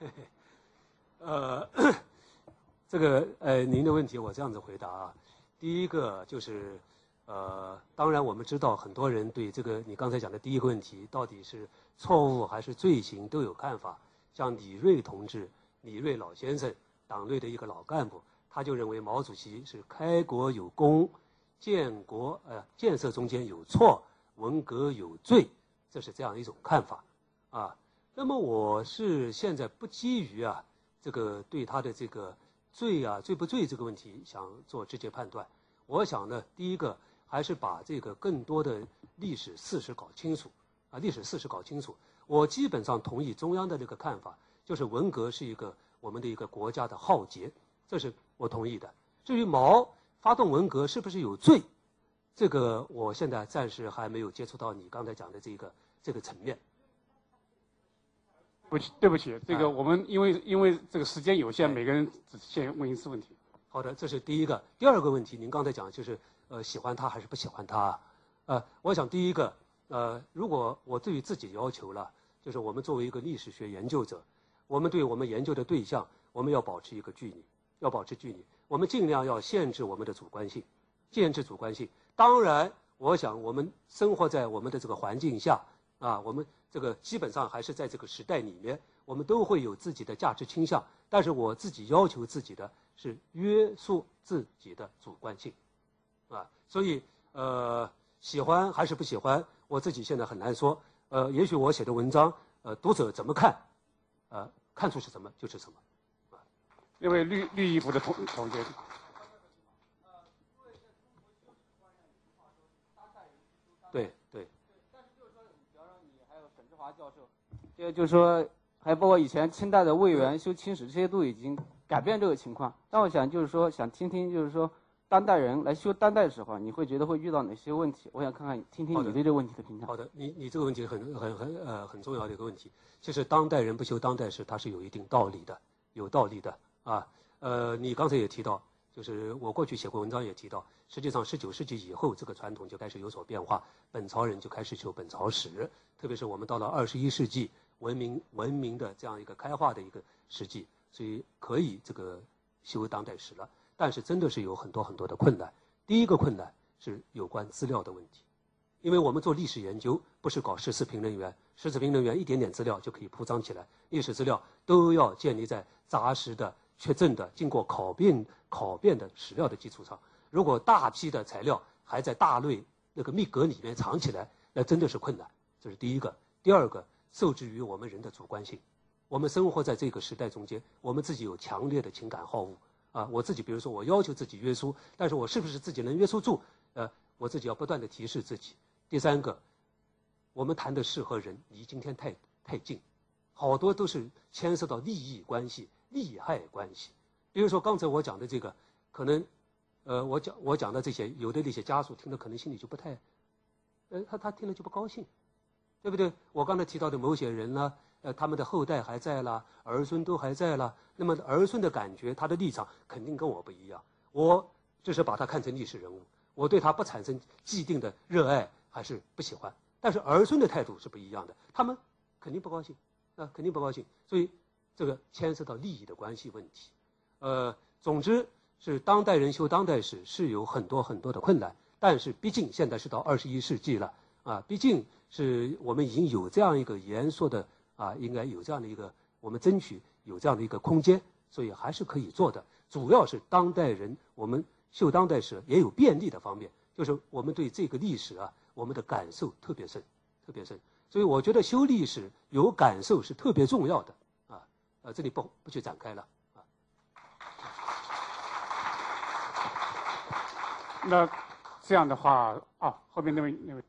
Speaker 2: 个问题。呃，这个呃，您的问题我这样子回答啊。第一个就是，呃，当然我们知道很多人对这个你刚才讲的第一个问题到底是错误还是罪行都有看法。像李锐同志，李锐老先生，党内的一个老干部，他就认为毛主席是开国有功，建国呃建设中间有错。文革有罪，这是这样一种看法，啊，那么我是现在不基于啊这个对他的这个罪啊罪不罪这个问题想做直接判断。我想呢，第一个还是把这个更多的历史事实搞清楚啊，历史事实搞清楚。我基本上同意中央的这个看法，就是文革是一个我们的一个国家的浩劫，这是我同意的。至于毛发动文革是不是有罪？这个我现在暂时还没有接触到你刚才讲的这个这个层面。
Speaker 1: 对不起，对不起，这个我们因为因为这个时间有限，每个人只限问一次问题。
Speaker 2: 好的，这是第一个。第二个问题，您刚才讲就是呃喜欢他还是不喜欢他？呃，我想第一个呃，如果我对于自己要求了，就是我们作为一个历史学研究者，我们对我们研究的对象，我们要保持一个距离，要保持距离，我们尽量要限制我们的主观性，限制主观性。当然，我想我们生活在我们的这个环境下啊，我们这个基本上还是在这个时代里面，我们都会有自己的价值倾向。但是我自己要求自己的是约束自己的主观性，啊，所以呃，喜欢还是不喜欢，我自己现在很难说。呃，也许我写的文章，呃，读者怎么看，呃，看出是什么就是什么。啊，
Speaker 1: 因为绿绿衣服的同同学。
Speaker 2: 对对，
Speaker 3: 但是就是说，比方说你还有沈志华教授，这个就是说，还包括以前清代的魏源修清史，这些都已经改变这个情况。但我想就是说，想听听就是说，当代人来修当代的时候，你会觉得会遇到哪些问题？我想看看听听你对这个问题的评价。
Speaker 2: 好的，你你这个问题很很很呃很重要的一个问题，就是当代人不修当代史，它是有一定道理的，有道理的啊。呃，你刚才也提到。就是我过去写过文章也提到，实际上十九世纪以后，这个传统就开始有所变化，本朝人就开始修本朝史，特别是我们到了二十一世纪，文明文明的这样一个开化的一个世纪，所以可以这个修当代史了。但是真的是有很多很多的困难。第一个困难是有关资料的问题，因为我们做历史研究不是搞十四评论员，十四评论员一点点资料就可以铺张起来，历史资料都要建立在扎实的。确证的、经过考辨、考辨的史料的基础上，如果大批的材料还在大类那个密格里面藏起来，那真的是困难。这是第一个。第二个，受制于我们人的主观性，我们生活在这个时代中间，我们自己有强烈的情感好恶啊。我自己，比如说，我要求自己约束，但是我是不是自己能约束住？呃，我自己要不断的提示自己。第三个，我们谈的事和人离今天太太近，好多都是牵涉到利益关系。利害关系，比如说刚才我讲的这个，可能，呃，我讲我讲的这些，有的那些家属听了可能心里就不太，呃，他他听了就不高兴，对不对？我刚才提到的某些人呢，呃，他们的后代还在啦，儿孙都还在啦，那么儿孙的感觉，他的立场肯定跟我不一样。我只是把他看成历史人物，我对他不产生既定的热爱还是不喜欢。但是儿孙的态度是不一样的，他们肯定不高兴，啊，肯定不高兴。所以这个牵涉到利益的关系问题。呃，总之是当代人修当代史是有很多很多的困难，但是毕竟现在是到二十一世纪了啊，毕竟是我们已经有这样一个严肃的啊，应该有这样的一个，我们争取有这样的一个空间，所以还是可以做的。主要是当代人我们修当代史也有便利的方面，就是我们对这个历史啊，我们的感受特别深，特别深。所以我觉得修历史有感受是特别重要的啊，呃，这里不不去展开了啊。
Speaker 1: 那这样的话啊，后面那位那位，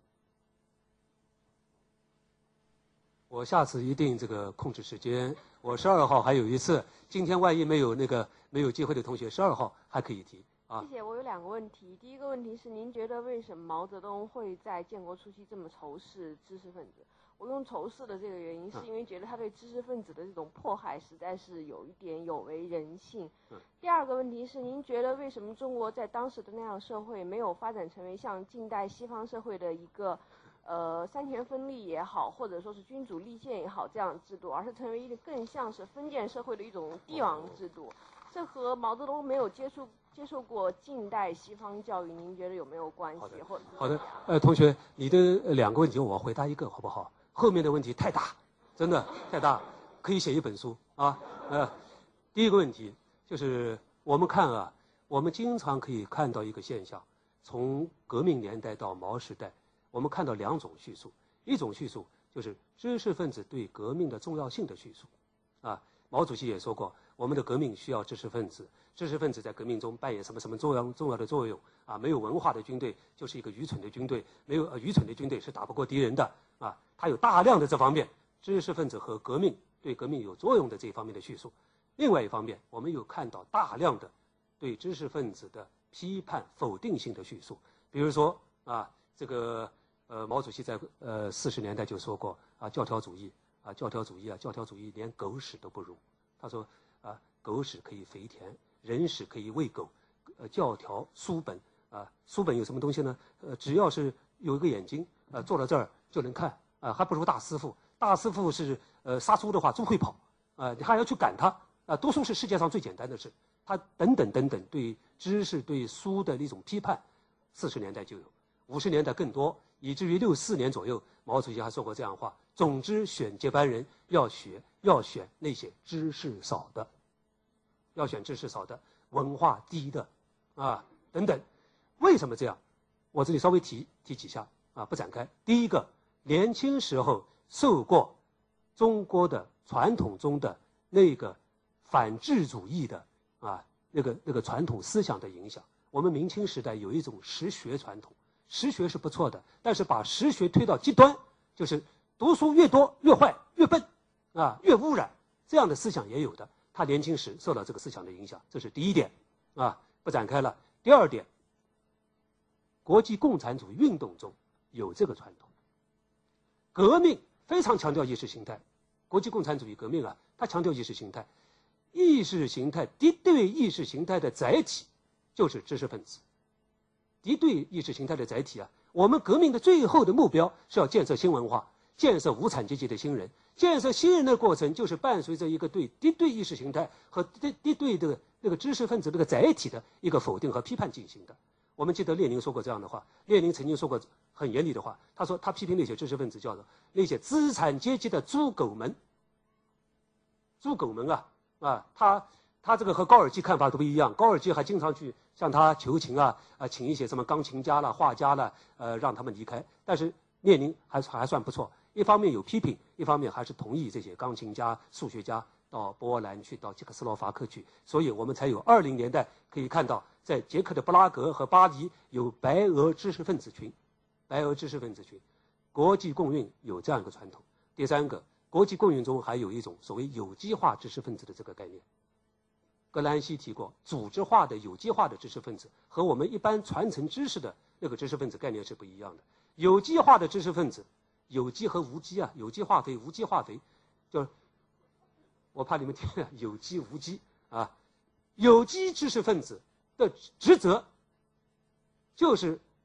Speaker 2: 我下次一定这个控制时间。我十二号还有一次，今天万一没有那个没有机会的同学，十二号还可以提啊。
Speaker 4: 谢谢。我有两个问题，第一个问题是，您觉得为什么毛泽东会在建国初期这么仇视知识分子？我用仇视的这个原因，是因为觉得他对知识分子的这种迫害实在是有一点有违人性。第二个问题是，您觉得为什么中国在当时的那样社会没有发展成为像近代西方社会的一个呃三权分立也好，或者说是君主立宪也好这样的制度，而是成为一个更像是封建社会的一种帝王制度？这和毛泽东没有接触接受过近代西方教育，您觉得有没有关系？
Speaker 2: 好的，
Speaker 4: 或者
Speaker 2: 好的，呃，同学，你的两个问题我回答一个好不好？后面的问题太大，真的太大，可以写一本书啊。呃，第一个问题就是我们看啊，我们经常可以看到一个现象，从革命年代到毛时代，我们看到两种叙述，一种叙述就是知识分子对革命的重要性的叙述，啊，毛主席也说过，我们的革命需要知识分子，知识分子在革命中扮演什么什么重要重要的作用啊，没有文化的军队就是一个愚蠢的军队，没有、呃、愚蠢的军队是打不过敌人的啊，他有大量的这方面知识分子和革命对革命有作用的这一方面的叙述。另外一方面，我们又看到大量的对知识分子的批判否定性的叙述，比如说啊，这个呃毛主席在呃四十年代就说过啊，教条主义啊，教条主义啊，教条主义连狗屎都不如。他说啊，狗屎可以肥田，人屎可以喂狗，呃，教条书本啊，书本有什么东西呢？呃，只要是有一个眼睛，呃，坐到这儿就能看啊，还不如大师傅。大师傅是呃杀猪的话，猪会跑啊，你还要去赶它啊。读书是世界上最简单的事，他等等等等，对知识对书的那种批判，四十年代就有，五十年代更多，以至于六四年左右，毛主席还说过这样的话：总之选接班人要学要选那些知识少的，要选知识少的，文化低的，啊等等。为什么这样？我这里稍微提提几下啊，不展开。第一个，年轻时候受过中国的传统中的那个反智主义的啊那个那个传统思想的影响。我们明清时代有一种实学传统，实学是不错的，但是把实学推到极端，就是读书越多越坏越笨啊越污染，这样的思想也有的。他年轻时受到这个思想的影响，这是第一点啊，不展开了。第二点，国际共产主义运动中有这个传统，革命非常强调意识形态，国际共产主义革命啊，它强调意识形态，意识形态敌对意识形态的载体就是知识分子，敌对意识形态的载体啊，我们革命的最后的目标是要建设新文化，建设无产阶级的新人，建设新人的过程就是伴随着一个对敌对意识形态和敌敌对的那个知识分子这个载体的一个否定和批判进行的。我们记得列宁说过这样的话，列宁曾经说过很严厉的话，他说他批评那些知识分子叫做那些资产阶级的猪狗们，猪狗们啊啊，他他这个和高尔基看法都不一样，高尔基还经常去向他求情啊啊，请一些什么钢琴家啦、画家啦，呃，让他们离开。但是列宁还还算不错，一方面有批评，一方面还是同意这些钢琴家、数学家到波兰去，到捷克斯洛伐克去，所以我们才有二零年代可以看到，在捷克的布拉格和巴黎有白俄知识分子群，白俄知识分子群，国际共运有这样一个传统。第三个，国际共运中还有一种所谓有机化知识分子的这个概念。格兰西提过，组织化的有机化的知识分子和我们一般传承知识的那个知识分子概念是不一样的。有机化的知识分子，有机和无机啊，有机化肥、无机化肥，就是我怕你们听了有机无机啊，有机知识分子的职责就是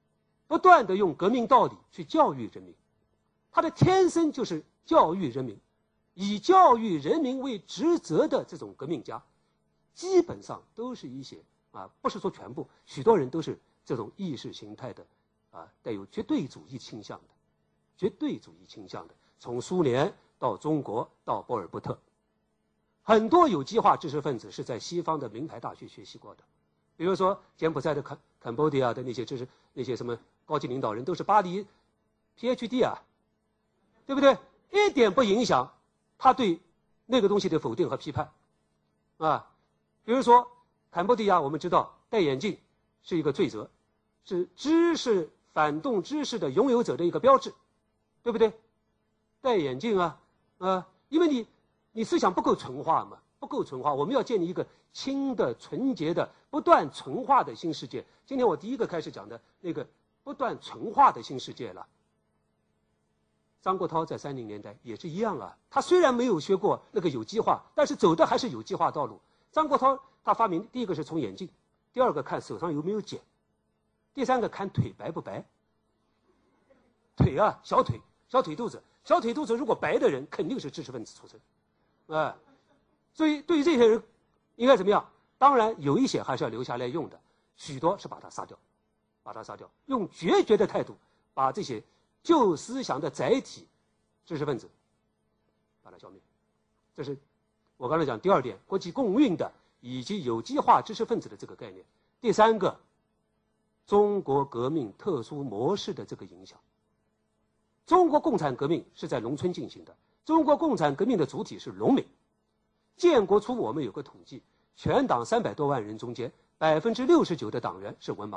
Speaker 2: 不断的用革命道理去教育人民，他的天生就是教育人民，以教育人民为职责的这种革命家，基本上都是一些啊，不是说全部，许多人都是这种意识形态的啊，带有绝对主义倾向的，绝对主义倾向的，从苏联到中国到波尔波特，很多有机化知识分子是在西方的名牌大学学习过的，比如说柬埔寨的坎坎波迪亚的那些知识，那些什么高级领导人都是巴黎 P H D 啊，对不对？一点不影响他对那个东西的否定和批判，啊，比如说坎波迪亚，我们知道戴眼镜是一个罪责，是知识反动知识的拥有者的一个标志，对不对？戴眼镜啊，啊，因为你你思想不够纯化嘛，不够纯化，我们要建立一个清的、纯洁的、不断纯化的新世界。今天我第一个开始讲的那个不断纯化的新世界了。张国焘在三零年代也是一样啊，他虽然没有学过那个有机化，但是走的还是有机化道路。张国焘他发明第一个是从眼镜，第二个看手上有没有茧，第三个看腿白不白。腿啊，小腿、小腿肚子、小腿肚子，如果白的人肯定是知识分子出身，啊，所以对于这些人应该怎么样？当然有一些还是要留下来用的，许多是把他杀掉，把他杀掉，用决绝的态度把这些旧思想的载体知识分子把它消灭。这是我刚才讲第二点，国际共运的以及有机化知识分子的这个概念。第三个，中国革命特殊模式的这个影响。中国共产革命是在农村进行的，中国共产革命的主体是农民。建国初我们有个统计，全党三百多万人中间，百分之六十九的党员是文盲。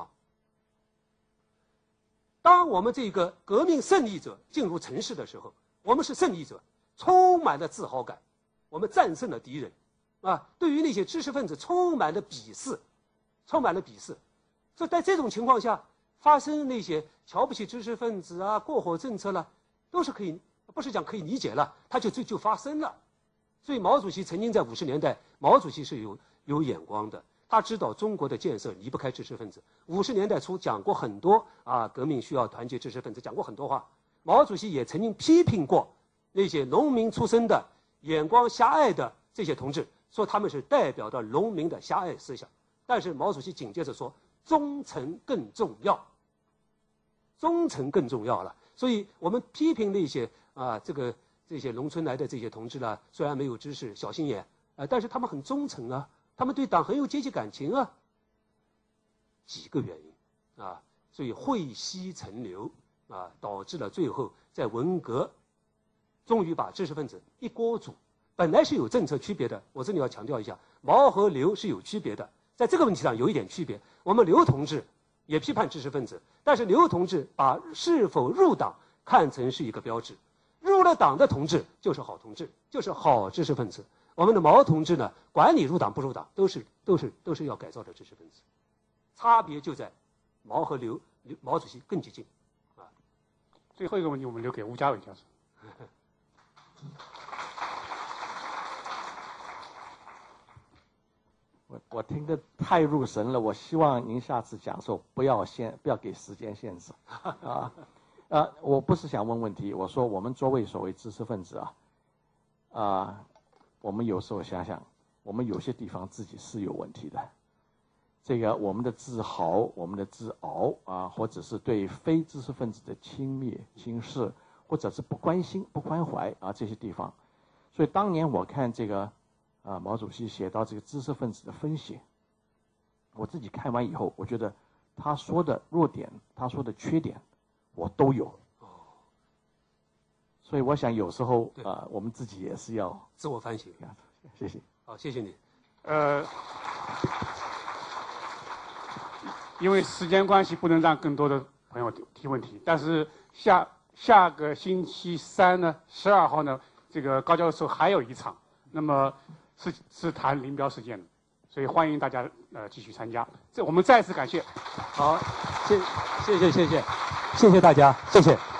Speaker 2: 当我们这个革命胜利者进入城市的时候，我们是胜利者，充满了自豪感，我们战胜了敌人，啊，对于那些知识分子充满了鄙视，充满了鄙视。所以在这种情况下，发生那些瞧不起知识分子啊、过火政策了，都是可以，不是讲可以理解了，它就就就发生了。所以毛主席曾经在五十年代，毛主席是有有眼光的，他知道中国的建设离不开知识分子。五十年代初讲过很多啊，革命需要团结知识分子，讲过很多话。毛主席也曾经批评过那些农民出身的、眼光狭隘的这些同志，说他们是代表着农民的狭隘思想。但是毛主席紧接着说，忠诚更重要，忠诚更重要了。所以我们批评那些啊，这个这些农村来的这些同志呢，虽然没有知识、小心眼，啊，但是他们很忠诚啊，他们对党很有阶级感情啊。几个原因啊，所以讳息成流啊，导致了最后在文革，终于把知识分子一锅煮。本来是有政策区别的，我这里要强调一下，毛和刘是有区别的。在这个问题上有一点区别，我们刘同志也批判知识分子，但是刘同志把是否入党看成是一个标志，入了党的同志就是好同志，就是好知识分子。我们的毛同志呢，管你入党不入党，都是都是都是要改造的知识分子，差别就在毛和刘，毛主席更激进，啊。
Speaker 1: 最后一个问题我们留给吴家伟教授。
Speaker 5: 我我听得太入神了，我希望您下次讲授不要限不要给时间限制，啊，呃，我不是想问问题，我说我们作为所谓知识分子啊，啊，我们有时候想想，我们有些地方自己是有问题的，这个我们的自豪、我们的自傲啊，或者是对非知识分子的轻蔑、轻视，或者是不关心、不关怀啊这些地方，所以当年我看这个。啊，毛主席写到这个知识分子的分析，我自己看完以后，我觉得他说的弱点，他说的缺点，我都有。所以我想有时候啊、呃，我们自己也是要
Speaker 2: 自我反省。
Speaker 5: 谢谢。
Speaker 2: 好，谢谢你。
Speaker 1: 呃，因为时间关系，不能让更多的朋友提问题。但是下下个星期三呢，十二号呢，这个高教授还有一场，那么。是是谈林彪事件的，所以欢迎大家呃继续参加。这我们再次感谢。
Speaker 2: 好，谢谢谢谢谢谢谢谢大家，谢谢。